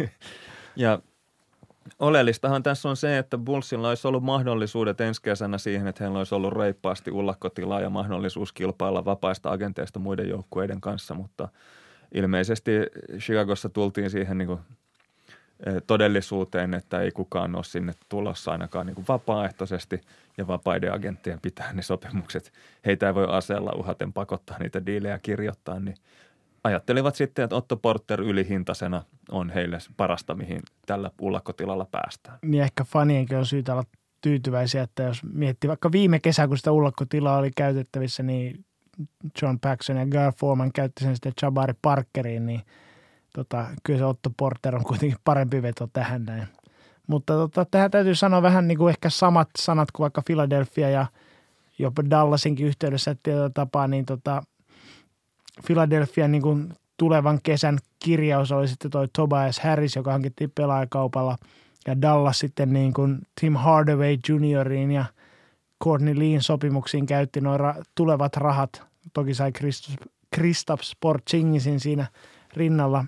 Ja oleellistahan tässä on se, että Bullsilla olisi ollut mahdollisuudet ensi kesänä siihen, että heillä olisi ollut reippaasti ullakkotilaa ja mahdollisuus kilpailla vapaista agenteista muiden joukkueiden kanssa, mutta ilmeisesti Chicagossa tultiin siihen niin kuin todellisuuteen, että ei kukaan ole sinne tulossa ainakaan niin kuin vapaaehtoisesti ja vapaiden agenttien pitää ne sopimukset. Heitä ei voi aseella uhaten pakottaa niitä diilejä kirjoittaa, niin ajattelivat sitten, että Otto Porter ylihintaisena on heille parasta, mihin tällä ullakkotilalla päästään. Niin ehkä fanienkin on syytä olla tyytyväisiä, että jos miettii vaikka viime kesää, kun sitä ullakkotilaa oli käytettävissä, niin John Paxson ja Gar Forman käytti sen sitten Jabari Parkeriin, niin tota, kyllä se Otto Porter on kuitenkin parempi veto tähän näin. Mutta tota, tähän täytyy sanoa vähän niin kuin ehkä samat sanat kuin vaikka Philadelphia ja jopa Dallasinkin yhteydessä tietyllä tapaa, niin tota, Philadelphian niin kuin tulevan kesän kirjaus oli sitten toi Tobias Harris, joka hankittiin pelaajakaupalla, ja Dallas sitten niin kuin Tim Hardaway junioriin ja Courtney Leen sopimuksiin käytti nuo ra- tulevat rahat. Toki sai Kristaps Porzingisin siinä rinnalla.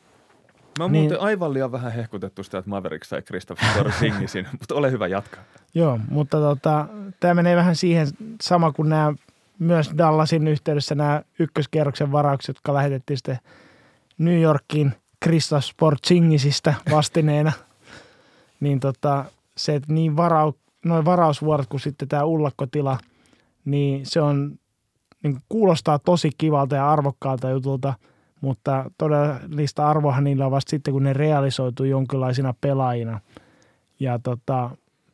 Mä oon niin, muuten aivan liian vähän hehkutettu sitä, että Mavericks sai Kristaps Porzingisin, mutta ole hyvä, jatkaa. Joo, mutta tota, tämä menee vähän siihen sama kuin nämä myös Dallasin yhteydessä nämä ykköskierroksen varaukset, jotka lähetettiin sitten New Yorkiin Kristaps Porzingisista vastineena. Niin tota, se, että niin varau, noin varausvuorot kuin sitten tämä ullakkotila, niin se on, niin kuulostaa tosi kivalta ja arvokkaalta jutulta, mutta todellista arvohan niillä on vasta sitten, kun ne realisoituu jonkinlaisina pelaajina. Ja tota,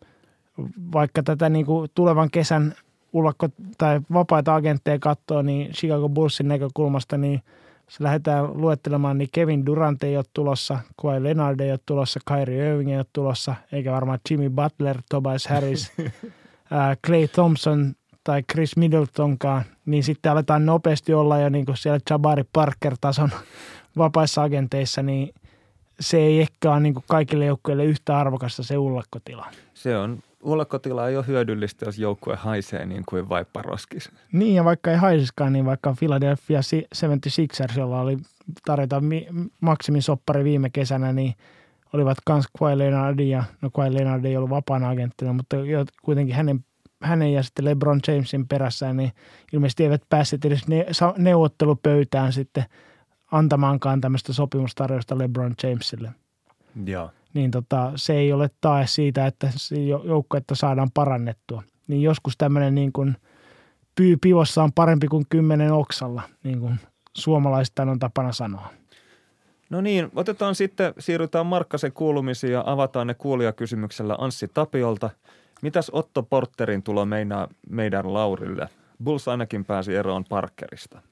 vaikka tätä niin kuin tulevan kesän ullakko- tai vapaita agentteja katsoo, niin Chicago Bullsin näkökulmasta, niin jos lähdetään luettelemaan, niin Kevin Durant ei ole tulossa, Kawhi Leonard ei ole tulossa, Kyrie Irving ei ole tulossa, eikä varmaan Jimmy Butler, Tobias Harris, ää, Klay Thompson tai Chris Middletonkaan, niin sitten aletaan nopeasti olla jo niin kuin siellä Jabari Parker-tason vapaissa agenteissa, niin se ei ehkä ole niin kuin kaikille joukkueille yhtä arvokasta se ullakkotila. Se on, ullakkotila ei ole hyödyllistä, jos joukkue haisee niin kuin vaipparoskis. Niin, ja vaikka ei haisiskaan, niin vaikka Philadelphia seitsemänkymmentäkuusi, jolla oli tarjota mi- maksimisoppari viime kesänä, niin olivat kans Kawhi Leonardin, ja no Kawhi Leonard ei ollut vapaana agenttina, mutta kuitenkin hänen, hänen ja sitten LeBron Jamesin perässään, niin ilmeisesti eivät päässeet edes ne- neuvottelupöytään sitten antamaankaan tämmöistä sopimustarjousta LeBron Jamesille. Joo. Niin tota, se ei ole tae siitä, että joukkuetta saadaan parannettua. Niin joskus tämmöinen niin kuin pyy pivossa on parempi kuin kymmenen oksalla, niin kuin suomalaisittain on tapana sanoa. No niin, otetaan sitten, siirrytään Markkasen kuulumisiin ja avataan ne kuulijakysymyksellä Anssi Tapiolta. Mitäs Otto Porterin tulo meinaa meidän Laurille? Bulls ainakin pääsi eroon Parkerista.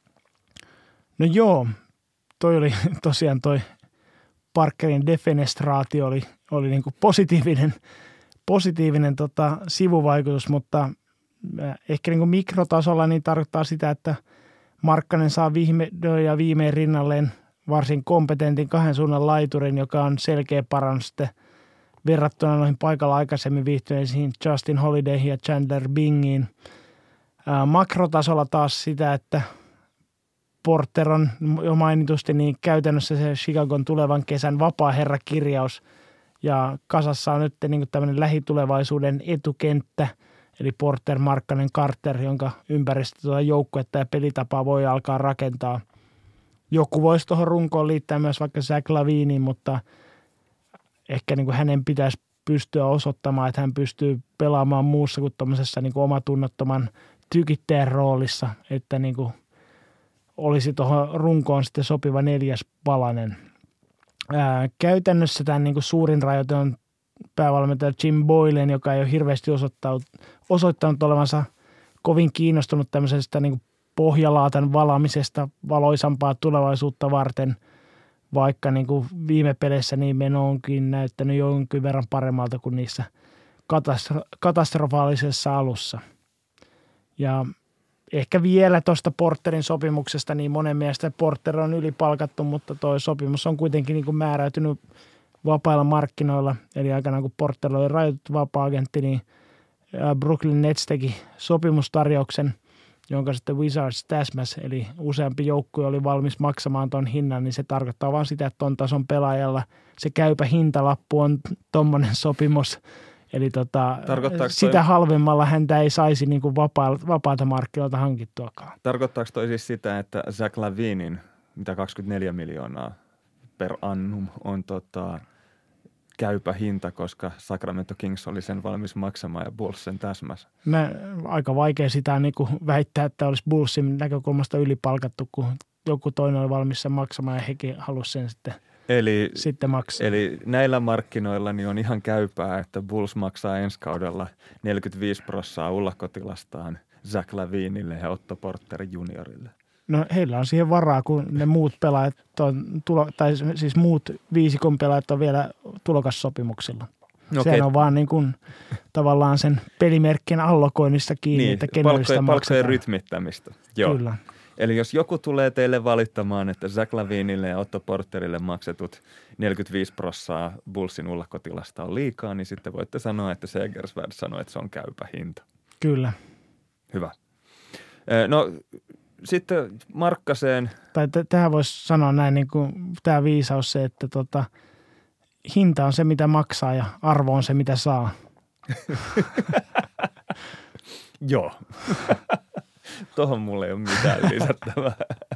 No joo, toi oli tosiaan toi Parkerin defenestraatio oli, oli niin kuin positiivinen, positiivinen tota, sivuvaikutus, mutta ehkä niin kuin mikrotasolla niin tarkoittaa sitä, että Markkanen saa viime ja viimein rinnalleen varsin kompetentin kahden suunnan laiturin, joka on selkeä parannus sitten verrattuna noihin paikalla aikaisemmin viihtyneisiin Justin Holidayhin ja Chandler Bingiin. Ää, makrotasolla taas sitä, että Porter on jo mainitusti niin käytännössä se Chicagon tulevan kesän vapaaherrakirjaus ja kasassa on nyt niin tämmöinen lähitulevaisuuden etukenttä, eli Porter, Markkanen, Carter, jonka ympäristö tuota joukkuetta ja pelitapaa voi alkaa rakentaa. Joku voisi tuohon runkoon liittää myös vaikka Zach LaVinin, mutta ehkä niin kuin hänen pitäisi pystyä osoittamaan, että hän pystyy pelaamaan muussa kuin tuommoisessa niin kuin omatunnottoman tykittäjän roolissa, että niin kuin olisi tuohon runkoon sitten sopiva neljäs palanen. Ää, käytännössä tämän niin kuin suurin rajoite on päävalmentaja Jim Boylen, joka ei ole hirveästi osoittanut olevansa kovin kiinnostunut tämmöisestä niin kuin pohjalaatan valamisesta valoisampaa tulevaisuutta varten, vaikka niin kuin viime peleissä niin meno onkin näyttänyt jonkin verran paremmalta kuin niissä katastro- katastrofaalisessa alussa. Ja ehkä vielä tuosta Porterin sopimuksesta, niin monen mielestä Porter on ylipalkattu, mutta tuo sopimus on kuitenkin niin kuin määräytynyt vapailla markkinoilla. Eli aikanaan kun Porter oli rajoitettu vapaa-agentti, niin Brooklyn Nets teki sopimustarjouksen, jonka sitten Wizards täsmäsi, eli useampi joukkue oli valmis maksamaan ton hinnan, niin se tarkoittaa vaan sitä, että ton tason pelaajalla se käypä hintalappu on tommonen sopimus. Eli tota, sitä toi, halvemmalla häntä ei saisi niin kuin vapaa, vapaata markkinoilta hankittuakaan. Tarkoittaako toi siis sitä, että Zach LaVinin, mitä kaksikymmentäneljä miljoonaa per annum, on tota, käypä hinta, koska Sacramento Kings oli sen valmis maksamaan ja Bulls sen täsmäs? Mä, aika vaikea sitä niin kuin väittää, että olisi Bullsin näkökulmasta ylipalkattu, kun joku toinen oli valmis sen maksamaan ja hekin halusi sen sitten, eli, sitten maksaa. Eli näillä markkinoilla niin on ihan käypää, että Bulls maksaa ensi kaudella neljäkymmentäviisi prosenttia ullakkotilastaan Zach LaVinille ja Otto Porter juniorille. No heillä on siihen varaa, kun ne muut pelaajat on, tulo, tai siis muut viisikon pelaajat on vielä tulokassopimuksilla. Okay. Sehän on vaan niin kuin tavallaan sen pelimerkkien allokoinnista kiinni, niin, että kenelle sitä maksetaan. Palkkojen rytmittämistä. Joo. Kyllä. Eli jos joku tulee teille valittamaan, että Zach LaVinille ja Otto Porterille maksetut neljäkymmentäviisi prosenttia Bullsin ullakkotilasta on liikaa, niin sitten voitte sanoa, että Segersvärd sanoi, että se on käypä hinta. Kyllä. Hyvä. No sitten Markkaseen. Tai t- tähän voisi sanoa näin, niin kuin tämä viisaus se, että tota, hinta on se, mitä maksaa ja arvo on se, mitä saa. Joo. Tuohon mulla ei ole mitään lisättävää.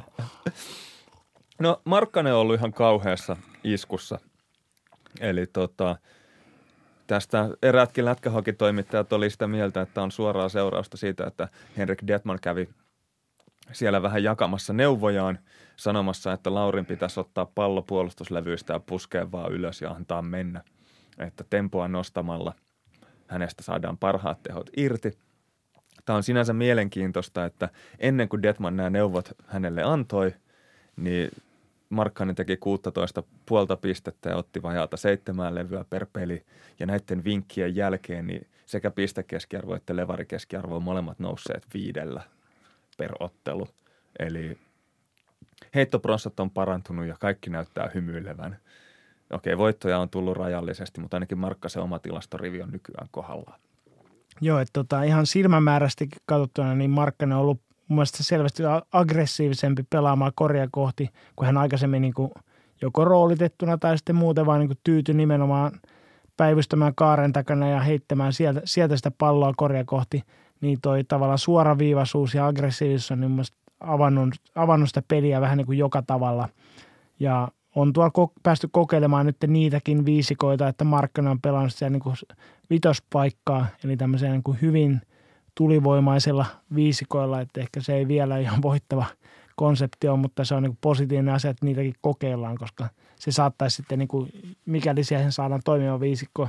No Markkanen on ollut ihan kauheassa iskussa. Eli tota, tästä eräätkin lätkähokitoimittajat oli sitä mieltä, että on suoraa seurausta siitä, että Henrik Detman kävi siellä vähän jakamassa neuvojaan, sanomassa, että Laurin pitäisi ottaa pallo puolustuslevyistä ja puskea vaan ylös ja antaa mennä. Että tempoa nostamalla hänestä saadaan parhaat tehot irti. Tämä on sinänsä mielenkiintoista, että ennen kuin Detman nämä neuvot hänelle antoi, niin Markkanen teki kuusitoista puolta pistettä ja otti vajaata seitsemän levyä per peli. Ja näiden vinkkien jälkeen niin sekä pistekeskiarvo että levarikeskiarvo on molemmat nousseet viidellä per ottelu. Eli heittoprossat on parantunut ja kaikki näyttää hymyilevän. Okei, voittoja on tullut rajallisesti, mutta ainakin Markkasen oma tilastorivi on nykyään kohdallaan. Joo, että tota, ihan silmämäärästikin katsottuna, niin Markkanen on ollut mun mielestä selvästi aggressiivisempi pelaamaan koria kohti, kun hän aikaisemmin niin kuin joko roolitettuna tai sitten muuten vaan niin kuin tyytyi nimenomaan päivystämään kaaren takana ja heittämään sieltä, sieltä sitä palloa koria kohti. Niin toi tavallaan suoraviivaisuus ja aggressiivisuus on niin mun mielestä avannut, avannut sitä peliä vähän niin kuin joka tavalla. Ja on tuolla ko- päästy kokeilemaan nyt niitäkin viisikoita, että Markkanen on pelannut siellä niin kuin vitospaikkaa, eli tämmöisellä niin kuin hyvin tulivoimaisella viisikoilla, että ehkä se ei vielä ihan voittava konsepti ole, mutta se on niin kuin positiivinen asia, että niitäkin kokeillaan, koska se saattaisi sitten, niin kuin, mikäli siihen saadaan toimiva viisikko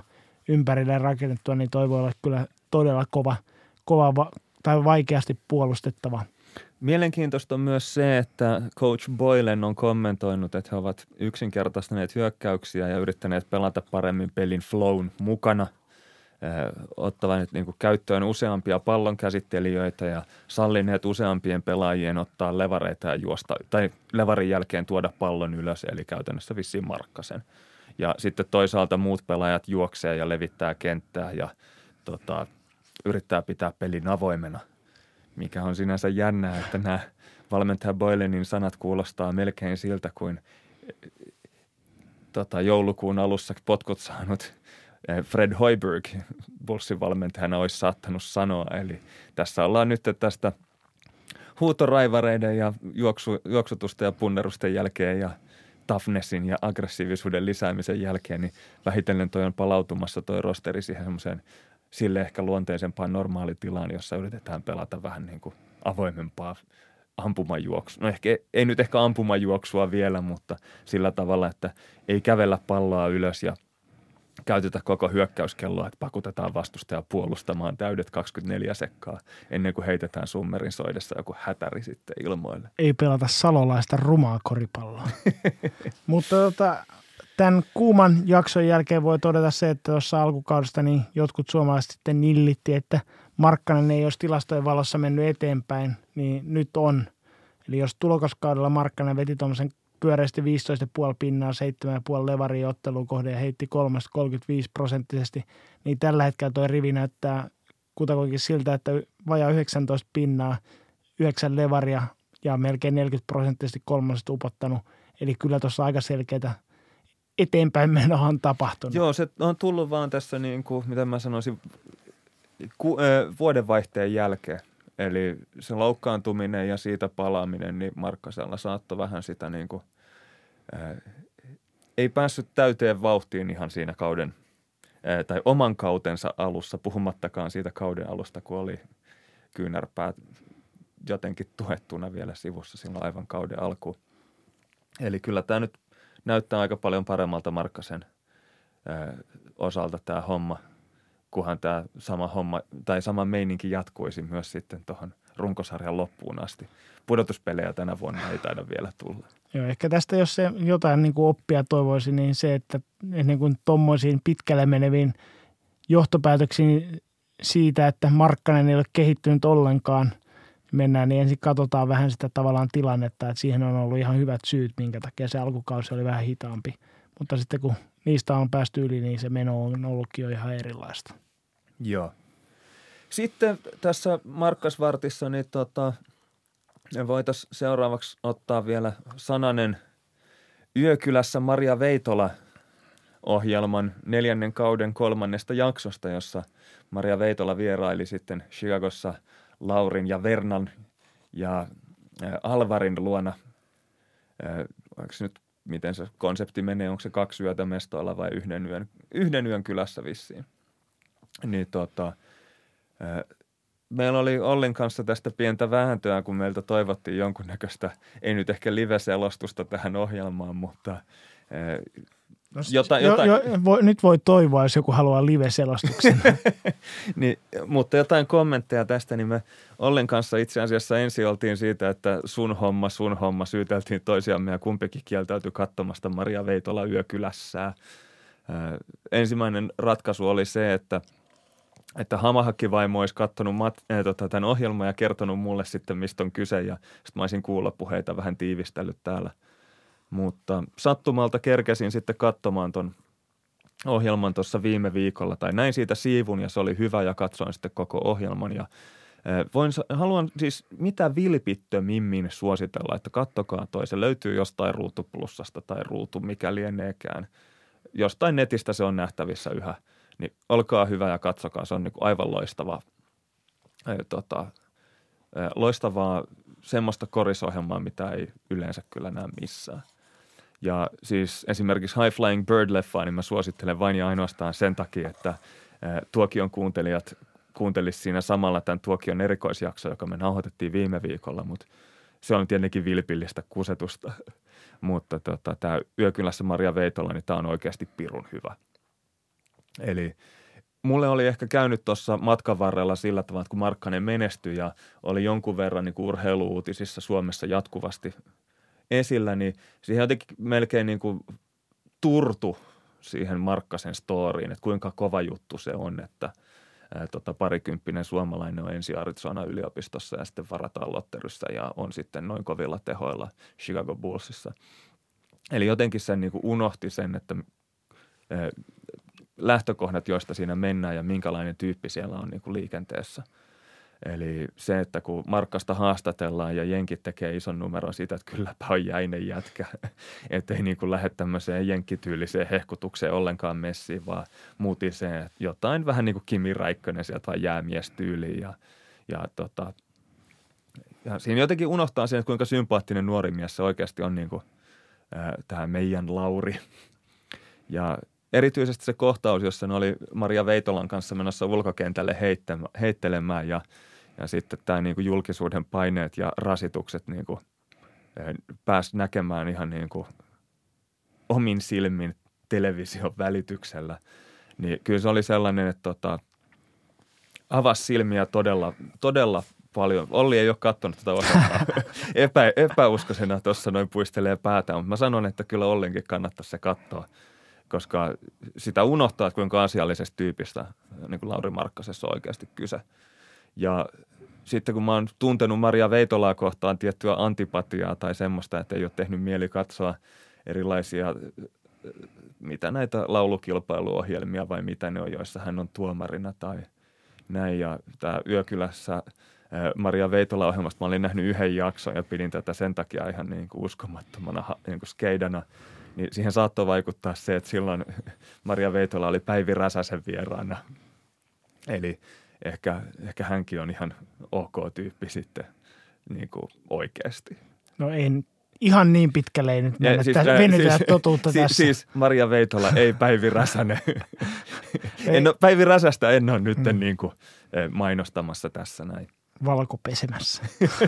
ympärille rakennettua, niin toi voi olla kyllä todella kova, kova va- tai vaikeasti puolustettava. Mielenkiintoista on myös se, että Coach Boylen on kommentoinut, että he ovat yksinkertaistaneet hyökkäyksiä ja yrittäneet pelata paremmin pelin flown mukana, ottavat nyt niin kuin käyttöön useampia pallonkäsittelijöitä ja sallineet useampien pelaajien ottaa levareita ja juosta, tai levarin jälkeen tuoda pallon ylös, eli käytännössä vissiin Markkasen. Ja sitten toisaalta muut pelaajat juoksee ja levittää kenttää ja tota, yrittää pitää pelin avoimena, mikä on sinänsä jännää, että nämä valmentaja Boylenin sanat kuulostaa melkein siltä kuin tota, joulukuun alussa potkut saanut Fred Hoiberg, Bullsin valmentajana, olisi saattanut sanoa. Eli tässä ollaan nyt tästä huutoraivareiden ja juoksu, juoksutusten ja punnerusten jälkeen ja toughnessin ja aggressiivisuuden lisäämisen jälkeen, niin vähitellen toi on palautumassa toi rosteri siihen semmoiseen sille ehkä luonteisempaan normaalitilaan, jossa yritetään pelata vähän niin kuin avoimempaa ampumajuoksua. No ehkä, ei nyt ehkä ampumajuoksua vielä, mutta sillä tavalla, että ei kävellä palloa ylös ja käytetä koko hyökkäyskelloa, että pakutetaan vastustajaa puolustamaan täydet kaksikymmentäneljä sekkaa ennen kuin heitetään summerin soidessa joku hätäri sitten ilmoille. Ei pelata salolaista rumaa koripalloa. Mutta tota, tämän kuuman jakson jälkeen voi todeta se, että tuossa alkukaudesta niin jotkut suomalaiset sitten nillitti, että Markkanen ei olisi tilastojen valossa mennyt eteenpäin, niin nyt on. Eli jos tulokaskaudella Markkanen veti tuommoisen pyöreästi viisitoista pilkku viisi pinnaa, seitsemän pilkku viisi levaria otteluun kohde ja heitti kolmesta kolmekymmentäviisi prosenttisesti, niin tällä hetkellä tuo rivi näyttää kutakuinkin siltä, että vajaa yhdeksäntoista pinnaa, yhdeksän levaria ja melkein neljäkymmentä prosenttisesti kolmosesta upottanut. Eli kyllä tuossa aika selkeätä eteenpäin menoa on tapahtunut. Joo, se on tullut vaan tässä niin kuin, mitä mä sanoisin, ku, äh, vuodenvaihteen jälkeen. Eli se loukkaantuminen ja siitä palaaminen, niin Markkasella saattoi vähän sitä niin kuin, ää, ei päässyt täyteen vauhtiin ihan siinä kauden, ää, tai oman kautensa alussa, puhumattakaan siitä kauden alusta, kun oli kyynärpäät jotenkin tuettuna vielä sivussa silloin aivan kauden alkuun. Eli kyllä tämä nyt näyttää aika paljon paremmalta Markkasen ää, osalta tämä homma, kunhan tämä sama homma tai sama meininki jatkuisi myös sitten tuohon runkosarjan loppuun asti. Pudotuspelejä tänä vuonna ei taida vielä tulla. Joo, ehkä tästä jos se jotain niin kuin oppia toivoisi, niin se, että ennen kuin tuommoisiin pitkälle meneviin johtopäätöksiin siitä, että Markkanen ei ole kehittynyt ollenkaan, mennään, niin ensin katsotaan vähän sitä tavallaan tilannetta, että siihen on ollut ihan hyvät syyt, minkä takia se alkukausi oli vähän hitaampi. Mutta sitten kun niistä on päästy yli, niin se meno on ollutkin jo ihan erilaista. Joo. Sitten tässä Markkasvartissa niin tota, voitaisiin seuraavaksi ottaa vielä sananen Yökylässä Maria Veitola -ohjelman neljännen kauden kolmannesta jaksosta, jossa Maria Veitola vieraili sitten Chicagossa Laurin ja Vernan ja Alvarin luona. Onko nyt, miten se konsepti menee, onko se kaksi yötä mestoilla vai yhden yön, yhden yön kylässä vissiin. Niin tota, meillä oli Ollin kanssa tästä pientä vääntöä, kun meiltä toivottiin jonkunnäköistä, ei nyt ehkä live-selostusta tähän ohjelmaan, mutta No, jota, jotain... jo, jo, voi, nyt voi toivoa, jos joku haluaa live-selostuksen. niin, mutta jotain kommentteja tästä, niin me Ollen kanssa itse asiassa ensin oltiin siitä, että sun homma, sun homma, syyteltiin toisiamme ja kumpikin kieltäytyi katsomasta Maria Veitola Yökylässää. Ö, ensimmäinen ratkaisu oli se, että, että Hamahakki-vaimo olisi katsonut mat, äh, tota, tämän ohjelman ja kertonut mulle sitten, mistä on kyse, ja sitten mä olisin kuulopuheita vähän tiivistellyt täällä. Mutta sattumalta kerkesin sitten katsomaan ton ohjelman tuossa viime viikolla, tai näin siitä siivun, ja se oli hyvä, ja katsoin sitten koko ohjelman. Ja voin, haluan siis mitä vilpittömimmin suositella, että kattokaa toi. Se löytyy jostain Ruutuplussasta tai Ruutu, mikä lieneekään. Jostain netistä se on nähtävissä yhä. Niin olkaa hyvä ja katsokaa, se on niin kuin aivan loistava, ää, tota, ää, loistavaa semmoista korisohjelmaa, mitä ei yleensä kyllä näe missään. Ja siis esimerkiksi High Flying Bird-leffaa, niin mä suosittelen vain ja ainoastaan sen takia, että ää, Tuokion kuuntelijat kuuntelisivat siinä samalla tämän Tuokion erikoisjakso, joka me nauhoitettiin viime viikolla, mutta se on tietenkin vilpillistä kusetusta. mutta tota, tämä Yökylässä Maria Veitola, niin tämä on oikeasti pirun hyvä. Eli mulle oli ehkä käynyt tuossa matkan varrella sillä tavalla, että kun Markkanen menestyi ja oli jonkun verran niin kuin urheilu-uutisissa Suomessa jatkuvasti esillä, niin siihen jotenkin melkein niin kuin turtu siihen Markkasen storyin, että kuinka kova juttu se on, että ää, tota, parikymppinen suomalainen on ensi Arizona yliopistossa ja sitten varataan lotteryssä ja on sitten noin kovilla tehoilla Chicago Bullsissa. Eli jotenkin sen niin kuin unohti sen, että ää, lähtökohdat, joista siinä mennään ja minkälainen tyyppi siellä on niin kuin liikenteessä. Eli se, että kun Markkasta haastatellaan ja jenkit tekee ison numeron siitä, että kylläpä on jäinen jätkä, ettei niin kuin lähde tämmöiseen jenkkityyliseen hehkutukseen ollenkaan messiin, vaan mutiseen jotain vähän niin kuin Kimi Räikkönen sieltä vaan jäämiestyyliin ja, ja, tota, ja siinä jotenkin unohtaa sen, että kuinka sympaattinen nuori mies se oikeasti on niin kuin äh, tämä meidän Lauri. Ja erityisesti se kohtaus, jossa ne oli Maria Veitolan kanssa menossa ulkokentälle heittelemään ja, ja sitten tämä niin kuin julkisuuden paineet ja rasitukset niin kuin pääsi näkemään ihan niin kuin omin silmin television välityksellä. Niin kyllä se oli sellainen, että tota, avasi silmiä todella, todella paljon. Olli ei ole katsonut tätä osaa. Epä, epäuskoisena tuossa noin puistelee päätään, mutta mä sanon, että kyllä Ollinkin kannattaisi se katsoa. Koska sitä unohtaa, että kuinka asiallisesta tyypistä niin kuin Lauri Markkasessa on oikeasti kyse. Ja sitten kun mä oon tuntenut Maria Veitolaa kohtaan tiettyä antipatiaa tai semmoista, että ei ole tehnyt mieli katsoa erilaisia, mitä näitä laulukilpailuohjelmia vai mitä ne on, joissa hän on tuomarina tai näin. Ja tämä Yökylässä Maria Veitola-ohjelmasta mä olin nähnyt yhden jakson ja pidin tätä sen takia ihan niin kuin uskomattomana niin kuin skeidana. Niin siihen saattoi vaikuttaa se, että silloin Maria Veitola oli Päivi Räsäsen vieraana. Eli ehkä, ehkä hänkin on ihan ok-tyyppi sitten niin kuin oikeasti. No ei ihan niin pitkälle ei nyt mennä, siis, venytään siis, totuutta siis, tässä. Siis Maria Veitola, ei Päivi Räsänen. en ole, Päivi Räsästä en ole nyt mm. niin kuin mainostamassa tässä näin. Valkopesemässä.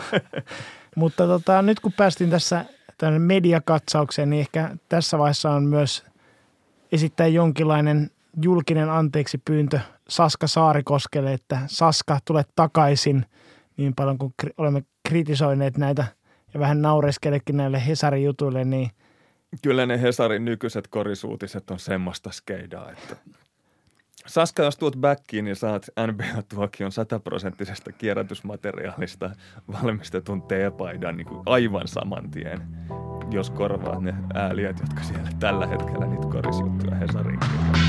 Mutta tota, nyt kun päästiin tässä tämän mediakatsaukseen, niin ehkä tässä vaiheessa on myös esittää jonkinlainen julkinen anteeksi pyyntö Saska Saarikoskelle, että Saska, tule takaisin niin paljon kuin olemme kritisoineet näitä ja vähän naureskelekin näille Hesarin jutuille, niin kyllä ne Hesarin nykyiset korisuutiset on semmoista skeidaa, että Saska, jos tuut backiin, niin saat N B A-tuokion sataprosenttisesta kierrätysmateriaalista valmistetun teepaidan niin kuin aivan saman tien, jos korvaat ne ääliöt, jotka siellä tällä hetkellä niitä korisjuttuja Hesarin.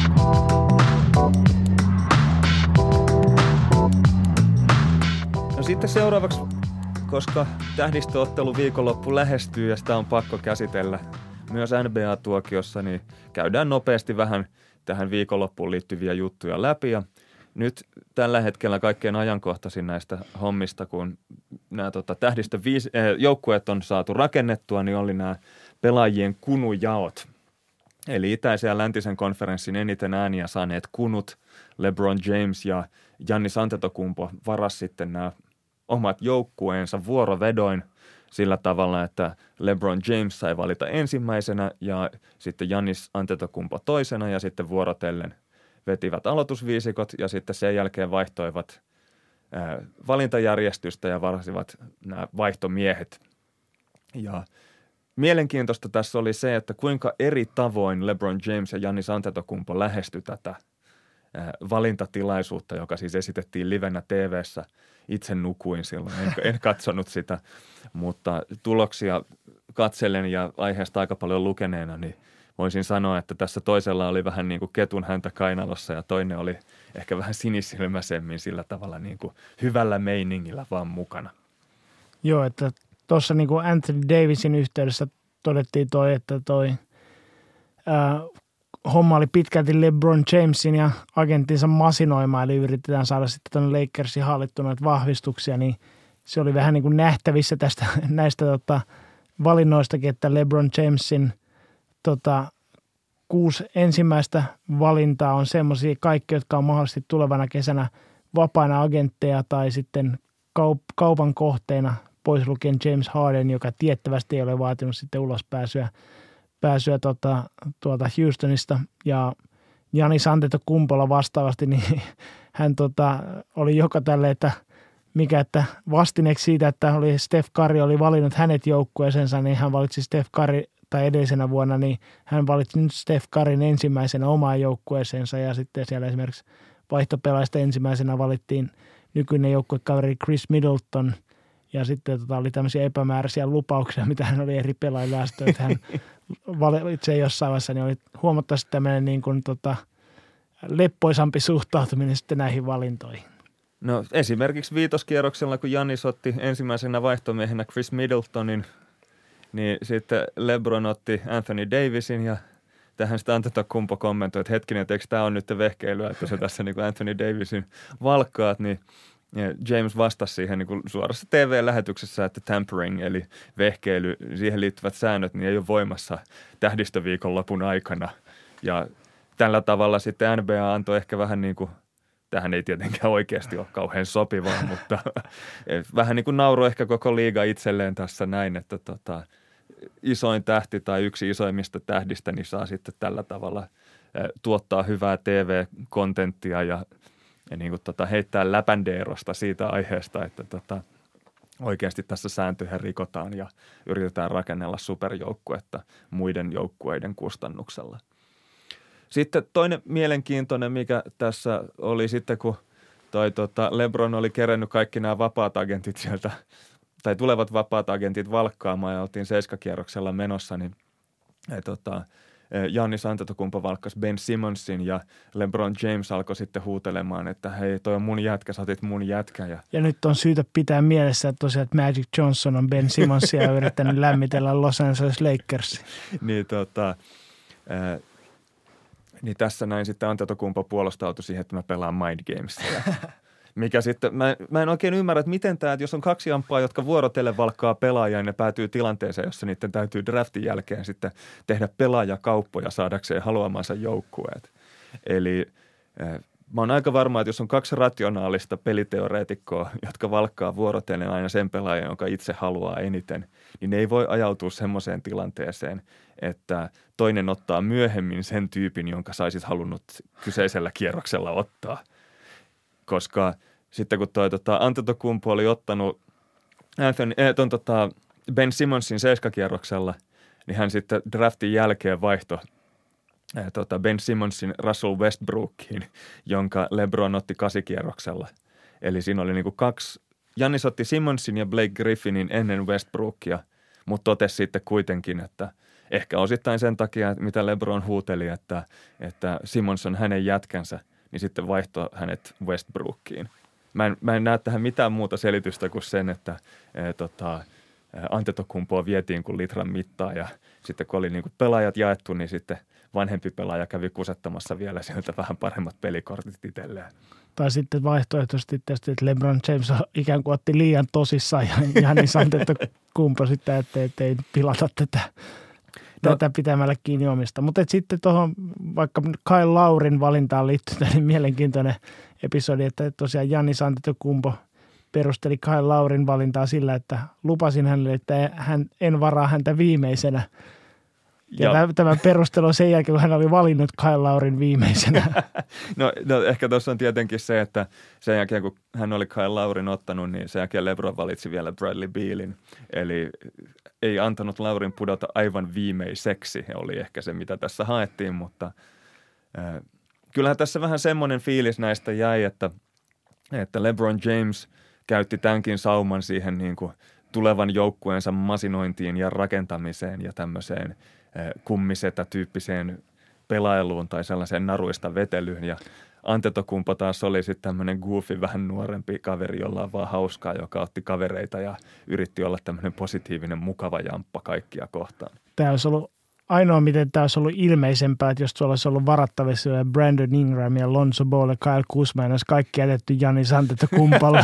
No sitten seuraavaksi, koska tähdistöottelu viikonloppu lähestyy ja sitä on pakko käsitellä myös N B A-tuokiossa, niin käydään nopeasti vähän tähän viikonloppuun liittyviä juttuja läpi. Ja nyt tällä hetkellä kaikkein ajankohtaisin näistä hommista, kun nämä tota, tähdistön viisi, äh, joukkueet on saatu rakennettua, niin oli nämä pelaajien kunujaot. Eli itäisen ja läntisen konferenssin eniten ääniä saaneet kunut, LeBron James ja Giannis Antetokounmpo varas sitten nämä omat joukkueensa vuorovedoin sillä tavalla, että LeBron James sai valita ensimmäisenä ja sitten Giannis Antetokounmpo toisena ja sitten vuorotellen vetivät aloitusviisikot ja sitten sen jälkeen vaihtoivat ää, valintajärjestystä ja varasivat nämä vaihtomiehet. Ja mielenkiintoista tässä oli se, että kuinka eri tavoin LeBron James ja Giannis Antetokounmpo lähestyi tätä ää, valintatilaisuutta, joka siis esitettiin livenä T V:ssä. Itse nukuin silloin, en, en katsonut sitä, mutta tuloksia katselen ja aiheesta aika paljon lukeneena, niin voisin sanoa, että tässä toisella oli vähän niin kuin ketun häntä kainalossa ja toinen oli ehkä vähän sinisilmäisemmin sillä tavalla niin kuin hyvällä meiningillä vaan mukana. Joo, että tuossa niin kuin Anthony Davisin yhteydessä todettiin toi, että toi ää, homma oli pitkälti LeBron Jamesin ja agenttinsa masinoima, eli yritetään saada sitten tuonne Lakersin hallittua noita vahvistuksia, niin se oli vähän niin kuin nähtävissä tästä, näistä tota, valinnoistakin, että LeBron Jamesin tota, kuusi ensimmäistä valintaa on semmoisia kaikki, jotka on mahdollisesti tulevana kesänä vapaana agentteja tai sitten kaup- kaupan kohteena, pois lukien James Harden, joka tiettävästi ei ole vaatinut sitten ulospääsyä pääsyä tota, tuolta Houstonista. Ja Giannis Antetokounmpolla vastaavasti, niin hän tota, oli joka tälle, että mikä, että vastineeksi siitä, että oli Steph Curry oli valinnut hänet joukkueeseensa, niin hän valitsi Steph Curry, tai edellisenä vuonna, niin hän valitsi nyt Steph Curryn ensimmäisenä omaan joukkueeseensa, ja sitten siellä esimerkiksi vaihtopelaajista ensimmäisenä valittiin nykyinen joukkuekaveri Chris Middleton, ja sitten tota, oli tämmöisiä epämääräisiä lupauksia, mitä hän oli eri pelaajille asti, että hän valitsi jossain vaiheessa, niin oli huomattavasti tämmöinen niin kuin, tota, leppoisampi suhtautuminen sitten näihin valintoihin. No esimerkiksi viitoskierroksella, kun Giannis otti ensimmäisenä vaihtomiehenä Chris Middletonin, niin sitten LeBron otti Anthony Davisin ja tähän sitten Antetokounmpo kommentoi, että hetkinen, että eikö tämä on nyt vehkeilyä, että sä tässä niin kuin Anthony Davisin valkkaat, niin James vastasi siihen niin kuin suorassa T V-lähetyksessä, että tampering eli vehkeily, siihen liittyvät säännöt, niin ei ole voimassa tähdistöviikonlopun aikana. Ja tällä tavalla sitten N B A antoi ehkä vähän niin kuin, tähän ei tietenkään oikeasti ole kauhean sopivaa, mutta vähän niin kuin nauru ehkä koko liiga itselleen tässä näin, että tota, isoin tähti tai yksi isoimmista tähdistä niin saa sitten tällä tavalla tuottaa hyvää T V-kontenttia ja, ja niin kuin tota, heittää läpändeerosta siitä aiheesta, että tota, oikeasti tässä sääntöjä rikotaan ja yritetään rakennella superjoukkuetta muiden joukkueiden kustannuksella. Sitten toinen mielenkiintoinen, mikä tässä oli sitten, kun toi tota LeBron oli kerännyt kaikki nämä vapaat agentit sieltä, tai tulevat vapaat agentit valkkaamaan ja oltiin seiskakierroksella menossa, niin ja, tota, Giannis Antetokounmpo valkkasi Ben Simmonsin ja LeBron James alkoi sitten huutelemaan, että hei, toi on mun jätkä, sä otit mun jätkä. Ja, ja nyt on syytä pitää mielessä, että tosiaan että Magic Johnson on Ben Simmonsia ja yrittänyt lämmitellä Los Angeles Lakersia. niin tota... Äh, Niin tässä näin sitten Antetokounmpo puolustautui siihen, että mä pelaan Mind Gamesia. Mikä sitten, mä, mä en oikein ymmärrä, että miten tämä, että jos on kaksi ampaa, jotka vuorotellen valkkaa pelaajia, niin ne päätyy tilanteeseen, jossa niiden täytyy draftin jälkeen sitten tehdä pelaajakauppoja saadakseen haluamansa joukkueet. Eli äh, mä oon aika varma, että jos on kaksi rationaalista peliteoreetikkoa, jotka valkkaa vuorotellen aina sen pelaajan, jonka itse haluaa eniten, niin ne ei voi ajautua semmoiseen tilanteeseen, että toinen ottaa myöhemmin sen tyypin, jonka saisit halunnut kyseisellä kierroksella ottaa. Koska sitten kun toi tota, Antetokounmpo oli ottanut Anthony, äh, ton, tota, Ben Simmonsin seiskakierroksella, niin hän sitten draftin jälkeen vaihtoi äh, tota, Ben Simmonsin Russell Westbrookiin, jonka LeBron otti kasikierroksella. Eli siinä oli niinku kaksi, Giannis otti Simmonsin ja Blake Griffinin ennen Westbrookia, mutta totesi sitten kuitenkin, että ehkä osittain sen takia, mitä LeBron huuteli, että, että Simmons on hänen jätkänsä, niin sitten vaihtoi hänet Westbrookiin. Mä en, mä en näe tähän mitään muuta selitystä kuin sen, että e, tota, Antetokounmpoa vietiin kuin litran mittaa ja sitten kun oli niin kuin pelaajat jaettu, niin sitten vanhempi pelaaja kävi kusettamassa vielä sieltä vähän paremmat pelikortit itselleen. Tai sitten vaihtoehtoisesti tietysti, että LeBron James ikään kuin otti liian tosissaan ja Giannis Antetokounmpo sitten, että ei pilata tätä. No. Tätä pitämällä kiinni omista. Mutta sitten tuohon vaikka Kyle Laurin valintaan liittyy niin mielenkiintoinen episodi, että tosiaan Giannis Antetokounmpo perusteli Kyle Laurin valintaa sillä, että lupasin hänelle, että hän, en varaa häntä viimeisenä. Ja, ja tämä perustelu on sen jälkeen, kun hän oli valinnut Kyle Laurin viimeisenä. no, no ehkä tuossa on tietenkin se, että sen jälkeen kun hän oli Kyle Laurin ottanut, niin sen jälkeen LeBron valitsi vielä Bradley Bealin. Eli ei antanut Laurin pudota aivan viimeiseksi, oli ehkä se, mitä tässä haettiin, mutta äh, kyllähän tässä vähän semmoinen fiilis näistä jäi, että, että LeBron James käytti tämänkin sauman siihen niin kuin tulevan joukkueensa masinointiin ja rakentamiseen ja tämmöiseen kummisetä-tyyppiseen pelailuun tai sellaiseen naruista vetelyyn. Ja Antetokounmpo taas oli sitten tämmöinen goofy, vähän nuorempi kaveri, jolla on vaan hauskaa, joka otti kavereita ja yritti olla tämmöinen positiivinen, mukava jamppa kaikkia kohtaan. Tämä olisi ollut ainoa, miten tämä olisi ollut ilmeisempää, että jos tuolla olisi ollut varattavissa Brandon Ingram ja Lonzo Ball ja Kyle Kuzma, olisi kaikki jätetty Giannis Antetokounmpolle.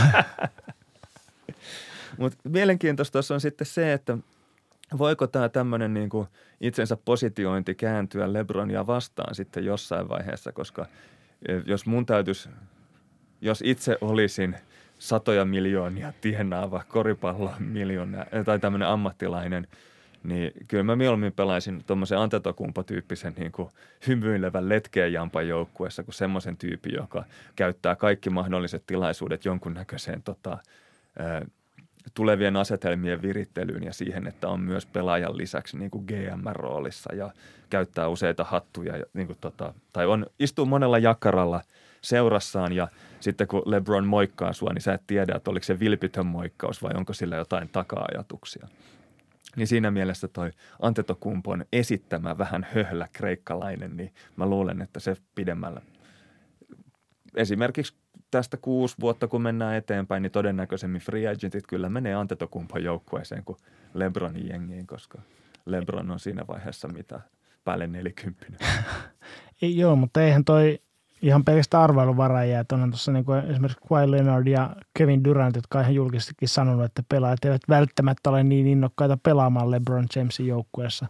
Mutta mielenkiintoista tuossa on sitten se, että voiko tämä tämmöinen niin kuin itsensä positiointi kääntyä LeBronia vastaan sitten jossain vaiheessa, koska jos mun täytyisi, jos itse olisin satoja miljoonia tienaava koripallon miljoonaa tai tämmöinen ammattilainen, Niin kyllä mä mieluummin pelaisin tuommoisen Antetokounmpo-tyyppisen niin kuin hymyilevän letkeän jampan joukkueessa kuin semmoisen tyypin, joka käyttää kaikki mahdolliset tilaisuudet jonkunnäköiseen tota, ää, tulevien asetelmien virittelyyn ja siihen, että on myös pelaajan lisäksi niin kuin G M-roolissa ja käyttää useita hattuja ja, niin kuin tota, tai on, istuu monella jakkaralla seurassaan ja sitten kun LeBron moikkaa sua, niin sä et tiedä, että oliko se vilpitön moikkaus vai onko sillä jotain taka-ajatuksia. Niin siinä mielessä toi Antetokounmpon esittämä vähän höhlä kreikkalainen, niin mä luulen, että se pidemmällä. Esimerkiksi tästä kuusi vuotta, kun mennään eteenpäin, niin todennäköisemmin free agentit kyllä menee Antetokounmpon joukkueeseen kuin LeBronin jengiin, koska LeBron on siinä vaiheessa mitä päälle nelikymppinen. Ei, joo, mutta eihän toi ihan pelkästään arvailuvaraa jää. Onhan tuossa niin kuin esimerkiksi Kawhi Leonard ja Kevin Durant, jotka on ihan julkisestikin sanonut, että pelaajat eivät välttämättä ole niin innokkaita pelaamaan LeBron Jamesin joukkueessa.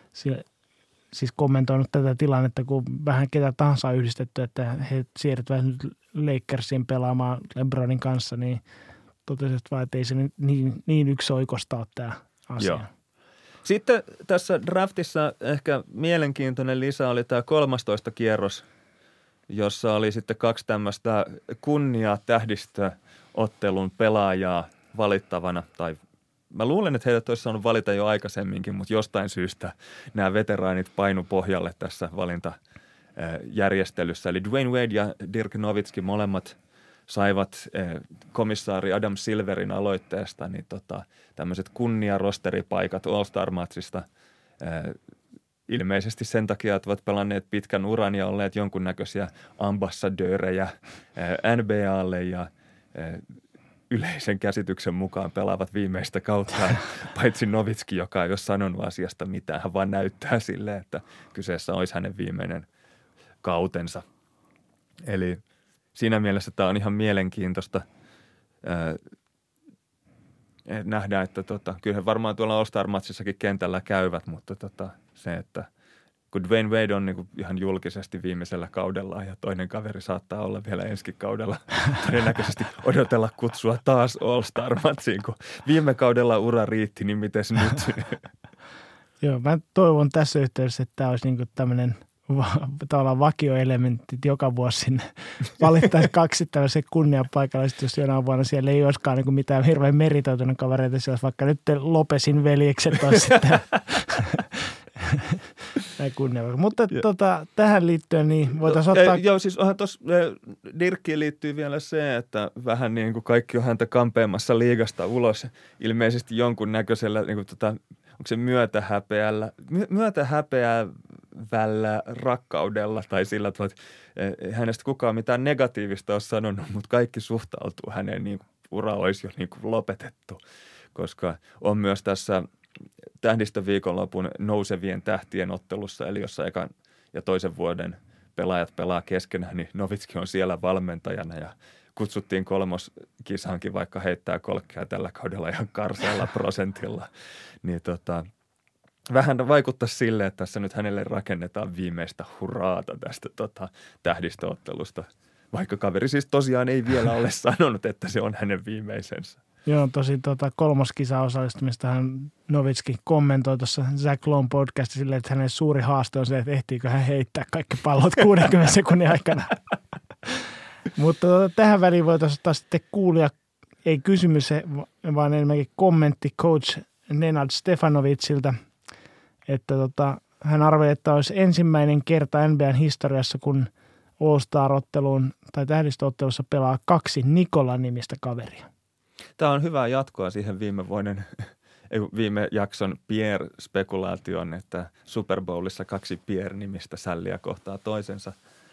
Siis kommentoinut tätä tilannetta, kun vähän ketä tahansa on yhdistetty, että he siirtyvät nyt Lakersiin pelaamaan LeBronin kanssa, niin totesivat vaan, että ei se niin, niin yksioikoista ole tämä asia. Joo. Sitten tässä draftissa ehkä mielenkiintoinen lisä oli tämä kolmastoista kierros, jossa oli sitten kaksi tämmöistä kunnia-tähdistöottelun pelaajaa valittavana. Tai mä luulen, että heidät olisi saanut valita jo aikaisemminkin, mutta jostain syystä nämä veteraanit painu pohjalle tässä valintajärjestelyssä. Eli Dwayne Wade ja Dirk Nowitzki molemmat saivat komissaari Adam Silverin aloitteesta niin tota, tämmöiset kunnia-rosteripaikat All-Star-matsista ilmeisesti sen takia, että ovat pelanneet pitkän uran ja olleet jonkunnäköisiä ambassadöörejä N B A:lle ja yleisen käsityksen mukaan pelaavat viimeistä kauttaan, paitsi Nowitzki, joka ei ole sanonut asiasta mitään. Hän vaan näyttää sille, että kyseessä olisi hänen viimeinen kautensa. Eli siinä mielessä tämä on ihan mielenkiintoista nähdään, että tota, kyllä he varmaan tuolla All-Star-matsissakin kentällä käyvät, mutta tota, se, että kun Dwayne Wade on niinku ihan julkisesti viimeisellä kaudella ja toinen kaveri saattaa olla vielä ensi kaudella todennäköisesti odotella kutsua taas All-Star-matsiin, kun viime kaudella ura riitti, niin mites nyt? Joo, mä toivon tässä yhteydessä, että tämä olisi niinku tämmöinen va- tavallaan vakioelementti, että joka vuosi sinne valittaisiin kaksi tällaisen kunniapaikalla, jos jonain vuonna siellä ei olisikaan niinku mitään hirveän meritoitunut kavereita, siellä vaikka nyt Lopesin veljekset olisi sitten näin kunnia. Mutta tota, tähän liittyen niin voitaisiin ottaa... Joo, siis onhan tuossa Dirkkiin liittyy vielä se, että vähän niin kuin kaikki on häntä kampeamassa liigasta ulos. Ilmeisesti jonkunnäköisellä, niin kuin tota, onko se myötähäpeällä, myötähäpeävällä rakkaudella tai sillä tavalla, että hänestä kukaan mitään negatiivista ole sanonut, mutta kaikki suhtautuu häneen niin kuin ura olisi jo niin kuin lopetettu, koska on myös tässä tähdistöviikonlopun nousevien tähtien ottelussa, eli jossa ekan ja toisen vuoden pelaajat pelaa keskenään, niin Nowitzki on siellä valmentajana ja kutsuttiin kolmoskisaankin, vaikka heittää kolkkia tällä kaudella ihan karsealla prosentilla. Niin tota, vähän vaikuttaa sille, että tässä nyt hänelle rakennetaan viimeistä hurraata tästä tota, tähdistöottelusta, vaikka kaveri siis tosiaan ei vielä ole sanonut, että se on hänen viimeisensä. Joo, tosi tota, kolmoskisa osallistumistahan Nowitzki kommentoi tuossa Zach Lowe podcastissa silleen, että hänen suuri haaste on se, että ehtiikö hän heittää kaikki pallot kuudenkymmenen sekunnin aikana. Mutta tota, tähän väliin voitaisiin ottaa sitten kuulia, ei kysymys, vaan enemmänkin kommentti coach Nenad Stefanovicilta, että tota, hän arveli, että olisi ensimmäinen kerta N B A:n historiassa, kun All-Star-otteluun tai tähdistöottelussa pelaa kaksi Nikola-nimistä kaveria. Tämä on hyvää jatkoa siihen viime vuoden, viime jakson Pierre-spekulaation, että Super Bowlissa kaksi Pierre-nimistä sälliä kohtaa toisensa.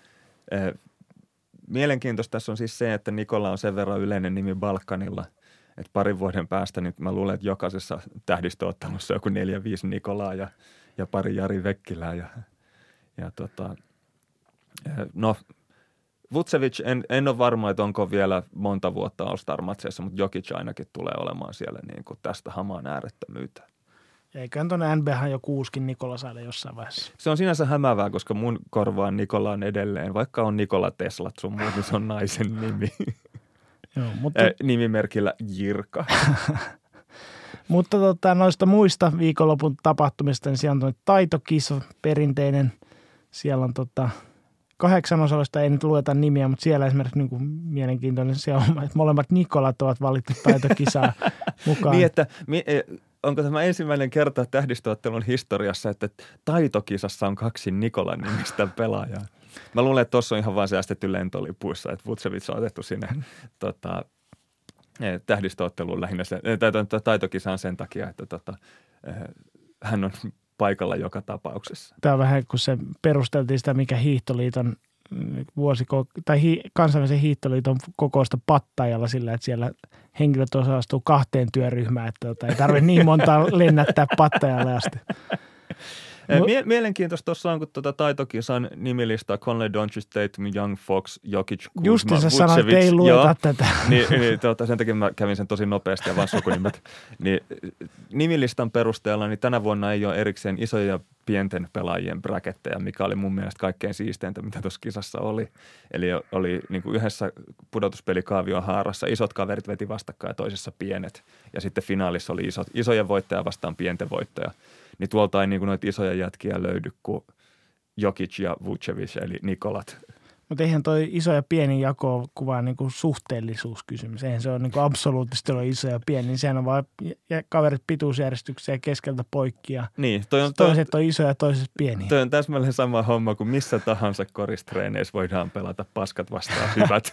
Mielenkiintoista tässä on siis se, että Nikola on sen verran yleinen nimi Balkanilla, että parin vuoden päästä niin mä luulen, että jokaisessa tähdistöottelussa joku neljä, viisi Nikolaa ja, ja pari Jari Vekkilää. Ja, ja tota, no... Vucevic, en, en ole varma, että onko vielä monta vuotta All-Star-matseissa, mutta Jokic ainakin tulee olemaan siellä niin kuin tästä hamaan äärettömyyteen. Eiköhän tuonne N B A:han jo kuuskin Nikola saada jossain vaiheessa. Se on sinänsä hämäävää, koska mun korvaan Nikola on edelleen, vaikka on Nikola Teslat sun muu, niin se on naisen nimi. Joo, mutta... äh, nimimerkillä Jirka. Mutta tota, noista muista viikonlopun tapahtumista, niin siellä on taitokisa perinteinen. Siellä on tota, kahdeksan osallista, ei nyt lueta nimiä, mutta siellä esimerkiksi niin kuin mielenkiintoinen se on, että molemmat Nikolat ovat valittu taitokisaa mukaan. Niin, että onko tämä ensimmäinen kerta tähdistöottelun historiassa, että taitokisassa on kaksi Nikolan nimistä pelaajaa? Mä luulen, että tuossa on ihan vaan säästetty lentolipuissa, että Vucevic on otettu sinne tota, tähdistöotteluun lähinnä se, tai taitokisaan sen takia, että tota, hän on paikalla joka tapauksessa. Tämä on vähän, kun se perusteltiin sitä, mikä Hiihtoliiton vuosiko, tai hi, kansainvälisen hiihtoliiton kokousta Pattajalla sillä, että siellä henkilöt osallistuu kahteen työryhmään, että tota, ei tarvitse niin monta lennättää Pattajalle asti. Mie- mielenkiintoista tuossa on, kun tuota taitokisan nimilista Conley, Doncic, Tatum, Young, Fox, Jokic, Kuzma, Justin sä sanoit, että ei lueta joo, tätä. Niin, niin tuota, sen takia mä kävin sen tosi nopeasti ja vaan sukunimet. Niin, nimilistan perusteella niin tänä vuonna ei ole erikseen isoja ja pienten pelaajien bräkettejä, mikä oli mun mielestä kaikkein siisteintä, mitä tuossa kisassa oli. Eli oli niin kuin yhdessä pudotuspelikaavion haarassa isot kaverit veti vastakkain ja toisessa pienet. Ja sitten finaalissa oli isot, isojen voittaja vastaan pienten voittaja. Niin tuolta ei niin noita isoja jätkiä löydy kuin Jokic ja Vucevic, eli Nikolat. Mutta eihän toi iso ja pieni jako kuvaa niinku suhteellisuuskysymys. Eihän se ole niinku absoluuttisesti ole iso ja pieni. Niin sehän on vaan kaverit pituusjärjestyksiä keskeltä poikkia. Niin, toi on, toiset toi, on isoja ja toiset pieniä. Toi on täsmälleen sama homma kuin missä tahansa koristreeneissä voidaan pelata paskat vastaan hyvät.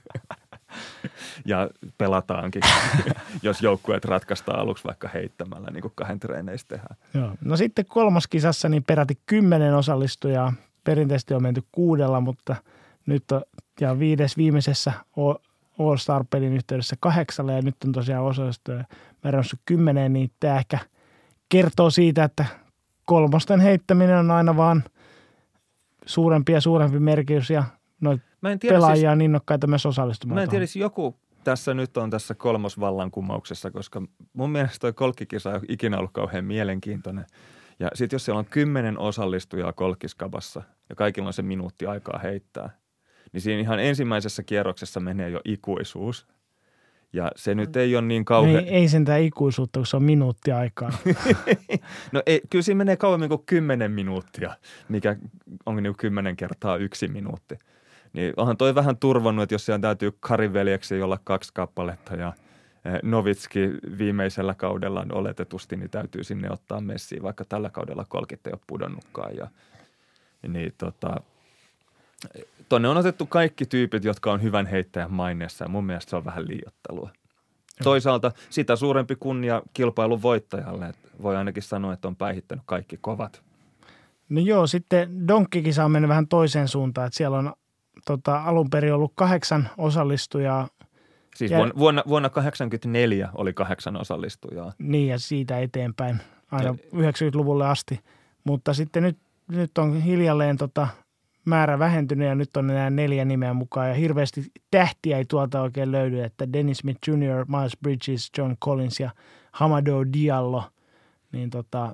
Ja pelataankin, jos joukkueet ratkaistaan aluksi vaikka heittämällä, niin kuin kahden treeneissä tehdään. Joo. No sitten kolmas kisassa niin peräti kymmenen osallistujaa. Perinteisesti on menty kuudella, mutta nyt on, ja viides viimeisessä All-Star-pelin yhteydessä kahdeksalla ja nyt on tosiaan osallistuja määrännyt kymmeneen, niin tämä ehkä kertoo siitä, että kolmosten heittäminen on aina vaan suurempi ja suurempi merkitys ja noita pelaajia on innokkaita myös osallistumaan. Mä en tiedä, joku tässä nyt on tässä kolmosvallankumouksessa, koska mun mielestä toi kolkkikisa ei ikinä ollut kauhean mielenkiintoinen. Ja sitten jos siellä on kymmenen osallistujaa kolkkiskabassa ja kaikilla on se minuutti aikaa heittää, niin siinä ihan ensimmäisessä kierroksessa menee jo ikuisuus. Ja se nyt ei ole niin kauhean... Ei, ei sentään ikuisuutta, kun se on minuutti aikaa. No ei, kyllä siinä menee kauemmin kuin kymmenen minuuttia, mikä on niin kymmenen kertaa yksi minuutti. Niin onhan toi vähän turvannut, että jos siellä täytyy Kariveljeksi olla kaksi kappaletta ja Novitski viimeisellä kaudella oletetusti, niin täytyy sinne ottaa messiin, vaikka tällä kaudella kolkit ei ole pudonnutkaan. Ja, niin tota, tonne on otettu kaikki tyypit, jotka on hyvän heittäjän maineessa ja mun mielestä se on vähän liioittelua. Toisaalta sitä suurempi kunnia kilpailun voittajalle, että voi ainakin sanoa, että on päihittänyt kaikki kovat. No joo, sitten donkkikisa on mennyt vähän toiseen suuntaan, että siellä on tota, alun perin ollut kahdeksan osallistujaa. Siis vuonna, vuonna, vuonna kahdeksankymmentäneljä oli kahdeksan osallistujaa. Niin ja siitä eteenpäin aina ja yhdeksänkymmentäluvulle asti, mutta sitten nyt, nyt on hiljalleen tota määrä vähentynyt ja nyt on enää neljä nimeä mukaan ja hirveästi tähtiä ei tuolta oikein löydy, että Dennis Smith junior, Miles Bridges, John Collins ja Hamidou Diallo, niin tota,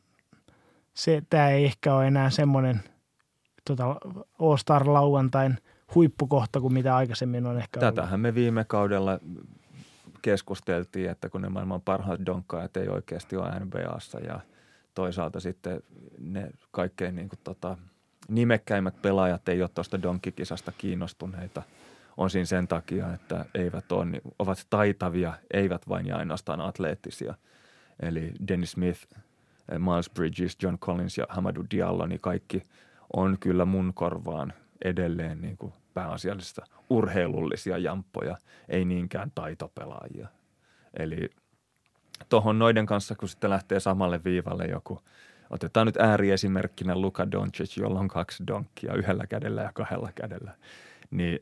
se, tämä ei ehkä ole enää semmoinen tota, All-Star-lauantain huippukohta kuin mitä aikaisemmin on ehkä ollut. Tätähän me viime kaudella keskusteltiin, että kun ne maailman parhaat donkkaajat ei oikeasti ole N B A:ssa ja toisaalta sitten ne kaikkein niin kuin tota, nimekkäimmät pelaajat ei ole tuosta donkkikisasta kiinnostuneita. On siinä sen takia, että eivät ole, niin ovat taitavia, eivät vain ja ainoastaan atleettisia. Eli Dennis Smith, Miles Bridges, John Collins ja Hamidou Diallo, niin kaikki on kyllä mun korvaan edelleen niin kuin pääasiallista urheilullisia jamppoja, ei niinkään taitopelaajia. Eli tuohon noiden kanssa, kun sitten lähtee samalle viivalle joku, otetaan nyt ääriesimerkkinä Luka Doncic, jolla on kaksi donkkia yhdellä kädellä ja kahdella kädellä, niin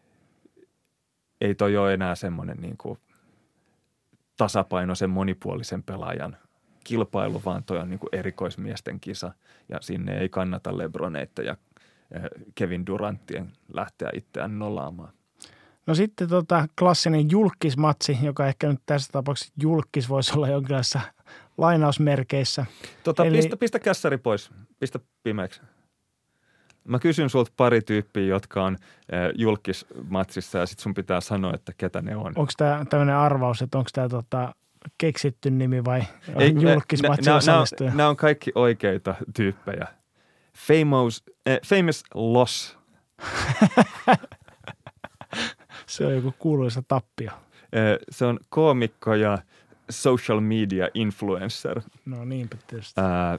ei toi ole enää semmoinen niin kuin tasapainoisen monipuolisen pelaajan kilpailu, vaan toi on niin kuin erikoismiesten kisa ja sinne ei kannata LeBroneita ja Kevin Durantien lähteä itseään nolaamaan. No sitten tota klassinen julkkismatsi, joka ehkä nyt tässä tapauksessa julkkis voisi olla jonkinlaisessa lainausmerkeissä. Tota, Eli... pistä, pistä kässäri pois, pistä pimeäksi. Mä kysyn sulta pari tyyppiä, jotka on äh, julkkismatsissa ja sit sun pitää sanoa, että ketä ne on. Onko tämä tämmöinen arvaus, että onko tämä tota, keksitty nimi vai Ei, julkismatsi osallistuja? Nämä on kaikki oikeita tyyppejä. Famous, äh, famous loss. Se on joku kuuluisa tappio. Äh, se on koomikko ja social media influencer. No niinpä tietysti. Äh,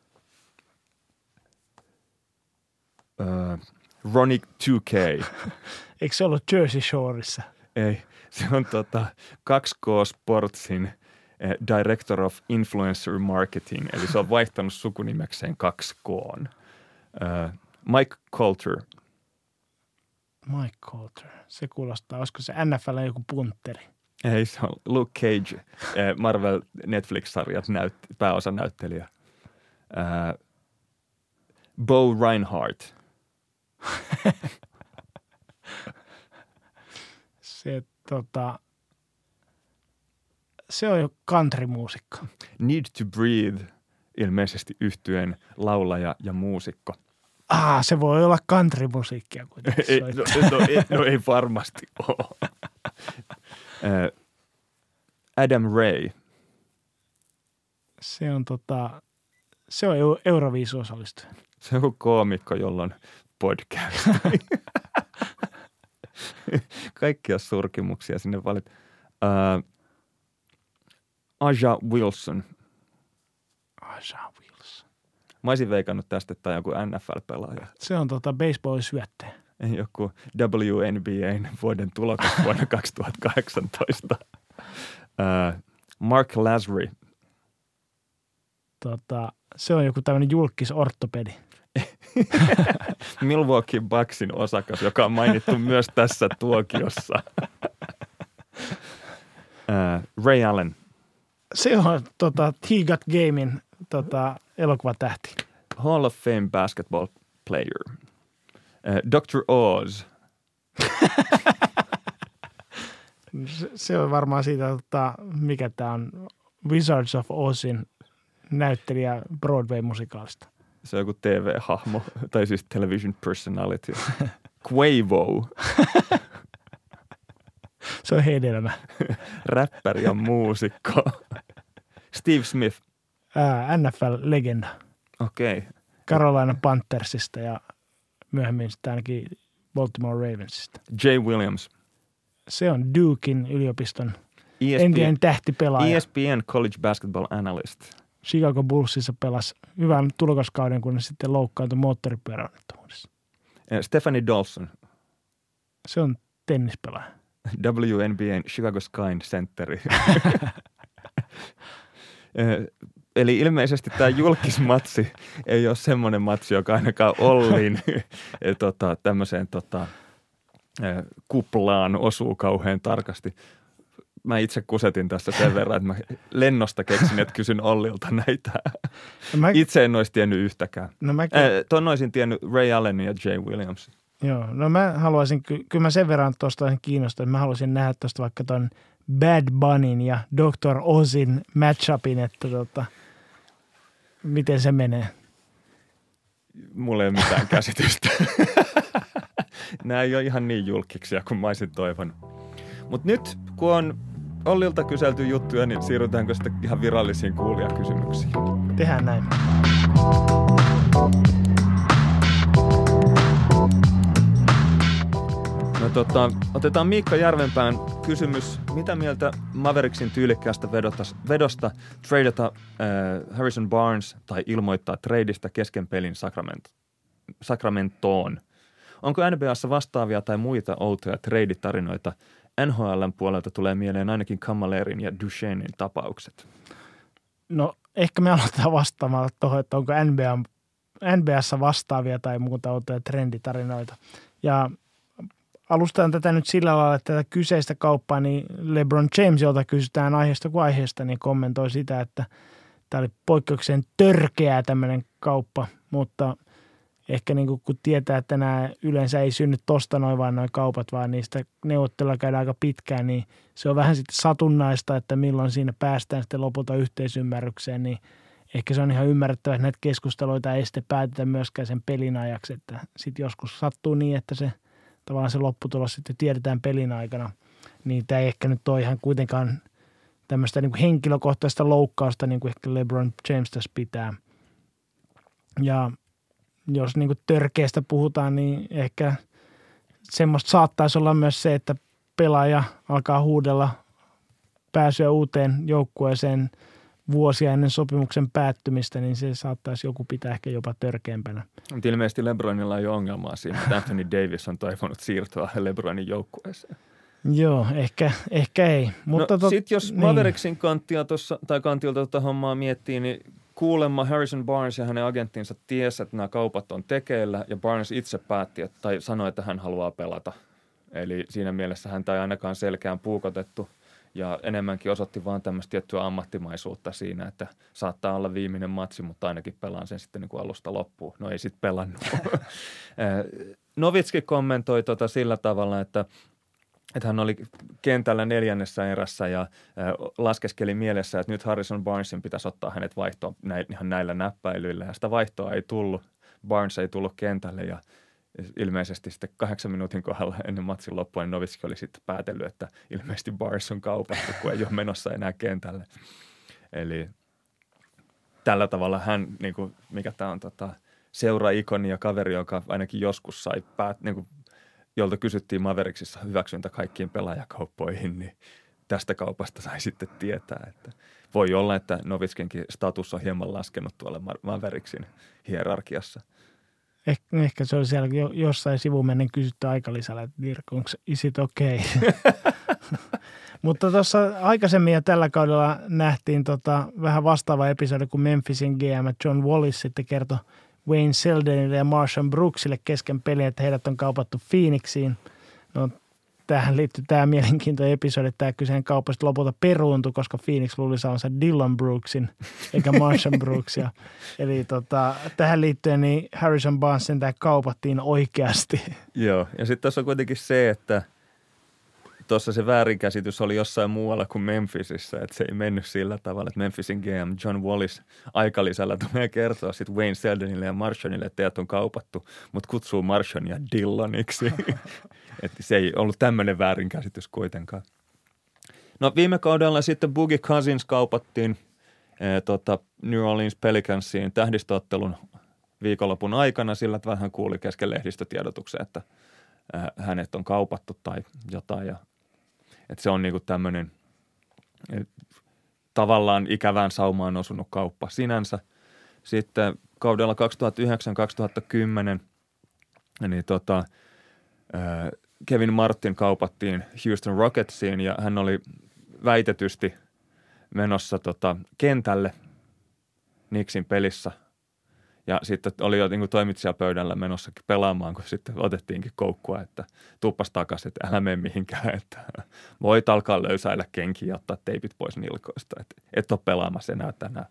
äh, Ronnie two K. Eikö se ollut Jersey Shoreissa? Ei, se on tota kaksi K Sportsin eh, Director of Influencer Marketing, eli se on vaihtanut sukunimekseen kaksi K:n. Uh, Mike Coulter. Mike Coulter. Se kuulostaa, olisiko se N F L joku puntteri? Ei, se on Luke Cage, eh, Marvel Netflix-sarjat näyt- pääosanäyttelijä. Uh, Bo Reinhardt. Se, tota, se on jo country-muusikko. Need to Breathe, ilmeisesti yhtyeen laulaja ja muusikko. Ah, se voi olla country-musiikkia kuitenkin. Ei, no, no, ei, no ei varmasti ole. Adam Ray. Se on, tota, se on Euroviisu-osallistuja. Se on joku koomikko, jolla on podcast. Kaikkia surkimuksia sinne valit. Uh, Aja Wilson. Aja Wilson. Mä olisin veikannut tästä, että tämä on joku N F L-pelaaja. Se on tota baseball-syöttäjä. Joku W N B A:n vuoden tulokas vuonna kaksituhattakahdeksantoista. Uh, Mark Lasry. Tota, se on joku tämmöinen julkisortopedi. Milwaukee Bucksin osakas, joka on mainittu myös tässä tuokiossa. uh, Ray Allen. Se on tota, He Got Gamein tota, elokuvatähti. Hall of Fame basketball player. Uh, doctor Oz. se, se on varmaan siitä, tota, mikä tämä on, Wizards of Ozin näyttelijä Broadway-musikaalista. Se on joku T V-hahmo, tai siis television personality. Quavo. Se on hedelmä. Räppäri ja muusikko. Steve Smith. Ää, N F L-legenda. Okei. Okay. Carolina Panthersista ja myöhemmin sitten ainakin Baltimore Ravensista. Jay Williams. Se on Dukein yliopiston E S P N, entinen tähtipelaaja. E S P N College Basketball Analyst. Chicago Bullsissa pelasi hyvän tulokaskauden, kun ne sitten loukkaantui moottoripyöräonnettomuudessa. Stephanie Dawson. Se on tennispelaaja. W N B A:n Chicago Skyn centeri. Eli ilmeisesti tämä julkismatsi ei ole semmoinen matsi, joka ainakaan Ollin tota, tämmöiseen tota, kuplaan osuu kauhean tarkasti. Mä itse kusetin tässä sen verran, että mä lennosta keksin, että kysyn Ollilta näitä. No mä... Itse en olisi tiennyt yhtäkään. No mä... äh, ton olisin tiennyt Ray Allenin ja Jay Williamsin. Joo, no mä haluaisin, ky- kyllä mä sen verran tuosta kiinnostaa, että mä haluaisin nähdä tuosta vaikka ton Bad Bunnyn ja doctor Ozin matchupin, että tota, miten se menee. Mulla ei ole mitään käsitystä. Nämä ei ole ihan niin julkiksia kuin mä olisin toivonut. Mutta nyt, kun on Ollilta kyselty juttuja, niin siirrytäänkö sitten ihan virallisiin kuulijakysymyksiin? Tehdään näin. No tota, otetaan Miikka Järvenpään kysymys. Mitä mieltä Mavericksin tyylikkäästä vedosta tradata äh, Harrison Barnes tai ilmoittaa tradeista kesken pelin Sacramento, Sacramentoon? Onko N B A:ssa vastaavia tai muita outoja trade-tarinoita? N H L:n puolelta tulee mieleen ainakin Camalerin ja Duchenein tapaukset. No ehkä me aloitetaan vastaamaan tuohon, että onko N B A, N B A:ssa vastaavia tai muuta outoja trenditarinoita. Ja alustaan tätä nyt sillä lailla, että tätä kyseistä kauppaa, niin LeBron James, jolta kysytään aiheesta kuin aiheesta, niin kommentoi sitä, että tämä oli poikkeuksellisen törkeää tämmöinen kauppa, mutta ehkä niin kuin, kun tietää, että nämä yleensä ei synny tosta noin vaan noin kaupat, vaan niistä neuvotteluja käydään aika pitkään, niin se on vähän sitten satunnaista, että milloin siinä päästään sitten lopulta yhteisymmärrykseen, niin ehkä se on ihan ymmärrettävä, että näitä keskusteluita ei sitten päätetä myöskään sen pelin ajaksi, että sitten joskus sattuu niin, että se tavallaan se lopputulos sitten tiedetään pelin aikana, niin tämä ei ehkä nyt ole ihan kuitenkaan tämmöistä niin kuin henkilökohtaista loukkausta, niin kuin ehkä LeBron James tässä pitää. Ja jos niin kuin törkeästä puhutaan, niin ehkä semmoista saattaisi olla myös se, että pelaaja alkaa huudella pääsyä uuteen joukkueeseen vuosia ennen sopimuksen päättymistä, niin se saattaisi joku pitää ehkä jopa törkeämpänä. Mutta ilmeisesti LeBronilla ei ole ongelmaa siinä, että Anthony Davis on toivonut siirtoa LeBronin joukkueeseen. Joo, ehkä, ehkä ei. Mutta no tot, sitten jos niin. Mavericksin kanttia tossa, tai kantilta tuota hommaa miettii, niin kuulemma Harrison Barnes ja hänen agenttinsa tiesi, että nämä kaupat on tekeillä, ja Barnes itse päätti, että, tai sanoi, että hän haluaa pelata. Eli siinä mielessä häntä ei ainakaan selkeään puukotettu, ja enemmänkin osoitti vaan tämmöistä tiettyä ammattimaisuutta siinä, että saattaa olla viimeinen matsi, mutta ainakin pelaan sen sitten niin kuin alusta loppuun. No ei sitten pelannut. Nowitzki kommentoi tota sillä tavalla, että että hän oli kentällä neljännessä erässä ja laskeskeli mielessä, että nyt Harrison Barnesin pitäisi ottaa hänet vaihtoon ihan näillä näppäilyillä. Ja sitä vaihtoa ei tullut. Barnes ei tullut kentälle ja ilmeisesti sitten kahdeksan minuutin kohdalla ennen matsin loppua, niin Nowitzki oli sitten päätellyt, että ilmeisesti Barnes on kaupattu, kun ei ole menossa enää kentälle. Eli tällä tavalla hän, niin kuin, mikä tämä on, tota, seura-ikoni ja kaveri, joka ainakin joskus sai päät, niin kuin, jolta kysyttiin Mavericksissa hyväksyntä kaikkiin pelaajakauppoihin, niin tästä kaupasta sai sitten tietää, että voi olla, että Nowitzkinkin status on hieman laskenut tuolla Mavericksin hierarkiassa. Eh, ehkä se oli siellä jossain sivumennen kysytty aikalisällä, että Dirk, onko isit okei? Okay? Mutta tuossa aikaisemmin ja tällä kaudella nähtiin tota, vähän vastaava episodi, kun Memphisin G M John Wallace sitten kertoi Wayne Seldenille ja Marshall Brooksille kesken peliä, että heidät on kaupattu Phoenixiin. No, tähän liittyy tämä mielenkiintoinen episodi, että tämä kyseinen kauppa sitten lopulta peruuntui, koska Phoenix luuli saavansa Dillon Brooksin eikä Marshall Brooksia. Eli tota, tähän liittyen niin Harrison Barnesin tämä kaupattiin oikeasti. Joo, ja sitten tässä on kuitenkin se, että tuossa se väärinkäsitys oli jossain muualla kuin Memphisissä, että se ei mennyt sillä tavalla, että Memphisin G M John Wallace aikalisällä tulee kertoa sitten Wayne Seldenille ja Marshallille, että teidät on kaupattu, mutta kutsuu Marshallia Dilloniksi. Että se ei ollut tämmöinen väärinkäsitys kuitenkaan. No viime kaudella sitten Boogie Cousins kaupattiin ee, tota, New Orleans Pelicansiin tähdistöottelun viikonlopun aikana, sillä että vähän kuuli kesken lehdistötiedotuksen, että ää, hänet on kaupattu tai jotain. Ja, että se on niinku tämmöinen et, tavallaan ikävään saumaan osunut kauppa sinänsä. Sitten kaudella kaksituhattayhdeksän kaksituhattakymmenen niin tota, ää, Kevin Martin kaupattiin Houston Rocketsiin ja hän oli väitetysti menossa tota, kentälle Knicksin pelissä. Ja sitten oli jo niin toimitsijapöydällä menossakin pelaamaan, kun sitten otettiinkin koukkua, että tuppas takaisin, että älä mene mihinkään, että voit alkaa löysäillä kenkiä ja ottaa teipit pois nilkoista, että et ole pelaamassa enää tänään.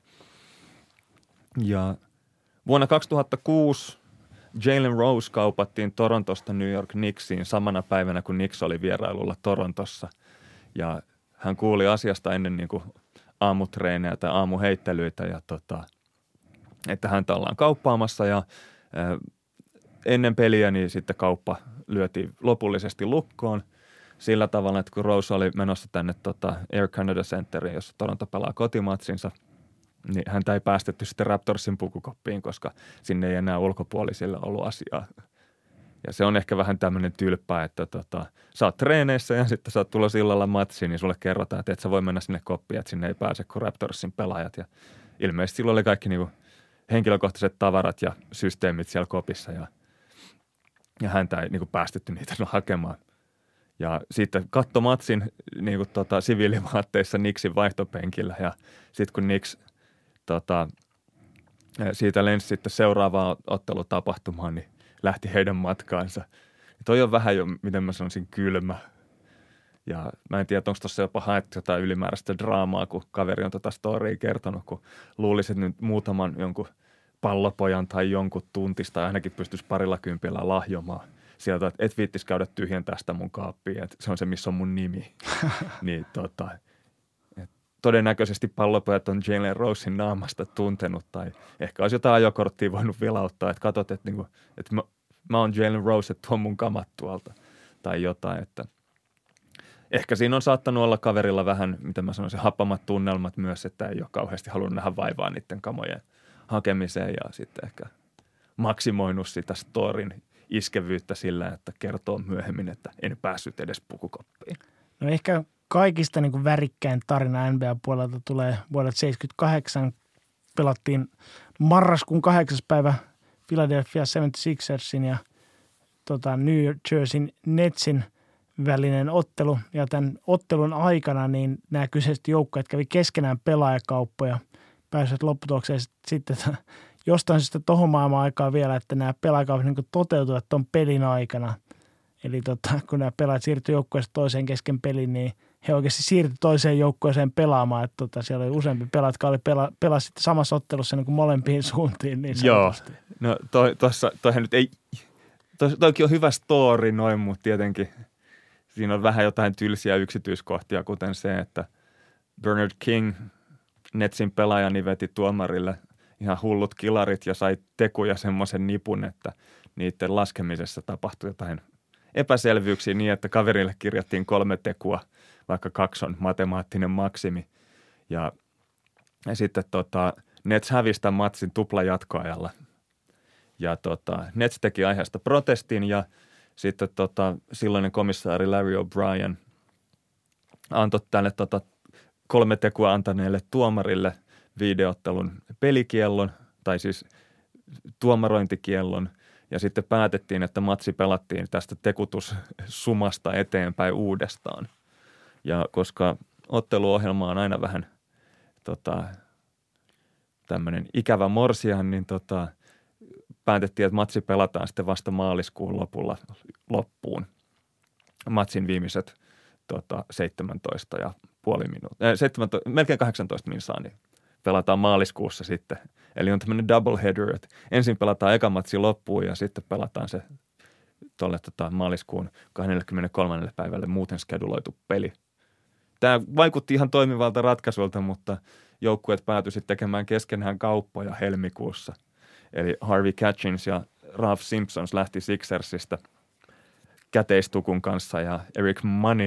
Ja vuonna kaksituhattakuusi Jalen Rose kaupattiin Torontosta New York Knicksiin samana päivänä, kun Knicks oli vierailulla Torontossa. Ja hän kuuli asiasta ennen niin kuin aamutreenejä tai aamuheittelyitä ja tota, että häntä ollaan kauppaamassa ja ää, ennen peliä niin sitten kauppa lyötiin lopullisesti lukkoon sillä tavalla, että kun Rose oli menossa tänne tota Air Canada Centeriin, jossa Toronto pelaa kotimatsinsa, niin häntä ei päästetty sitten Raptorsin pukukoppiin, koska sinne ei enää ulkopuolisille ollut asiaa. Ja se on ehkä vähän tämmöinen tylppä, että tota, sä oot treeneissä ja sitten sä oot tulossa illalla matsiin, niin sulle kerrotaan, että et sä voi mennä sinne koppiin, että sinne ei pääse kuin Raptorsin pelaajat. Ja ilmeisesti silloin oli kaikki niinku henkilökohtaiset tavarat ja systeemit siellä kopissa ja, ja häntä ei niinku päästetty niitä hakemaan. Ja sitten katto matsin niinku tota, siviilivaatteissa Knicksin vaihtopenkillä ja sitten kun Knicks tota, siitä lensi sitten seuraavaan ottelutapahtumaan, niin lähti heidän matkaansa. Ja toi on vähän jo, miten mä sanoisin, kylmä. Ja mä en tiedä, onko tuossa jopa haettu jotain ylimääräistä draamaa, kun kaveri on tota storya kertonut, kun luulisi, että nyt muutaman jonkun pallopojan tai jonkun tuntista ainakin pystyisi parilla kympillä lahjomaan sieltä, että et viittis käydä tyhjentämään sitä mun kaappia, että se on se, missä on mun nimi. niin tota, et todennäköisesti pallopojat on Jalen Rosen naamasta tuntenut tai ehkä olisi jotain ajokorttia voinut vilauttaa, että katsot, että, niinku, että mä, mä oon Jalen Rose, että tuon mun kamat tuolta tai jotain, että ehkä siinä on saattanut olla kaverilla vähän, mitä mä sanoisin, happamat tunnelmat myös, että ei ole kauheasti halunnut nähdä vaivaa niiden kamojen hakemiseen ja sitten ehkä maksimoinut sitä storin iskevyyttä sillä, että kertoo myöhemmin, että en päässyt edes pukukoppiin. No ehkä kaikista niin kuin värikkäin tarina N B A-puolelta tulee vuodelta seitsemänkymmentäkahdeksan. Pelattiin marraskuun kahdeksas päivä Philadelphia seitsemänkymmentäkuusikers ja tota, New Jerseyn Netsin välinen ottelu. Ja tämän ottelun aikana niin nämä kyseiset joukkueet kävi keskenään pelaajakauppoja. Pääsivät lopputulokseen sitten jostain syystä tohon maailman aikaa vielä, että nämä pelaajakaupat niin toteutuvat tuon pelin aikana. Eli tota, kun nämä pelaajat siirtyi joukkueesta toiseen kesken pelin, niin he oikeasti siirtyi toiseen joukkueeseen pelaamaan. Että tota, siellä oli useampi pelaajat, jotka oli pela, pelasi sitten samassa ottelussa niin kuin molempiin suuntiin. Niin joo, no toi, tossa, toihan nyt ei, toi, toikin on hyvä story noin, mutta tietenkin siinä on vähän jotain tylsiä yksityiskohtia, kuten se, että Bernard King, Netsin pelaajani, veti tuomarille ihan hullut kilarit ja sai tekuja semmoisen nipun, että niiden laskemisessa tapahtui jotain epäselvyyksiä niin, että kaverille kirjattiin kolme tekua, vaikka kaksi on matemaattinen maksimi. Ja, ja sitten tota, Nets hävisi tämän matsin tupla jatkoajalla. Ja tota, Nets teki aiheesta protestin ja sitten tota, silloinen komissaari Larry O'Brien antoi tälle tota, kolme tekua antaneelle tuomarille videottelun pelikiellon, tai siis tuomarointikiellon. Ja sitten päätettiin, että matsi pelattiin tästä tekutussumasta eteenpäin uudestaan. Ja koska otteluohjelma on aina vähän tota, tämmöinen ikävä morsian, niin tota, päätettiin, että matsi pelataan sitten vasta maaliskuun lopulla loppuun. Matsin viimeiset tota, seitsemäntoista ja puoli minuuttia, seitsemäntoista, melkein kahdeksantoista minsaa, niin pelataan maaliskuussa sitten. Eli on tämmöinen double header, että ensin pelataan eka matsi loppuun ja sitten pelataan se tuolle tota, maaliskuun kahdeskymmeneskolmas päivälle muuten skeduloitu peli. Tämä vaikutti ihan toimivalta ratkaisulta, mutta joukkueet päätyivät tekemään keskenään kauppoja helmikuussa. Eli Harvey Catchings ja Ralph Simpsons lähti Sixersistä käteistukun kanssa ja Eric Money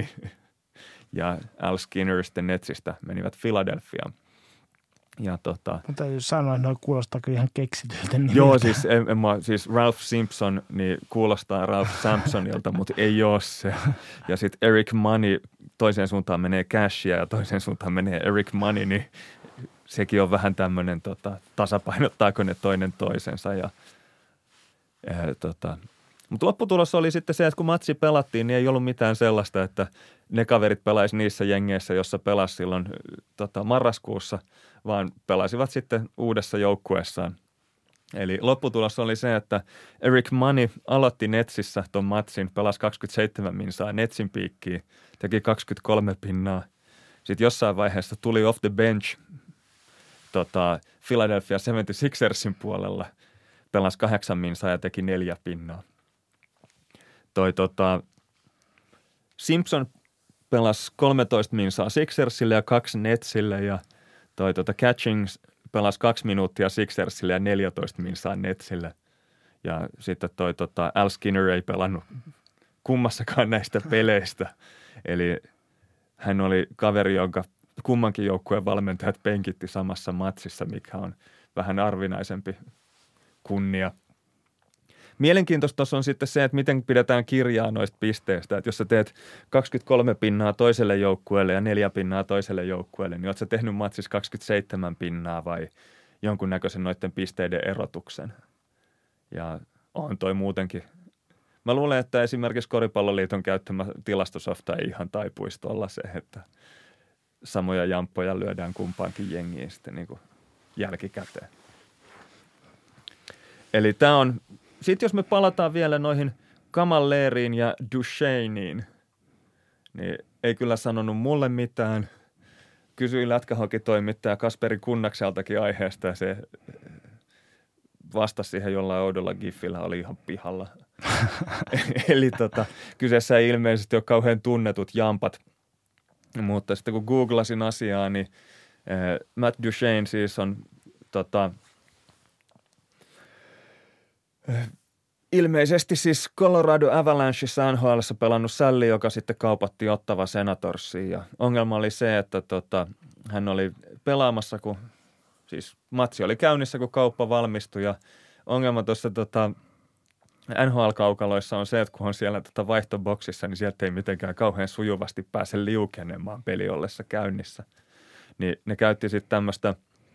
ja Al Skinner sitten Netsistä menivät Philadelphiaan. Ja tota, mutta täytyy sanoa, että noi kuulostaa kyllä ihan keksityiltä nimiltä. Joo, siis, en, en mä, siis Ralph Simpson niin kuulostaa Ralph Sampsonilta, mutta ei ole se. Ja sitten Eric Money, toiseen suuntaan menee Cashia ja toiseen suuntaan menee Eric Money, niin sekin on vähän tämmöinen, tota, tasapainottaako ne toinen toisensa. Ja, ja, tota. Mutta lopputulos oli sitten se, että kun matsi pelattiin, niin ei ollut mitään sellaista, että ne kaverit pelaisi niissä jengeissä, jossa pelasi silloin tota, marraskuussa, vaan pelasivat sitten uudessa joukkueessaan. Eli lopputulos oli se, että Eric Money aloitti Netsissä ton matsin, pelasi kaksikymmentäseitsemän minsaa Netsin piikkiin, teki kaksikymmentäkolme pinnaa. Sitten jossain vaiheessa tuli off the bench tota, Philadelphia seitsemänkymmentäkuusikersin puolella, pelasi kahdeksan minsaa ja teki neljä pinnaa. Toi tota, Simpson pelasi kolmetoista minsaa Sixersille ja kaksi Netsille ja toi tota Catchings pelasi kaksi minuuttia Sixersille ja neljätoista minsaa Netsille. Ja sitten toi tota Al Skinner ei pelannut kummassakaan näistä peleistä. Eli hän oli kaveri, jonka kummankin joukkueen valmentajat penkitti samassa matsissa, mikä on vähän arvinaisempi kunnia. Mielenkiintoista tuossa on sitten se, että miten pidetään kirjaa noista pisteistä. Että jos sä teet kaksikymmentäkolme pinnaa toiselle joukkueelle ja neljä pinnaa toiselle joukkueelle, niin oot sä tehnyt matsissa kaksikymmentäseitsemän pinnaa vai jonkunnäköisen noiden pisteiden erotuksen. Ja on toi muutenkin. Mä luulen, että esimerkiksi Koripalloliiton käyttämä tilastosofta ei ihan taipuisi tuolla se, että samoja jamppoja lyödään kumpaankin jengiin sitten niin kuin jälkikäteen. Eli tää on... Sitten jos me palataan vielä noihin Camalleriin ja Duchesneen, niin ei kyllä sanonut mulle mitään. Kysyin lätkähokitoimittaja Kasperi Kunnakseltakin aiheesta ja se vastasi siihen jollain oudolla giffillä, oli ihan pihalla. Eli tota, kyseessä ei ilmeisesti ole kauhean tunnetut jampat, mutta sitten kun googlasin asiaa, niin äh, Matt Duchene siis on tota, ilmeisesti siis Colorado Avalancheissa N H L:ssä pelannut sälli, joka sitten kaupattiin Ottawa Senatorsiin. Ja ongelma oli se, että tota, hän oli pelaamassa, kun siis matsi oli käynnissä, kun kauppa valmistui. Ja ongelma tuossa tota, N H L-kaukaloissa on se, että kun on siellä tota vaihtoboksissa, niin sieltä ei mitenkään kauhean sujuvasti pääse liukenemaan peli ollessa käynnissä. Niin ne käytti sitten tämmöistä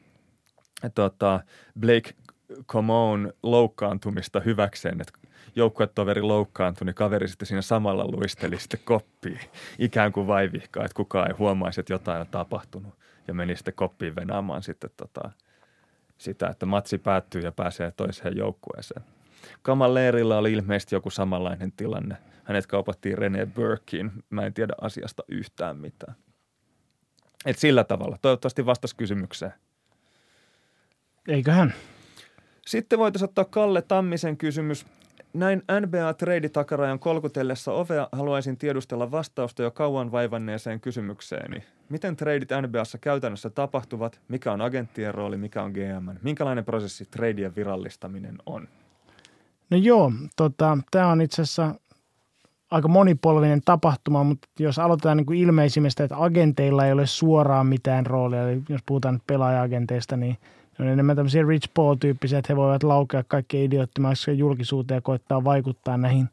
tota, Blake Comeon loukkaantumista hyväkseen, että joukkuetoveri loukkaantui, niin kaveri sitten siinä samalla luisteli sitten koppiin, ikään kuin vaivihkaa, että kukaan ei huomaisi, että jotain on tapahtunut ja meni sitten koppiin venaamaan sitten tota, sitä, että matsi päättyy ja pääsee toiseen joukkueeseen. Cavalierilla oli ilmeisesti joku samanlainen tilanne. Hänet kaupattiin René Burkeen. Mä en tiedä asiasta yhtään mitään. Et sillä tavalla. Toivottavasti vastasi kysymykseen. Eiköhän. Sitten voitaisiin ottaa Kalle Tammisen kysymys. Näin N B A-treiditakarajan kolkutellessa ovea haluaisin tiedustella vastausta jo kauan vaivanneeseen kysymykseeni. Miten treidit N B A:ssa käytännössä tapahtuvat? Mikä on agenttien rooli? Mikä on G M? Minkälainen prosessi treidien virallistaminen on? No joo, tota, tämä on itse asiassa aika monipolvinen tapahtuma, mutta jos aloitetaan niin kuin ilmeisimmistä, että agenteilla ei ole suoraan mitään roolia, eli jos puhutaan nyt pelaaja-agenteista, niin ne on enemmän tämmöisiä Rich Paul-tyyppisiä, että he voivat laukea kaikkea idioottimaisia julkisuuteen ja koittaa vaikuttaa näihin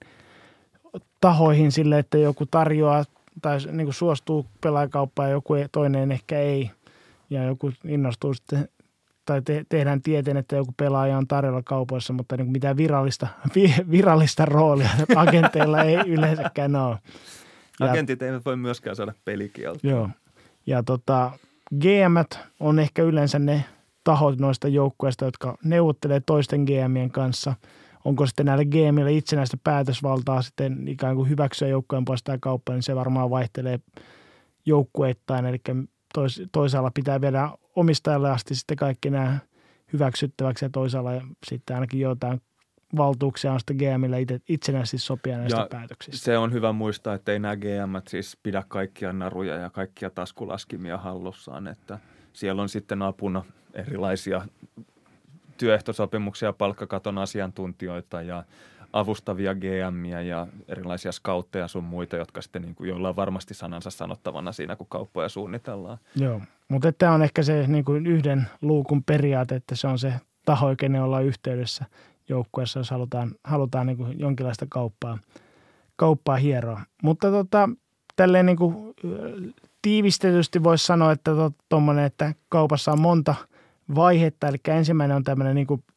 tahoihin sille, että joku tarjoaa tai niin kuin suostuu pelaajakauppaan ja joku toinen ehkä ei, ja joku innostuu sitten tai te, tehdään tieteen, että joku pelaaja on tarjolla kaupoissa, mutta niin mitään virallista, virallista roolia agenteilla ei yleensäkään ole. Ja, agentit eivät voi myöskään saada pelikieltä. Joo. Ja tota, G M:t on ehkä yleensä ne tahot noista joukkueista, jotka neuvottelee toisten G M:ien kanssa. Onko sitten näille G M:ille itsenäistä päätösvaltaa sitten ikään kuin hyväksyä joukkueen puolesta kauppaa, niin se varmaan vaihtelee joukkueittain. Eli tois, toisaalla pitää viedä omistajalle asti sitten kaikki nämä hyväksyttäväksi ja toisaalla sitten ainakin jotain valtuuksia on sitten G M:ille itse, itsenäisesti sopia näistä ja päätöksistä. Se on hyvä muistaa, että ei nämä G M:t siis pidä kaikkia naruja ja kaikkia taskulaskimia hallussaan, että siellä on sitten apuna erilaisia työehtosopimuksia, palkkakaton asiantuntijoita ja avustavia G M:iä ja erilaisia skautteja sun muita, jotka sitten niin kuin, joilla on varmasti sanansa sanottavana siinä, kun kauppoja suunnitellaan. Joo, mutta tämä on ehkä se niin kuin yhden luukun periaate, että se on se taho, kenen ollaan yhteydessä joukkueessa, jos halutaan, halutaan niin kuin jonkinlaista kauppaa, kauppaa hieroa. Mutta tota, tälleen niin kuin tiivistetysti voisi sanoa, että tuommoinen, että kaupassa on monta vaihetta, eli ensimmäinen on tämmöinen niin kuin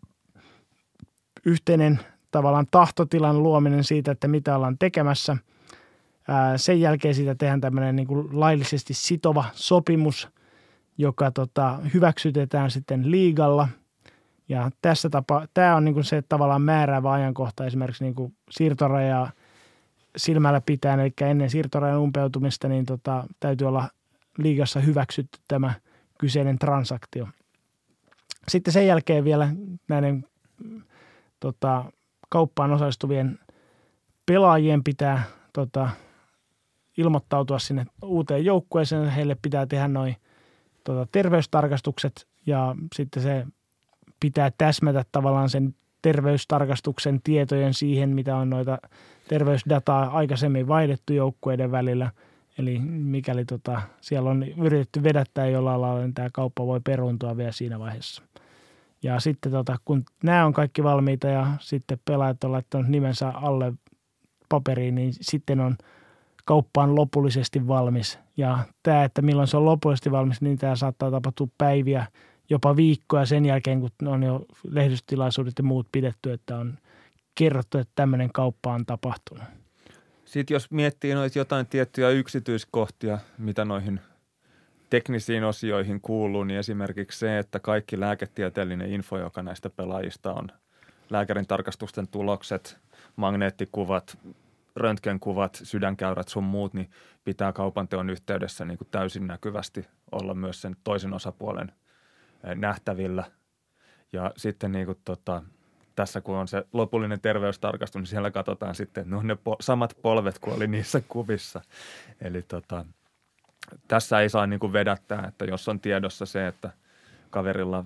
yhteinen tavallaan tahtotilan luominen siitä, että mitä ollaan tekemässä. Ää, sen jälkeen siitä tehdään tämmöinen niin kuin laillisesti sitova sopimus, joka tota, hyväksytetään sitten liigalla. Ja tässä tapa, tämä on niin kuin se tavallaan määräävä ajankohta esimerkiksi niin kuin siirtorajaa silmällä pitää, eli ennen siirtorajan umpeutumista niin tota, täytyy olla liigassa hyväksytty tämä kyseinen transaktio. Sitten sen jälkeen vielä näiden tota, kauppaan osallistuvien pelaajien pitää tota, ilmoittautua sinne uuteen joukkueeseen. Heille pitää tehdä noin tota, terveystarkastukset ja sitten se pitää täsmätä tavallaan sen terveystarkastuksen tietojen siihen, mitä on noita terveysdataa aikaisemmin vaihdettu joukkueiden välillä. Eli mikäli tota, siellä on yritetty vedättää jollain lailla, niin tämä kauppa voi peruuntua vielä siinä vaiheessa. Ja sitten tota, kun nämä on kaikki valmiita ja sitten pelaajat on laittanut nimensä alle paperiin, niin sitten on kauppaan lopullisesti valmis. Ja tämä, että milloin se on lopullisesti valmis, niin tämä saattaa tapahtua päiviä, jopa viikkoja sen jälkeen, kun on jo lehdistötilaisuudet ja muut pidetty, että on kerrottu, että tämmöinen kauppa on tapahtunut. Sitten jos miettii noita jotain tiettyjä yksityiskohtia, mitä noihin teknisiin osioihin kuuluu, niin esimerkiksi se, että kaikki lääketieteellinen info, joka näistä pelaajista on, lääkärin tarkastusten tulokset, magneettikuvat, röntgenkuvat, sydänkäyrät sun muut, niin pitää kaupanteon yhteydessä niin kuin täysin näkyvästi olla myös sen toisen osapuolen nähtävillä. Ja sitten niin kuin tota, tässä kun on se lopullinen terveystarkastus, niin siellä katsotaan sitten, että ne on ne po- samat polvet kuin oli niissä kuvissa. Eli tota, tässä ei saa niin kuin vedättää, että jos on tiedossa se, että kaverilla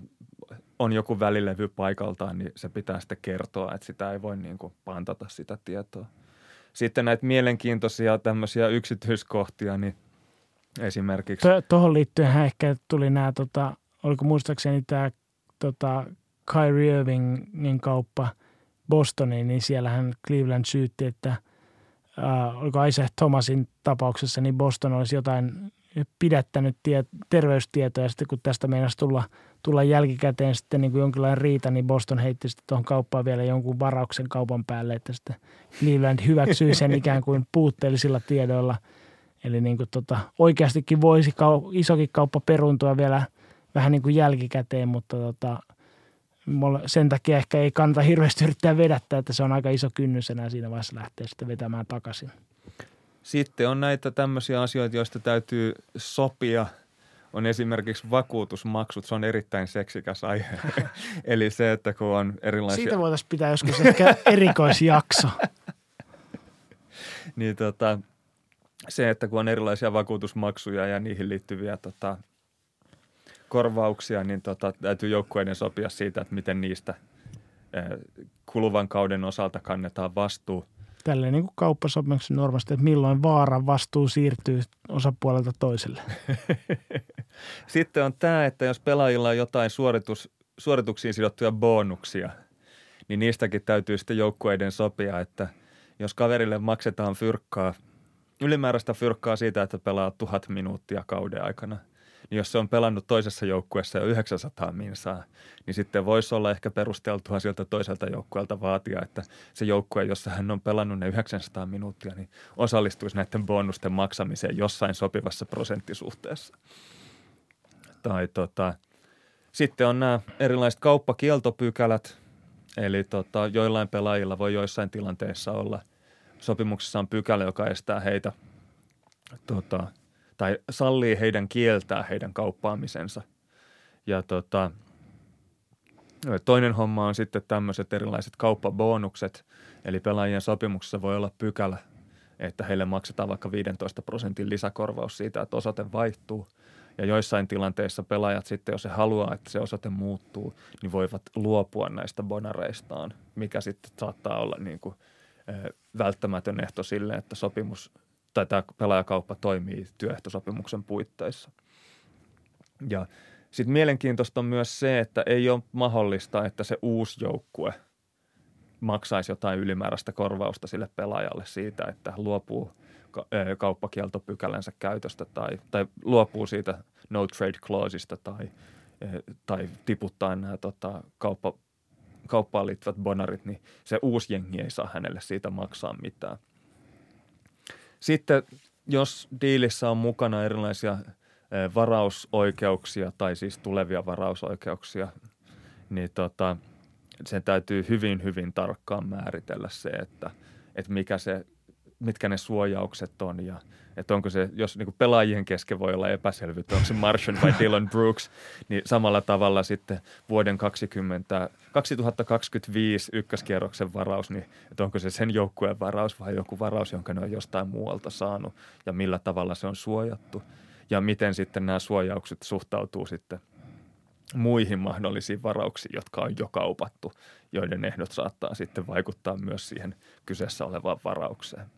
on joku välilevy paikaltaan, niin se pitää sitten kertoa, että sitä ei voi niin kuin pantata sitä tietoa. Sitten näitä mielenkiintoisia tämmöisiä yksityiskohtia, niin esimerkiksi... Tuohon liittyen ehkä tuli nämä, tota, oliko muistaakseni tämä tota, Kyrie Irvingin kauppa Bostoniin, niin siellähän Cleveland syytti, että äh, oliko Isaiah Thomasin tapauksessa, niin Boston olisi jotain pidättänyt tie, terveystietoja. Sitten kun tästä meinasi tulla, tulla jälkikäteen sitten niin kuin jonkinlainen riita, niin Boston heitti sitten tuohon kauppaan vielä jonkun varauksen kaupan päälle, että sitten Cleveland hyväksyi sen ikään kuin puutteellisilla tiedoilla. Eli niin kuin tota, oikeastikin voisi kau- isokin kauppa peruntua vielä vähän niin kuin jälkikäteen, mutta tota, sen takia ehkä ei kannata hirveästi yrittää vedättää, että se on aika iso kynnys enää siinä vaiheessa lähteä sitten vetämään takaisin. Sitten on näitä tämmöisiä asioita, joista täytyy sopia. On esimerkiksi vakuutusmaksut, se on erittäin seksikäs aihe. Eli se, että kun on erilaisia... Siitä voitaisiin pitää joskus ehkä erikoisjakso. Niin tota, se, että kun on erilaisia vakuutusmaksuja ja niihin liittyviä tota, korvauksia, niin tota, täytyy joukkueiden sopia siitä, että miten niistä eh, kuluvan kauden osalta kannetaan vastuu. Tälleen niin kuin kauppasopimuksen normaalisti, että milloin vaaran vastuu siirtyy osapuolelta toiselle. Sitten on tämä, että jos pelaajilla on jotain suoritus, suorituksiin sidottuja bonuksia, niin niistäkin täytyy sitten joukkueiden sopia, että jos kaverille maksetaan fyrkkaa, ylimääräistä fyrkkaa siitä, että pelaa tuhat minuuttia kauden aikana, niin jos se on pelannut toisessa joukkueessa jo yhdeksänsataa minsaa, niin sitten voisi olla ehkä perusteltua sieltä toiselta joukkueelta vaatia, että se joukkue, jossa hän on pelannut ne yhdeksänsataa minuuttia, niin osallistuisi näiden bonusten maksamiseen jossain sopivassa prosenttisuhteessa. Tai tota, sitten on nämä erilaiset kauppakieltopykälät, eli tota, joillain pelaajilla voi joissain tilanteissa olla sopimuksessa on pykälä, joka estää heitä tota, tai sallii heidän kieltää heidän kauppaamisensa. Ja tota, toinen homma on sitten tämmöiset erilaiset kauppabonukset, eli pelaajien sopimuksessa voi olla pykälä, että heille maksetaan vaikka viisitoista prosentin lisäkorvaus siitä, että osoite vaihtuu. Ja joissain tilanteissa pelaajat sitten, jos he haluaa, että se osoite muuttuu, niin voivat luopua näistä bonareistaan, mikä sitten saattaa olla niin kuin, eh, välttämätön ehto sille, että sopimus tai tämä pelaajakauppa toimii työehtosopimuksen puitteissa. Ja sitten mielenkiintoista on myös se, että ei ole mahdollista, että se uusi joukkue maksaisi jotain ylimääräistä korvausta sille pelaajalle siitä, että luopuu kauppakieltopykälänsä käytöstä tai, tai luopuu siitä no trade clauseista tai, tai tiputtaa nämä tota, kauppa, kauppaan liittyvät bonarit, niin se uusi jengi ei saa hänelle siitä maksaa mitään. Sitten jos diilissä on mukana erilaisia varausoikeuksia tai siis tulevia varausoikeuksia, niin tota, sen täytyy hyvin, hyvin tarkkaan määritellä se, että, että mikä se, mitkä ne suojaukset on ja että onko se, jos niin kuin pelaajien kesken voi olla epäselvyyttä, onko se Martian vai Dillon Brooks, niin samalla tavalla sitten vuoden kaksikymmentä, kaksituhattakaksikymmentäviisi ykköskierroksen varaus, niin että onko se sen joukkueen varaus vai joku varaus, jonka ne on jostain muualta saanut ja millä tavalla se on suojattu ja miten sitten nämä suojaukset suhtautuu sitten muihin mahdollisiin varauksiin, jotka on jo kaupattu, joiden ehdot saattaa sitten vaikuttaa myös siihen kyseessä olevaan varaukseen.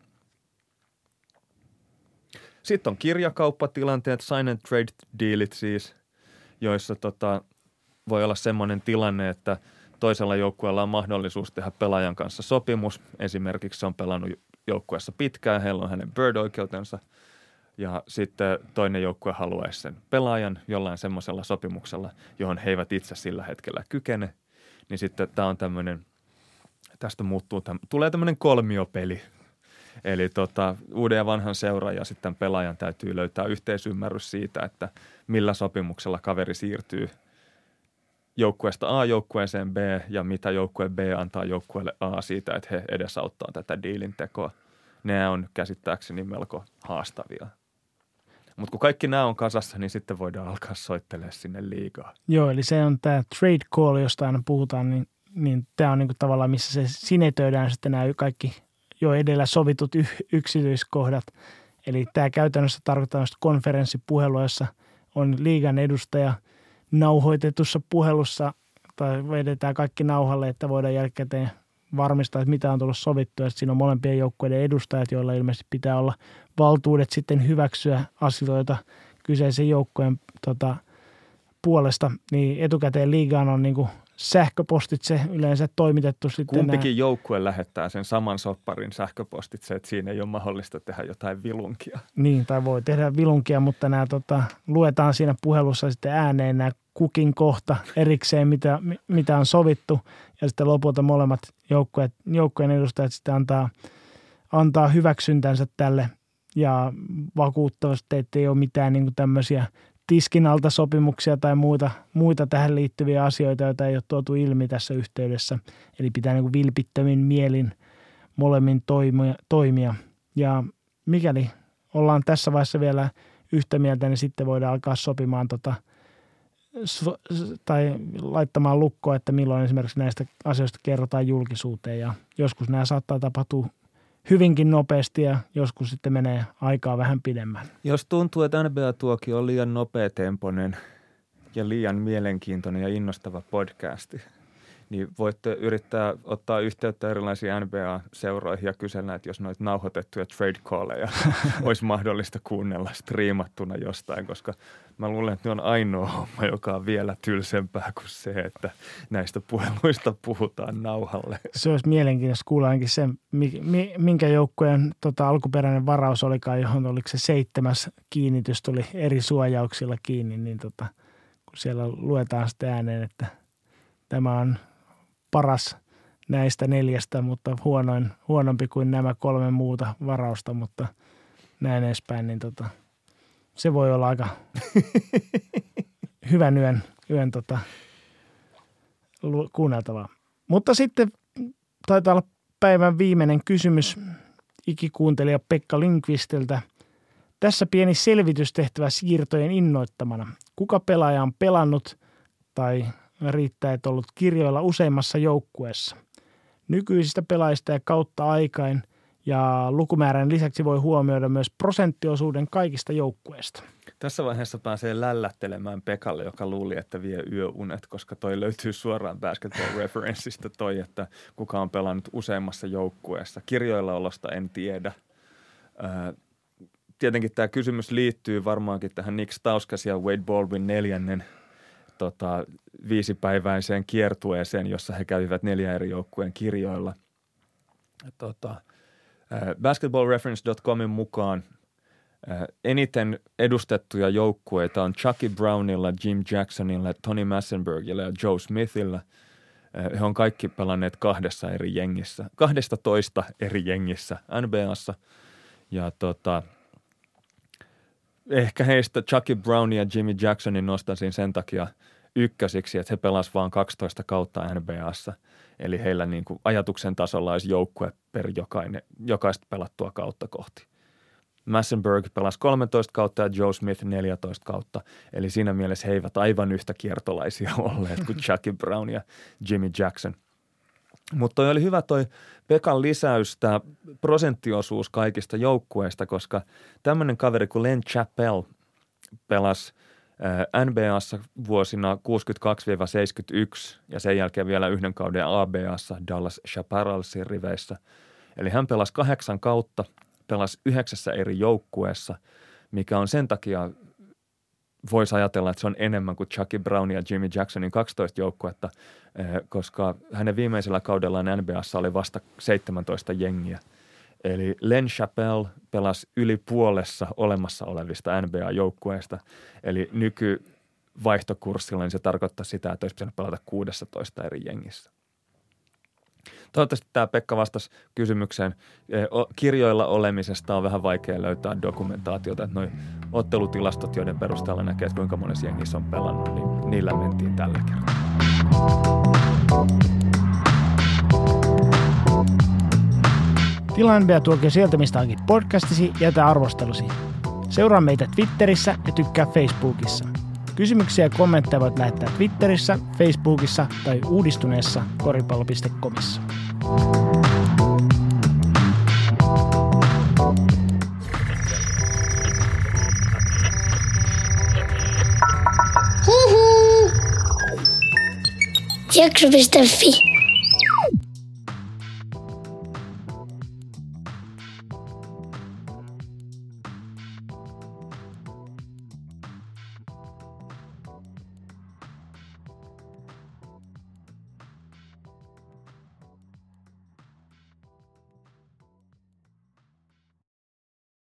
Sitten on kirjakauppatilanteet, sign and trade dealit siis, joissa tota, voi olla semmoinen tilanne, että toisella joukkueella on mahdollisuus tehdä pelaajan kanssa sopimus. Esimerkiksi se on pelannut joukkueessa pitkään, heillä on hänen bird-oikeutensa ja sitten toinen joukkue haluaisi sen pelaajan jollain semmoisella sopimuksella, johon he eivät itse sillä hetkellä kykene. Niin sitten tämä on tämmöinen, tästä muuttuu, täm, tulee tämmöinen kolmiopeli. Eli tota, uuden ja vanhan seura ja sitten pelaajan täytyy löytää yhteisymmärrys siitä, että millä sopimuksella kaveri siirtyy joukkueesta A joukkueeseen B ja mitä joukkue B antaa joukkueelle A siitä, että he edesauttaa tätä diilin tekoa. Nämä on käsittääkseni melko haastavia. Mutta kun kaikki nämä on kasassa, niin sitten voidaan alkaa soittelemaan sinne liigaan. Joo, eli se on tämä trade call, josta aina puhutaan, niin, niin tämä on niinku tavallaan, missä se sinetöidään sitten nämä kaikki jo edellä sovitut y- yksityiskohdat. Eli tämä käytännössä tarkoittaa konferenssipuhelua, jossa on liigan edustaja, nauhoitetussa puhelussa tai vedetään kaikki nauhalle, että voidaan jälkikäteen varmistaa, että mitä on tullut sovittua. Ja siinä on molempien joukkueiden edustajat, joilla ilmeisesti pitää olla valtuudet sitten hyväksyä asioita kyseisen joukkueen tota, puolesta. Niin etukäteen liigaan on niin kuin sähköpostitse yleensä toimitettu sitten. Kumpikin nämä... joukkue lähettää sen saman sopparin sähköpostitse, että siinä ei ole mahdollista tehdä jotain vilunkia. Niin, tai voi tehdä vilunkia, mutta nämä tota, luetaan siinä puhelussa sitten ääneen nämä kukin kohta erikseen, mitä, mitä on sovittu. Ja sitten lopulta molemmat joukkueet, joukkueen edustajat sitten antaa, antaa hyväksyntänsä tälle ja vakuuttavasti, että ei ole mitään niin kuin tämmöisiä tiskin alta sopimuksia tai muita, muita tähän liittyviä asioita, joita ei ole tuotu ilmi tässä yhteydessä. Eli pitää niin kuin vilpittömin mielin molemmin toimia, toimia. Ja mikäli ollaan tässä vaiheessa vielä yhtä mieltä, niin sitten voidaan alkaa sopimaan tota, so, tai laittamaan lukkoa, että milloin esimerkiksi näistä asioista kerrotaan julkisuuteen. Ja joskus nämä saattaa tapahtua hyvinkin nopeasti ja joskus sitten menee aikaa vähän pidemmän. Jos tuntuu, että N B A-tuokio on liian nopeatempoinen ja liian mielenkiintoinen ja innostava podcasti, niin voitte yrittää ottaa yhteyttä erilaisiin N B A-seuroihin ja kysellä, että jos noita nauhoitettuja trade calleja olisi mahdollista kuunnella striimattuna jostain, koska mä luulen, että ne on ainoa homma, joka on vielä tylsempää kuin se, että näistä puheluista puhutaan nauhalle. Se olisi mielenkiintoista kuulla ainakin se, minkä joukkueen tota, alkuperäinen varaus olikaan, johon oliko se seitsemäs kiinnitys tuli eri suojauksilla kiinni, niin tota, kun siellä luetaan sitten ääneen, että tämä on paras näistä neljästä, mutta huonoin, huonompi kuin nämä kolme muuta varausta, mutta näin edespäin, niin tota, se voi olla aika hyvän yön, yön tota, kuunneltavaa. Mutta sitten taitaa olla päivän viimeinen kysymys ikikuuntelija Pekka Lindqvistiltä. Tässä pieni selvitystehtävä siirtojen innoittamana. Kuka pelaaja on pelannut tai riittää, että ollut kirjoilla useimmassa joukkueessa? Nykyisistä pelaajista ja kautta aikain ja lukumäärän lisäksi voi huomioida myös prosenttiosuuden kaikista joukkueista. Tässä vaiheessa pääsee lällättelemään Pekalle, joka luuli, että vie yöunet, koska toi löytyy suoraan Basketball Referenceista toi, että kuka on pelannut useimmassa joukkueessa. Kirjoilla olosta en tiedä. Ää, tietenkin tämä kysymys liittyy varmaankin tähän Nick Stauskas ja Wade Baldwin neljännen tota, viisipäiväiseen kiertueeseen, jossa he kävivät neljä eri joukkueen kirjoilla. Tota, ää, basketball reference dot comin mukaan ää, eniten edustettuja joukkueita on Chucky Brownilla, Jim Jacksonilla, Tony Massenbergillä ja Joe Smithillä. Ää, he on kaikki pelanneet kahdessa eri jengissä, kahdesta toista eri jengissä N B A:ssa. Ja tota, ehkä heistä Chucky Brown ja Jimmy Jacksonin nostaisin sen takia ykkösiksi, että he pelasivat vain kaksitoista kautta N B A:ssa. Eli heillä niin kuin ajatuksen tasolla olisi joukkue per jokainen, jokaista pelattua kautta kohti. Massenberg pelasi kolmetoista kautta ja Joe Smith neljätoista kautta. Eli siinä mielessä he eivät aivan yhtä kiertolaisia olleet kuin Chucky Brown ja Jimmy Jackson. Mutta toi oli hyvä toi Pekan lisäys, tämä prosenttiosuus kaikista joukkueista, koska tämmöinen kaveri kuin Len Chappell pelasi N B A:ssa vuosina kuusikymmentäkaksi seitsemänkymmentäyksi ja sen jälkeen vielä yhden kauden A B A:ssa Dallas Chaparralsin riveissä. Eli hän pelasi kahdeksan kautta, pelasi yhdeksässä eri joukkueessa, mikä on sen takia, voisi ajatella, että se on enemmän kuin Chucky Brown ja Jimmy Jacksonin kaksitoista joukkuetta, koska hänen viimeisellä kaudellaan N B A:ssa oli vasta seitsemäntoista jengiä. Eli Len Chappell pelasi yli puolessa olemassa olevista N B A-joukkueista. Eli nykyvaihtokurssilla niin se tarkoittaa sitä, että olisi pitänyt pelata kuusitoista eri jengissä. Toivottavasti tämä Pekka vastasi kysymykseen. Kirjoilla olemisesta on vähän vaikea löytää dokumentaatiota, että noi ottelutilastot, joiden perusteella näkee, että kuinka monessa jengissä on pelannut, niin niillä mentiin tällä kertaa. Tilaa N B A-tuokio sieltä, mistä hankit podcastisi, jätä arvostelusi. Seuraa meitä Twitterissä ja tykkää Facebookissa. Kysymyksiä ja kommentteja voit lähettää Twitterissä, Facebookissa tai uudistuneessa koripallo piste comissa. Hihi! Jakso piste fi